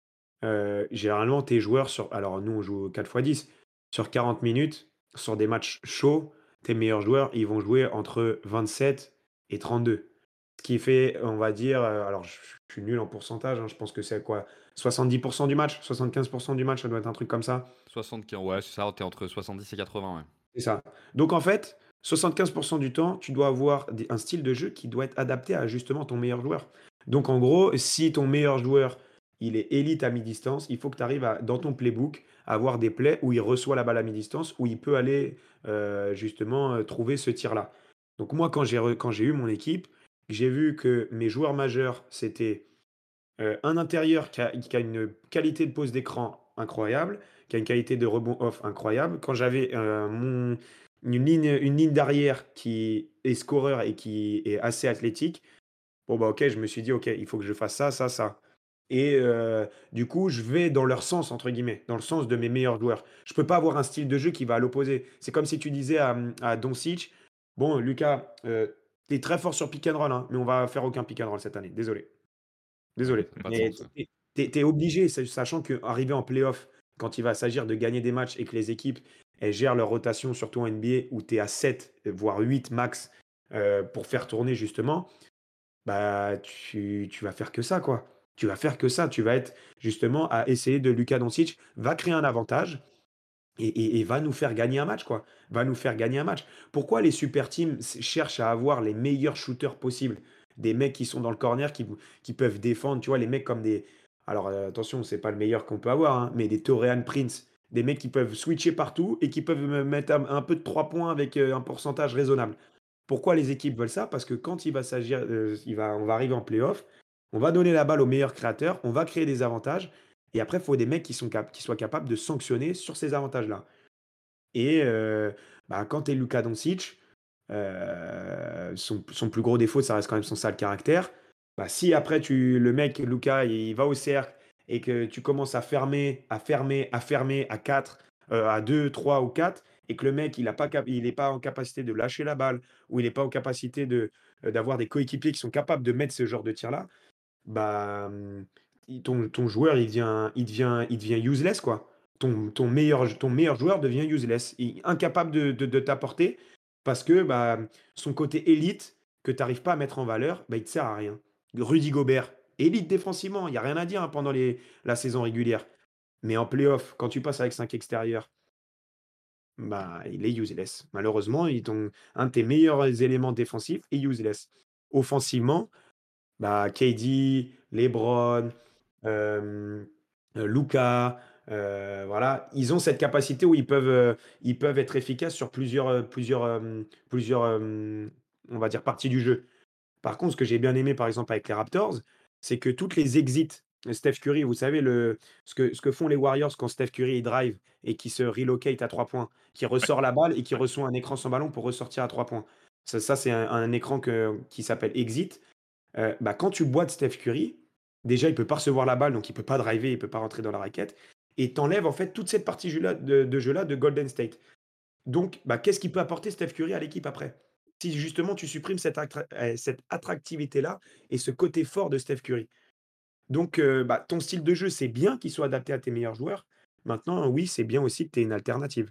Speaker 3: heu, généralement tes joueurs sur alors nous, on joue au quatre fois dix. Sur quarante minutes, sur des matchs chauds, tes meilleurs joueurs, ils vont jouer entre vingt-sept et trente-deux. Ce qui fait, on va dire, heu, alors je je suis nul en pourcentage, hein, je pense que c'est quoi? soixante-dix du match? soixante-quinze du match, ça doit être un truc comme ça?
Speaker 2: soixante-quinze, ouais, c'est ça, tu es entre soixante-dix et quatre-vingts, ouais.
Speaker 3: C'est ça. Donc en fait, soixante-quinze du temps, tu dois avoir des un style de jeu qui doit être adapté à justement ton meilleur joueur. Donc en gros, si ton meilleur joueur, il est élite à mi-distance, il faut que tu arrives à dans ton playbook, à avoir des plays où il reçoit la balle à mi-distance, où il peut aller, heu, justement, heu, trouver ce tir-là. Donc moi, quand j'ai re quand j'ai eu mon équipe, j'ai vu que mes joueurs majeurs, c'était Heu, un intérieur qui a qui a une qualité de pose d'écran incroyable, qui a une qualité de rebond off incroyable. Quand j'avais, heu, mon une ligne une ligne d'arrière qui est scoreur et qui est assez athlétique, bon, bah, OK, je me suis dit: «OK, il faut que je fasse ça, ça, ça» et heu, du coup, je vais «dans leur sens» entre guillemets, dans le sens de mes meilleurs joueurs. Je peux pas avoir un style de jeu qui va à l'opposé. C'est comme si tu disais à, mmh, à Doncic: «Bon Lucas, heu, tu es très fort sur pick and roll, hein, mais on va faire aucun pick and roll cette année, désolé».
Speaker 2: Ouais,
Speaker 3: Désolé,
Speaker 2: ça a pas de
Speaker 3: mais
Speaker 2: sens, ouais.
Speaker 3: tu es tu obligé, sa sachant qu'arriver en playoff, quand il va s'agir de gagner des matchs et que les équipes, elles gèrent leur rotation, surtout en N B A où tu es à sept, voire huit max, heu, pour faire tourner justement, bah, tu tu vas faire que ça, quoi. Tu vas faire que ça. Tu vas être justement à essayer de Luka Doncic va créer un avantage et et et va nous faire gagner un match, quoi. Va nous faire gagner un match. Pourquoi les super teams s cherchent à avoir les meilleurs shooters possibles? Des mecs qui sont dans le corner, qui vou qui peuvent défendre, tu vois? Les mecs comme des alors, heu, attention, c'est pas le meilleur qu'on peut avoir, hein, mais des Taurean Prince, des mecs qui peuvent switcher partout et qui peuvent me mettre un un peu de trois points avec, heu, un pourcentage raisonnable. Pourquoi les équipes veulent ça? Parce que quand il va s'agir, heu, il va on va arriver en playoff, on va donner la balle aux meilleurs créateurs, on va créer des avantages et après, il faut des mecs qui sont cap qui soient capables de sanctionner sur ces avantages-là. Et heu, bah, quand tu es Luka Doncic, heu, son son plus gros défaut, ça reste quand même son sale caractère. Bah, si après tu le mec Luka, il va au cercle et que tu commences à fermer, à fermer, à fermer à quatre, heu, à deux, trois ou quatre et que le mec il a pas cap il est pas en capacité de lâcher la balle ou il est pas en capacité de, heu, d'avoir des coéquipiers qui sont capables de mettre ce genre de tir-là, bah, mmh, il ton ton joueur, il devient il devient il devient useless, quoi. Ton ton meilleur ton meilleur joueur devient useless. Il incapable de de de t'apporter parce que, bah, son côté élite que tu arrives pas à mettre en valeur, bah, il te sert à rien. Rudy Gobert, élite défensivement, il y a rien à dire, hein, pendant les la saison régulière. Mais en playoff, quand tu passes avec cinq extérieurs, bah, il est useless. Malheureusement, il ton un de tes meilleurs éléments défensifs est useless. Offensivement, bah, K D, LeBron, hem, heu, Luka, heu, voilà, ils ont cette capacité où ils peuvent, heu, ils peuvent être efficaces sur plusieurs, heu, plusieurs, hem, plusieurs, hem, on va dire parties du jeu. Par contre, ce que j'ai bien aimé, par exemple, avec les Raptors, c'est que toutes les exits, Steph Curry, vous savez le ce que ce que font les Warriors quand Steph Curry, il drive et qui se relocate à trois points, qui ressort la balle et qui reçoit un écran sans ballon pour ressortir à trois points. Ça ça, c'est un un écran que qui s'appelle exit. Heu, bah, quand tu boites Steph Curry, déjà, il peut pas recevoir la balle, donc il peut pas driver, il peut pas rentrer dans la raquette et tu enlèves, en fait, toute cette partie jeu là de de jeu-là de Golden State. Donc, bah, qu'est-ce qu'il peut apporter Steph Curry à l'équipe après? Si justement tu supprimes cette attra eh, cette attractivité-là et ce côté fort de Steph Curry. Donc, heu, bah, ton style de jeu, c'est bien qu'il soit adapté à tes meilleurs joueurs. Maintenant, oui, c'est bien aussi que tu aies une alternative.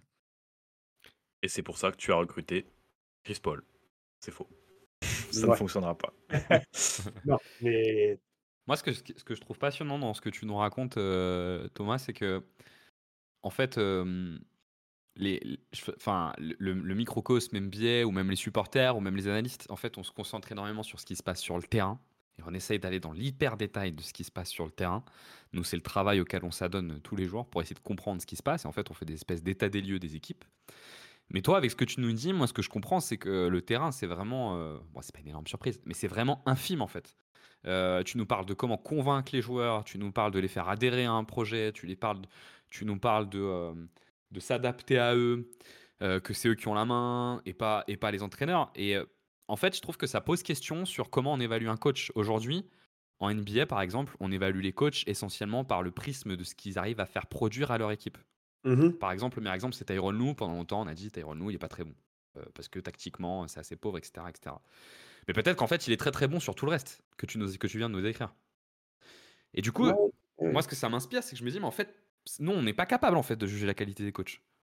Speaker 4: Et c'est pour ça que tu as recruté Chris Paul. C'est faux. Ça ne
Speaker 3: Ouais.
Speaker 4: fonctionnera pas.
Speaker 3: Non, mais
Speaker 2: Moi, ce que ce que ce que je trouve passionnant dans ce que tu nous racontes, heu, Thomas, c'est que en fait, hem, les, les- je- enfin, le, le- le microcosme N B A ou même les supporters ou même les analystes, en fait, on se concentre énormément sur ce qui se passe sur le terrain et on essaye d'aller dans l'hyper détail de ce qui se passe sur le terrain. Nous, c'est le travail auquel on s'adonne tous les jours pour essayer de comprendre ce qui se passe et en fait, on fait des espèces d'état des lieux des équipes. Mais toi, avec ce que tu nous dis, moi, ce que je comprends, c'est que le terrain, c'est vraiment, euh, bon, c'est pas une énorme surprise, mais c'est vraiment infime en fait. Euh, tu nous parles de comment convaincre les joueurs, tu nous parles de les faire adhérer à un projet, tu, les parles, tu nous parles de, euh, de s'adapter à eux, euh, que c'est eux qui ont la main et pas, et pas les entraîneurs. Et euh, en fait, je trouve que ça pose question sur comment on évalue un coach. Aujourd'hui, en N B A, par exemple, on évalue les coachs essentiellement par le prisme de ce qu'ils arrivent à faire produire à leur équipe.
Speaker 3: Mhm.
Speaker 2: Par exemple, le meilleur exemple, c'est Tyronn Lue. Pendant longtemps, on a dit Tyronn Lue, il n'est pas très bon. Euh, parce que tactiquement, c'est assez pauvre, et cetera, et cetera. Mais peut-être qu'en fait, il est très très bon sur tout le reste que tu, nous, que tu viens de nous décrire. Et du coup,
Speaker 3: Ouais,
Speaker 2: moi,
Speaker 3: ouais.
Speaker 2: ce que ça m'inspire, c'est que je me dis, mais en fait, nous, on n'est pas capable en fait de juger la qualité des coachs.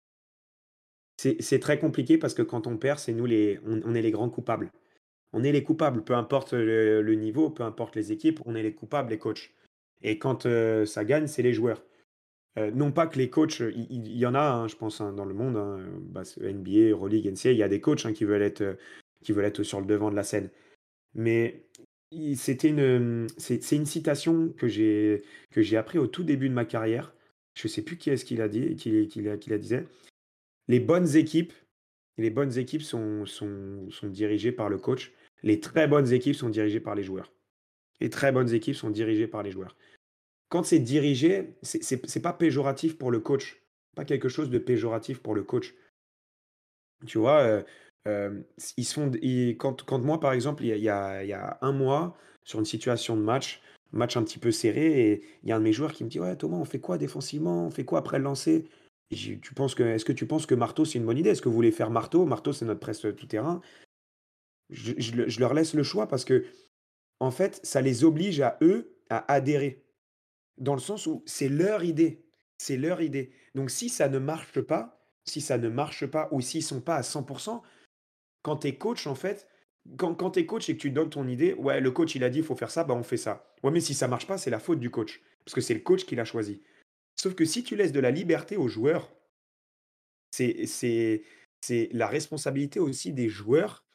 Speaker 3: C'est c'est très compliqué parce que quand on perd, c'est nous les on on est les grands coupables. On est les coupables, peu importe le le niveau, peu importe les équipes, on est les coupables, les coachs. Et quand, heu, ça gagne, c'est les joueurs. Heu, non pas que les coachs, il il il y en a, hein, je pense, hein, dans le monde, hein, heu, bah, c'est N B A, Euroleague, N C A A, il y a des coachs, hein, qui veulent être, heu, qui veulent être sur le devant de la scène. Mais il c'était une, hem, c'est c'est une citation que j'ai que j'ai appris au tout début de ma carrière. Je sais plus qui est-ce qui l'a dit qui qui la qui la disait. Les bonnes équipes les bonnes équipes sont sont sont dirigées par le coach. Les très bonnes équipes sont dirigées par les joueurs. Les très bonnes équipes sont dirigées par les joueurs. Quand c'est dirigé, c'est c'est c'est pas péjoratif pour le coach, pas quelque chose de péjoratif pour le coach. Tu vois, heu, hem, ils sont ils quand quand moi, par exemple, il y a il y a il y a un mois, sur une situation de match, match un petit peu serré et il y a un de mes joueurs qui me dit: «Ouais, Thomas, on fait quoi défensivement? On fait quoi après le lancer?» Et j'ai «Tu penses que est-ce que tu penses que marteau, c'est une bonne idée? Est-ce que vous voulez faire marteau?» Marteau, c'est notre presse, tout terrain. Je je le je leur laisse le choix parce que en fait, ça les oblige à eux, à adhérer. Dans le sens où c'est leur idée, c'est leur idée. Donc si ça ne marche pas, si ça ne marche pas ou s'ils sont pas à cent pour cent, quand tu es coach, en fait, quand quand tu es coach et que tu donnes ton idée: «Ouais, le coach, il a dit: "Il faut faire ça", bah, on fait ça». Ouais, mais si ça marche pas, c'est la faute du coach, parce que c'est le coach qui l'a choisi. Sauf que si tu laisses de la liberté aux joueurs, c'est c'est c'est la responsabilité aussi des joueurs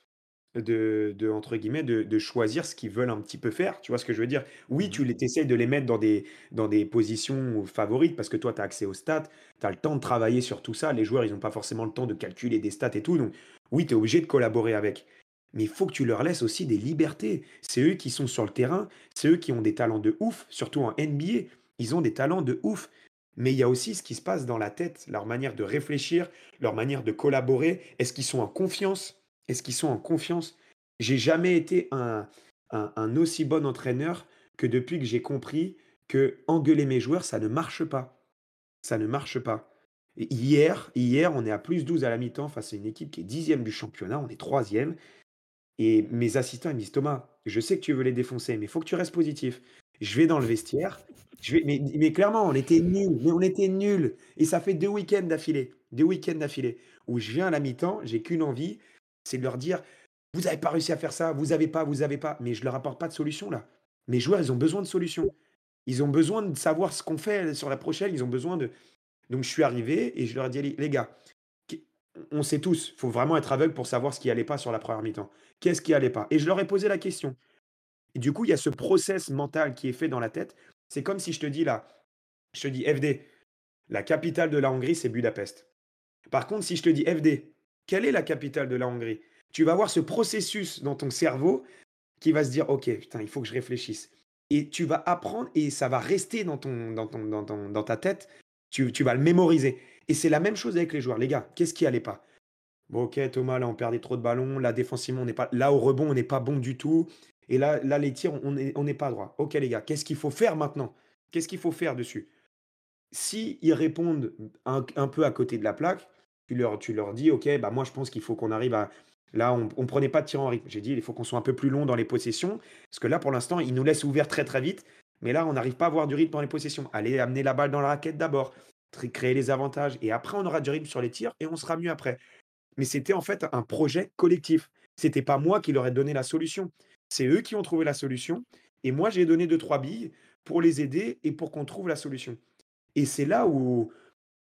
Speaker 3: de de entre guillemets, de de choisir ce qu'ils veulent un petit peu faire, tu vois ce que je veux dire? Oui,
Speaker 2: Mhm.
Speaker 3: tu les tu de les mettre dans des dans des positions favorites parce que toi, tu as accès aux stats, tu as le temps de travailler sur tout ça. Les joueurs, ils ont pas forcément le temps de calculer des stats et tout, donc oui, tu es obligé de collaborer avec. Mais il faut que tu leur laisses aussi des libertés. C'est eux qui sont sur le terrain, c'est eux qui ont des talents de ouf, surtout en N B A, ils ont des talents de ouf. Mais il y a aussi ce qui se passe dans la tête, leur manière de réfléchir, leur manière de collaborer. Est-ce qu'ils sont en confiance? Est-ce qu'ils sont en confiance? J'ai jamais été un, un, un aussi bon entraîneur que depuis que j'ai compris que engueuler mes joueurs, ça ne marche pas. Ça ne marche pas. Et hier, hier, on est à plus douze à la mi-temps face à une équipe qui est dixième du championnat, on est troisième. Et mes assistants, ils me disent: «Thomas, je sais que tu veux les défoncer, mais il faut que tu restes positif». Je vais dans le vestiaire, je vais mais mais clairement, on était nuls, mais on était nuls et ça fait deux week-ends d'affilée, deux week-ends d'affilée où je viens à la mi-temps, j'ai qu'une envie, c'est de leur dire: «Vous avez pas réussi à faire ça, vous avez pas, vous avez pas», mais je leur apporte pas de solution là. Mes joueurs, ils ont besoin de solutions. Ils ont besoin de savoir ce qu'on fait sur la prochaine, ils ont besoin de donc je suis arrivé et je leur ai dit: «Les les gars, Qu on sait tous, il faut vraiment être aveugle pour savoir ce qui allait pas sur la première mi-temps. Qu'est-ce qui allait pas? Et je leur ai posé la question. Et du coup, il y a ce process mental qui est fait dans la tête. C'est comme si je te dis là, je te dis: «F D, la capitale de la Hongrie, c'est Budapest». Par contre, si je te dis: «F D, quelle est la capitale de la Hongrie?» Tu vas avoir ce processus dans ton cerveau qui va se dire: «OK, putain, il faut que je réfléchisse» et tu vas apprendre et ça va rester dans ton dans ton dans ton dans ta tête. Tu tu vas le mémoriser et c'est la même chose avec les joueurs. «Les gars, qu'est-ce qui allait pas?» Bon, OK, Thomas, là, on perdait trop de ballons. Là, défensivement, on n'est pas là, au rebond, on n'est pas bon du tout. Et là, là les tirs, on n'est on n'est pas droit. OK, les gars, qu'est-ce qu'il faut faire maintenant? Qu'est-ce qu'il faut faire dessus? Si ils répondent un, un peu à côté de la plaque, tu leur, tu leur dis, OK, bah moi, je pense qu'il faut qu'on arrive à. Là, on ne prenait pas de tir en rythme. J'ai dit, il faut qu'on soit un peu plus long dans les possessions. Parce que là, pour l'instant, ils nous laissent ouverts très, très vite. Mais là, on n'arrive pas à avoir du rythme dans les possessions. Allez, amener la balle dans la raquette d'abord. Tré- Créer les avantages. Et après, on aura du rythme sur les tirs et on sera mieux après. Mais c'était en fait un projet collectif. C'était pas moi qui leur ai donné la solution. C'est eux qui ont trouvé la solution. Et moi, j'ai donné deux, trois billes pour les aider et pour qu'on trouve la solution. Et c'est là où,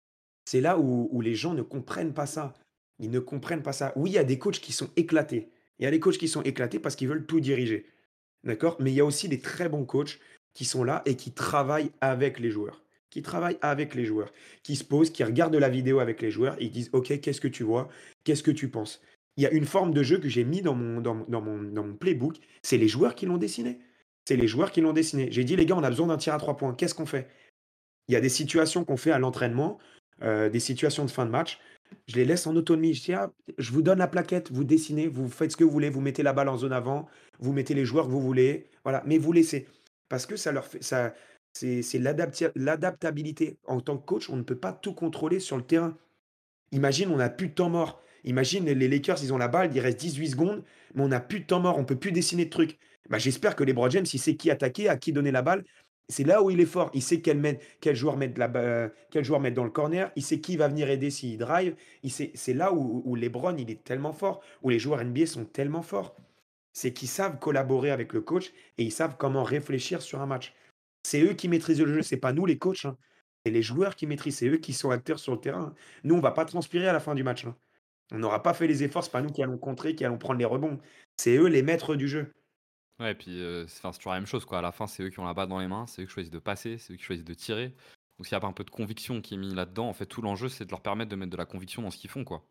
Speaker 3: C'est là où où les gens ne comprennent pas ça. Ils ne comprennent pas ça. Oui, il y a des coachs qui sont éclatés. Il y a des coachs qui sont éclatés parce qu'ils veulent tout diriger, d'accord? Mais il y a aussi des très bons coachs qui sont là et qui travaillent avec les joueurs, qui travaillent avec les joueurs, qui se posent, qui regardent la vidéo avec les joueurs et ils disent: «OK, qu'est-ce que tu vois? Qu'est-ce que tu penses?» Il y a une forme de jeu que j'ai mis dans mon dans mon dans mon dans mon playbook, c'est les joueurs qui l'ont dessiné. C'est les joueurs qui l'ont dessiné. J'ai dit: «Les gars, on a besoin d'un tir à trois points. Qu'est-ce qu'on fait?» Il y a des situations qu'on fait à l'entraînement, heu, des situations de fin de match. Je les laisse en autonomie. Je dis: «Ah, je vous donne la plaquette, vous dessinez, vous faites ce que vous voulez, vous mettez la balle en zone avant, vous mettez les joueurs que vous voulez, voilà, mais vous laissez». Parce que ça leur fait ça c'est c'est l'adaptia l'adaptabilité. En tant que coach, on ne peut pas tout contrôler sur le terrain. Imagine, on n'a plus de temps mort. Imagine, les Lakers, ils ont la balle, il reste dix-huit secondes, mais on n'a plus de temps mort, on peut plus dessiner de trucs. Bah, j'espère que LeBron James, il sait qui attaquer, à qui donner la balle. C'est là où il est fort. Il sait quel, met- quel joueur mettre la, ba- quel joueur mettre dans le corner. Il sait qui va venir aider s'il drive. Il sait, c'est là où, où LeBron, il est tellement fort, où les joueurs N B A sont tellement forts. C'est qu'ils savent collaborer avec le coach et ils savent comment réfléchir sur un match. C'est eux qui maîtrisent le jeu, c'est pas nous les coachs, hein. C'est les joueurs qui maîtrisent, c'est eux qui sont acteurs sur le terrain, hein. Nous, on va pas transpirer à la fin du match, hein. On n'aura pas fait les efforts, c'est pas nous qui allons contrer, qui allons prendre les rebonds. C'est eux les maîtres du jeu.
Speaker 2: Ouais, et puis, heu, c'est enfin, c'est toujours la même chose, quoi. À la fin, c'est eux qui ont la balle dans les mains, c'est eux qui choisissent de passer, c'est eux qui choisissent de tirer. Donc s'il y a pas un peu de conviction qui est mis là-dedans, en fait, tout l'enjeu, c'est de leur permettre de mettre de la conviction dans ce qu'ils font, quoi.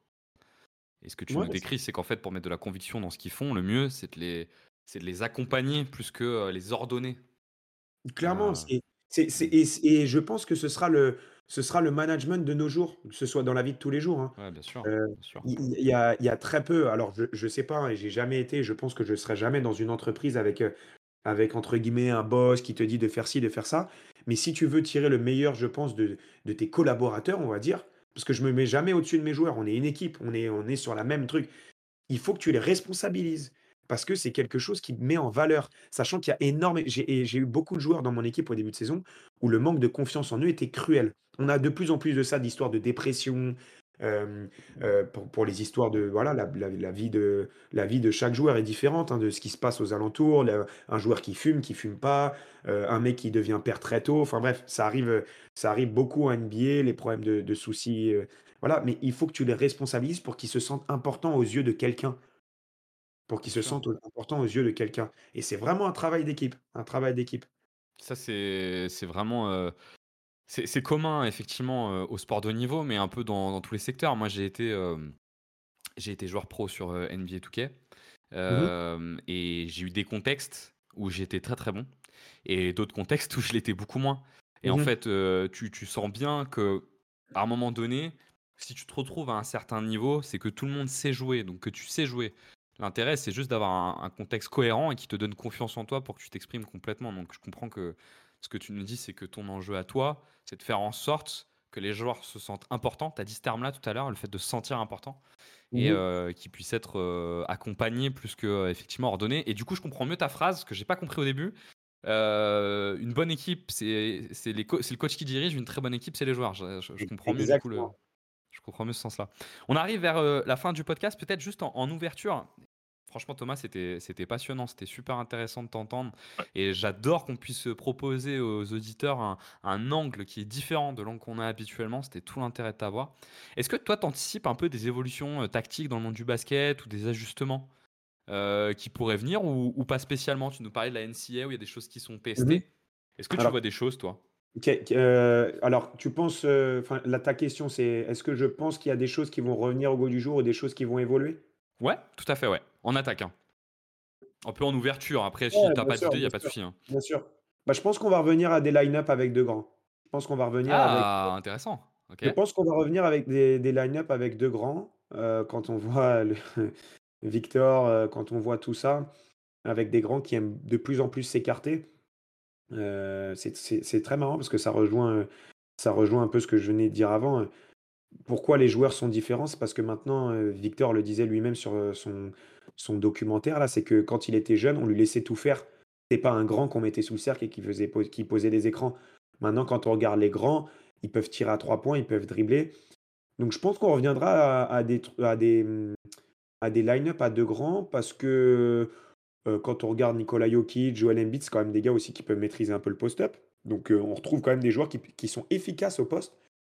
Speaker 2: Et ce que tu
Speaker 3: Ouais,
Speaker 2: nous
Speaker 3: c'est
Speaker 2: décris, c'est qu'en fait, pour mettre de la conviction dans ce qu'ils font, le mieux, c'est de les c'est de les accompagner plus que, heu, les ordonner.
Speaker 3: clairement,
Speaker 2: Heu,
Speaker 3: c'est c'est c'est
Speaker 2: mmh.
Speaker 3: et c et je pense que ce sera le ce sera le management de nos jours, que ce soit dans la vie de tous les jours, hein.
Speaker 2: Ouais, bien sûr,
Speaker 3: Heu,
Speaker 2: bien sûr.
Speaker 3: il il il y a il y a très peu, alors je je sais pas, hein, et j'ai jamais été, je pense que je serai jamais dans une entreprise avec, heu, avec entre guillemets «un boss» qui te dit de faire ci, de faire ça. Mais si tu veux tirer le meilleur, je pense, de de tes collaborateurs, on va dire, parce que je me mets jamais au-dessus de mes joueurs. On est une équipe, on est on est sur la même truc. Il faut que tu les responsabilises parce que c'est quelque chose qui te met en valeur, sachant qu'il y a énorme j'ai et j'ai eu beaucoup de joueurs dans mon équipe au début de saison où le manque de confiance en eux était cruel. On a de plus en plus de ça, d'histoires de dépression, hem, heu, pour pour les histoires de voilà, la la la vie de la vie de chaque joueur est différente, hein, de ce qui se passe aux alentours, le un joueur qui fume, qui fume pas, heu, un mec qui devient père très tôt, enfin bref, ça arrive, heu, ça arrive beaucoup en N B A, les problèmes de de soucis, heu, voilà, mais il faut que tu les responsabilises pour qu'ils se sentent importants aux yeux de quelqu'un, pour qu'ils
Speaker 2: Bien
Speaker 3: se
Speaker 2: sûr.
Speaker 3: sentent au importants aux yeux de quelqu'un et c'est vraiment un travail d'équipe, un travail d'équipe.
Speaker 2: Ça, c'est c'est vraiment, heu, c'est c'est commun effectivement, heu, au sport de haut niveau, mais un peu dans dans tous les secteurs. Moi, j'ai été, hem, j'ai été joueur pro sur, heu, N B A deux K.
Speaker 3: Mmh mh.
Speaker 2: Hem et j'ai eu des contextes où j'étais très, très bon et d'autres contextes où je l'étais beaucoup moins et en
Speaker 3: Mmh mh.
Speaker 2: fait, heu, tu tu sens bien que à un moment donné, si tu te retrouves à un certain niveau, c'est que tout le monde sait jouer, donc que tu sais jouer. L'intérêt, c'est juste d'avoir un un contexte cohérent et qui te donne confiance en toi pour que tu t'exprimes complètement, donc je comprends que ce que tu nous dis, c'est que ton enjeu à toi, c'est de faire en sorte que les joueurs se sentent importants. Tu as dit ce terme-là tout à l'heure, le fait de se sentir important et
Speaker 3: Mmh mh.
Speaker 2: heu, qui puisse être, heu, accompagné plus que, heu, effectivement ordonné et du coup, je comprends mieux ta phrase que j'ai pas compris au début. Heu, une bonne équipe, c'est c'est les co c'est le coach qui dirige, une très bonne équipe, c'est les joueurs. Je je je
Speaker 3: E
Speaker 2: comprends mieux du coup le
Speaker 3: exactement.
Speaker 2: je comprends mieux ce sens-là. On arrive vers, heu, la fin du podcast, peut-être juste en en ouverture. Franchement, Thomas, c'était c'était passionnant, c'était super intéressant de t'entendre et j'adore qu'on puisse, proposer aux auditeurs un un angle qui est différent de l'angle qu'on a habituellement. C'était tout l'intérêt de t'avoir. Est-ce que toi, tu anticipes un peu des évolutions, heu, tactiques dans le monde du basket ou des ajustements, heu, qui pourraient venir ou ou pas spécialement? Tu nous parlais de la N C A A où il y a des choses qui sont
Speaker 3: Mmh mh.
Speaker 2: testées. Est-ce que tu vois
Speaker 3: Alors,
Speaker 2: des choses, toi?
Speaker 3: Qu qu heu, alors tu penses, heu, enfin là ta question c'est est-ce que je pense qu'il y a des choses qui vont revenir au goût du jour ou des choses qui vont évoluer?
Speaker 2: Ouais, tout à fait, ouais. En attaque, hein. Un peu en ouverture. Après, si
Speaker 3: Ouais,
Speaker 2: tu as
Speaker 3: bien
Speaker 2: pas
Speaker 3: sûr,
Speaker 2: d'idée, il y
Speaker 3: bien
Speaker 2: a pas de
Speaker 3: sûr,
Speaker 2: souci, hein.
Speaker 3: bien sûr. Bah, je pense qu'on va revenir à des line-up avec deux grands. Je pense qu'on va revenir avec
Speaker 2: Ah! Intéressant. OK.
Speaker 3: je pense qu'on va revenir avec des des line-up avec deux grands, heu, quand on voit le Victor, heu, quand on voit tout ça, avec des grands qui aiment de plus en plus s'écarter. Heu, c'est c'est c'est très marrant parce que ça rejoint, heu, ça rejoint un peu ce que je venais de dire avant, heu. Pourquoi les joueurs sont différents? C'est parce que maintenant, heu, Victor le disait lui-même sur, heu, son son documentaire là, c'est que quand il était jeune, on lui laissait tout faire. C'était pas un grand qu'on mettait sous le cercle et qui faisait pos qui posait des écrans. Maintenant, quand on regarde les grands, ils peuvent tirer à trois points, ils peuvent dribbler. Donc je pense qu'on reviendra à à des tr à des, mmh, à des line-up à deux grands parce que, heu, quand on regarde Nikola Jokic, Joel Embiid, c'est quand même des gars aussi qui peuvent maîtriser un peu le post-up. Donc, heu, on retrouve quand même des joueurs qui p qui sont efficaces au poste.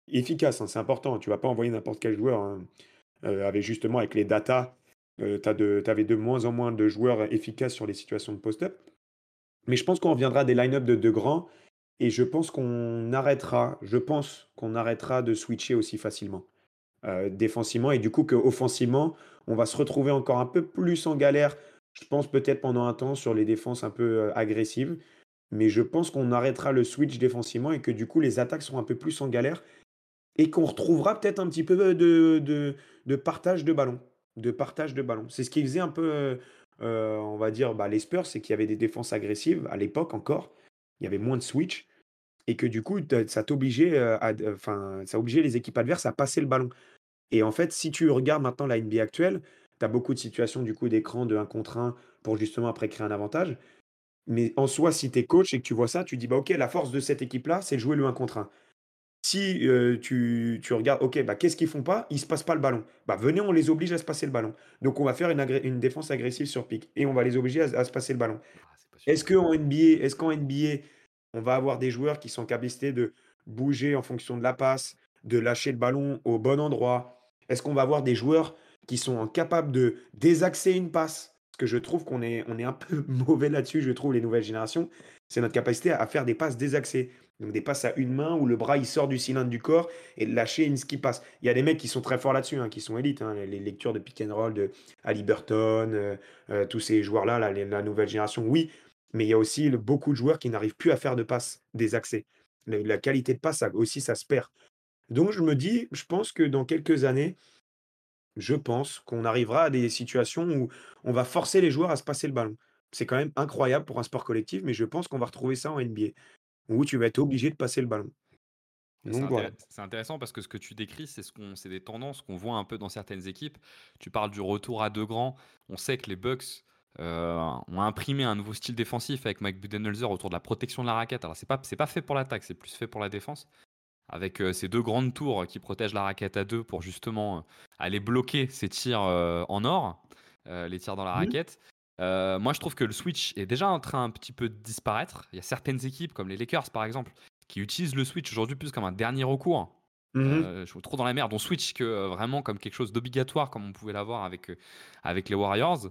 Speaker 3: efficace, hein, c'est important. Tu vas pas envoyer n'importe quel joueur, hein, heu, avec justement avec les datas, heu, tu de tu avais de moins en moins de joueurs efficaces sur les situations de post-up. Mais je pense qu'on reviendra à des line-up de de grands et je pense qu'on arrêtera je pense qu'on arrêtera de switcher aussi facilement, heu, défensivement et du coup qu'offensivement, on va se retrouver encore un peu plus en galère. Je pense peut-être pendant un temps sur les défenses un peu, heu, agressives, mais je pense qu'on arrêtera le switch défensivement et que du coup les attaques seront un peu plus en galère et qu'on retrouvera peut-être un petit peu de de de partage de ballon de partage de ballon. C'est ce qui faisait un peu, heu heu, on va dire, bah, les Spurs, c'est qu'il y avait des défenses agressives à l'époque encore. Il y avait moins de switch et que du coup, te ça t'obligeait, heu, à d enfin, ça obligeait les équipes adverses à passer le ballon et en fait, si tu regardes maintenant la N B A actuelle, tu as beaucoup de situations du coup d'écran de un contre un pour justement après créer un avantage. Mais en soi, si tu es coach et que tu vois ça, tu dis: «Bah, OK, la force de cette équipe-là, c'est de jouer le un contre un». Si, heu, tu tu regardes, OK, bah, qu'est-ce qu'ils font pas? Ils se passent pas le ballon. Bah, venez, on les oblige à se passer le ballon. Donc on va faire une agré une défense agressive sur pick et on va les obliger à s à se passer le ballon.
Speaker 2: Ah, c'est
Speaker 3: Est-ce
Speaker 2: passionnant.
Speaker 3: qu'en N B A est-ce qu'en N B A, on va avoir des joueurs qui sont en capacité de bouger en fonction de la passe, de lâcher le ballon au bon endroit? Est-ce qu'on va avoir des joueurs qui sont en capables de désaxer une passe? Parce que je trouve qu'on est on est un peu mauvais là-dessus, je trouve, les nouvelles générations. C'est notre capacité à faire des passes désaxées. Donc des passes à une main où le bras, il sort du cylindre du corps et de lâcher une ski passe. Il y a des mecs qui sont très forts là-dessus, hein, qui sont élites, hein, les lectures de pick and roll de Ali Burton, heu heu, tous ces joueurs-là, là, les la nouvelle génération, oui, mais il y a aussi le beaucoup de joueurs qui n'arrivent plus à faire de passes désaxées. Le la qualité de passe, ça aussi, ça se perd. Donc je me dis, je pense que dans quelques années, je pense qu'on arrivera à des situations où on va forcer les joueurs à se passer le ballon. C'est quand même incroyable pour un sport collectif, mais je pense qu'on va retrouver ça en N B A, où tu vas être obligé de passer le ballon.
Speaker 2: Et c'est
Speaker 3: Donc voilà.
Speaker 2: intéré c'est intéressant parce que ce que tu décris, c'est ce qu'on c'est des tendances qu'on voit un peu dans certaines équipes. Tu parles du retour à deux grands. On sait que les Bucks, heu, ont imprimé un nouveau style défensif avec Mike Budenholzer autour de la protection de la raquette. Alors c'est pas c'est pas fait pour l'attaque, c'est plus fait pour la défense avec, heu, ces deux grandes tours qui protègent la raquette à deux pour justement, heu, aller bloquer ces tirs, heu, en or, heu, les tirs dans la
Speaker 3: Mmh.
Speaker 2: raquette. Heu, moi je trouve que le switch est déjà en train un petit peu de disparaître. Il y a certaines équipes comme les Lakers par exemple, qui utilisent le switch aujourd'hui plus comme un dernier recours.
Speaker 3: Mmh mh.
Speaker 2: Heu, je trouve trop dans la merde. On switch que, heu, vraiment comme quelque chose d'obligatoire comme on pouvait l'avoir avec, heu, avec les Warriors.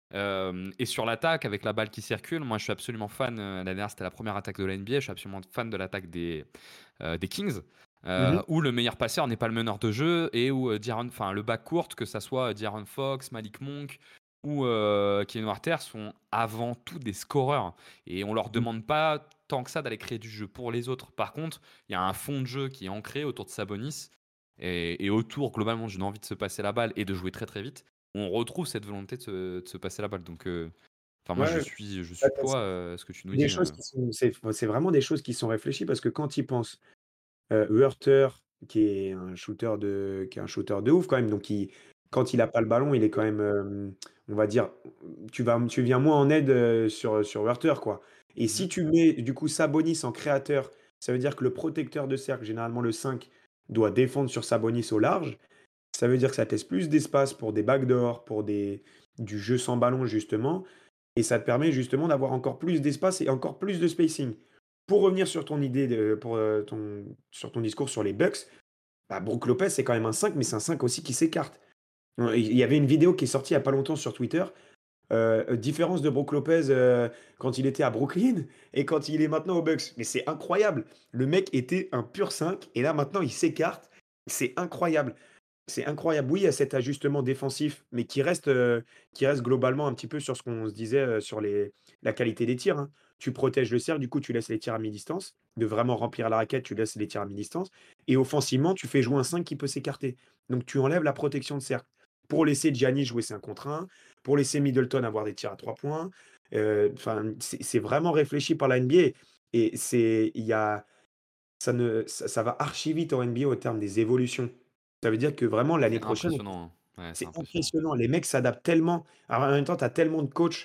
Speaker 2: Hem et sur l'attaque avec la balle qui circule, moi je suis absolument fan, heu, l'année dernière c'était la première attaque de la N B A, je suis absolument fan de l'attaque des, heu, des Kings,
Speaker 3: Mmh
Speaker 2: heu,
Speaker 3: mh.
Speaker 2: où le meilleur passeur n'est pas le meneur de jeu et où, heu, De'Aaron enfin le backcourt, que ça soit De'Aaron Fox, Malik Monk ou, heu, Kevin Huerter sont avant tout des scoreurs et on leur
Speaker 3: Mmh.
Speaker 2: demande pas tant que ça d'aller créer du jeu pour les autres. Par contre, il y a un fond de jeu qui est ancré autour de Sabonis et et autour globalement d'une envie de se passer la balle et de jouer très, très vite. On retrouve cette volonté de se de se passer la balle donc heu, enfin moi je
Speaker 3: Ouais,
Speaker 2: suis je
Speaker 3: bah,
Speaker 2: suis
Speaker 3: tu
Speaker 2: toi, heu, ce que tu nous
Speaker 3: des
Speaker 2: dis,
Speaker 3: choses
Speaker 2: heu.
Speaker 3: qui sont c'est c'est vraiment des choses qui sont réfléchies parce que quand ils pensent, heu, Huerter qui est un shooter de qui est un shooter de ouf quand même, donc il quand il a pas le ballon, il est quand même, hem, on va dire, tu vas tu viens moins en aide, heu, sur, sur Huerter, quoi et
Speaker 2: Mmh
Speaker 3: si
Speaker 2: mh.
Speaker 3: tu mets du coup Sabonis en créateur, ça veut dire que le protecteur de cercle, généralement le cinq, doit défendre sur Sabonis au large. Ça veut dire que ça te laisse plus d'espace pour des backdoors, pour des du jeu sans ballon justement et ça te permet justement d'avoir encore plus d'espace et encore plus de spacing. Pour revenir sur ton idée de pour, heu, ton sur ton discours sur les Bucks, bah, Brook Lopez, c'est quand même un cinq, mais c'est un cinq aussi qui s'écarte. Heu, il y avait une vidéo qui est sortie il y a pas longtemps sur Twitter, heu, différence de Brook Lopez, heu, quand il était à Brooklyn et quand il est maintenant aux Bucks. Mais c'est incroyable! Le mec était un pur cinq et là maintenant il s'écarte. C'est incroyable. C'est incroyable. Oui, il y a cet ajustement défensif, mais qui reste, heu, qui reste globalement un petit peu sur ce qu'on se disait, heu, sur les la qualité des tirs, hein. Tu protèges le cercle, du coup, tu laisses les tirs à mi-distance. De vraiment remplir la raquette, tu laisses les tirs à mi-distance et offensivement, tu fais jouer un cinq qui peut s'écarter. Donc tu enlèves la protection de cercle pour laisser Giannis jouer cinq contre un, pour laisser Middleton avoir des tirs à trois points. Heu, enfin, c'est c'est vraiment réfléchi par la N B A et c'est il y a ça ne ça ça va archi vite en N B A au terme des évolutions. Ça veut dire que vraiment l'année
Speaker 2: C'est
Speaker 3: prochaine,
Speaker 2: impressionnant, hein. Ouais, c'est
Speaker 3: c'est
Speaker 2: impressionnant.
Speaker 3: impressionnant. Les mecs s'adaptent tellement. Alors en même temps, tu as tellement de coachs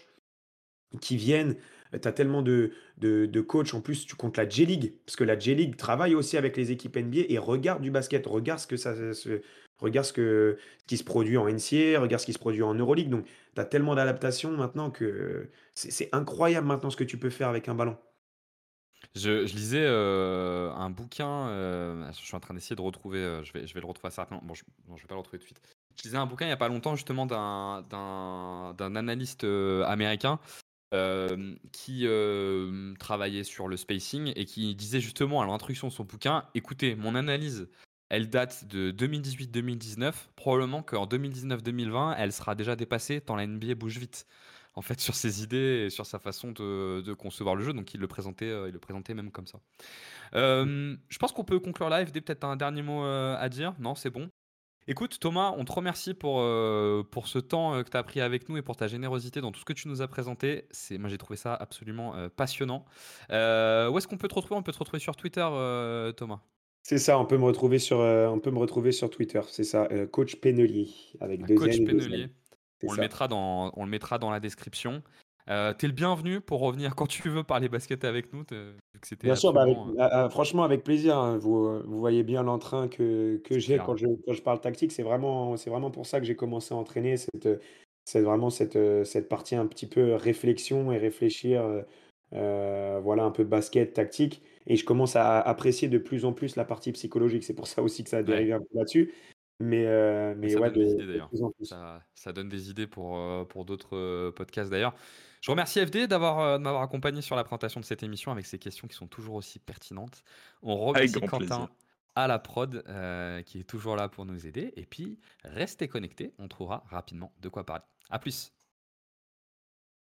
Speaker 3: qui viennent, tu as tellement de de de coachs. En plus, tu comptes la J-League, parce que la J-League travaille aussi avec les équipes N B A et regarde du basket. Regarde ce que ça se regarde ce que ce qui se produit en N C A A, regarde ce qui se produit en Euroleague. Donc tu as tellement d'adaptations maintenant que c'est c'est incroyable maintenant ce que tu peux faire avec un ballon.
Speaker 2: Je, je lisais euh, un bouquin, euh, je suis en train d'essayer de retrouver, euh, je vais, je vais le retrouver assez rapidement. Bon, je, non, je vais pas le retrouver tout de suite. Je lisais un bouquin il y a pas longtemps justement d'un, d'un, d'un analyste euh, américain euh, qui euh, travaillait sur le spacing et qui disait justement à l'introduction de son bouquin, écoutez, mon analyse, elle date de deux mille dix-huit deux mille dix-neuf, probablement qu'en deux mille dix-neuf deux mille vingt, elle sera déjà dépassée tant la N B A bouge vite. En fait, sur ses idées et sur sa façon de, de concevoir le jeu, donc il le présentait, euh, il le présentait même comme ça. Euh, je pense qu'on peut conclure la F D. Peut-être un dernier mot euh, à dire. Non, c'est bon. Écoute, Thomas, on te remercie pour, euh, pour ce temps euh, que tu as pris avec nous et pour ta générosité dans tout ce que tu nous as présenté. C'est, moi, j'ai trouvé ça absolument euh, passionnant. Euh, où est-ce qu'on peut te retrouver? On peut te retrouver sur Twitter, euh, Thomas.
Speaker 3: C'est ça, on peut me retrouver sur, euh, on peut me retrouver sur Twitter, c'est ça, euh, Coach Penelier, avec
Speaker 2: Un
Speaker 3: deux N
Speaker 2: coach
Speaker 3: et deux L.
Speaker 2: Pennelier.
Speaker 3: C'est
Speaker 2: On le
Speaker 3: ça.
Speaker 2: mettra dans, on le mettra dans la description. Euh, t'es le bienvenu pour revenir quand tu veux parler basket avec nous, t'es- vu que c'était
Speaker 3: Bien sûr, bah avec,
Speaker 2: absolument. euh,
Speaker 3: ah, ah, franchement, avec plaisir, hein. Vous, euh, vous voyez bien l'entrain que, que
Speaker 2: C'est
Speaker 3: j'ai
Speaker 2: clair.
Speaker 3: quand je, quand je parle tactique. C'est vraiment, c'est vraiment pour ça que j'ai commencé à entraîner. C'est, euh, c'est vraiment cette, euh, cette partie un petit peu réflexion et réfléchir, euh, euh, voilà, un peu basket, tactique. Et je commence à apprécier de plus en plus la partie psychologique. C'est pour ça aussi que ça a
Speaker 2: Ouais.
Speaker 3: dérivé un peu là-dessus. Mais, euh,
Speaker 2: Mais
Speaker 3: mais
Speaker 2: ça
Speaker 3: ouais,
Speaker 2: donne
Speaker 3: de,
Speaker 2: des idées
Speaker 3: de
Speaker 2: d'ailleurs.
Speaker 3: plus en plus.
Speaker 2: Ça, ça donne des idées pour, euh, pour d'autres euh, podcasts d'ailleurs. Je remercie F D d'avoir, euh, de m'avoir accompagné sur la présentation de cette émission avec ces questions qui sont toujours aussi pertinentes. On
Speaker 4: Avec
Speaker 2: remercie
Speaker 4: grand plaisir.
Speaker 2: Quentin à la prod euh, qui est toujours là pour nous aider. Et puis, restez connectés, on trouvera rapidement de quoi parler. À plus.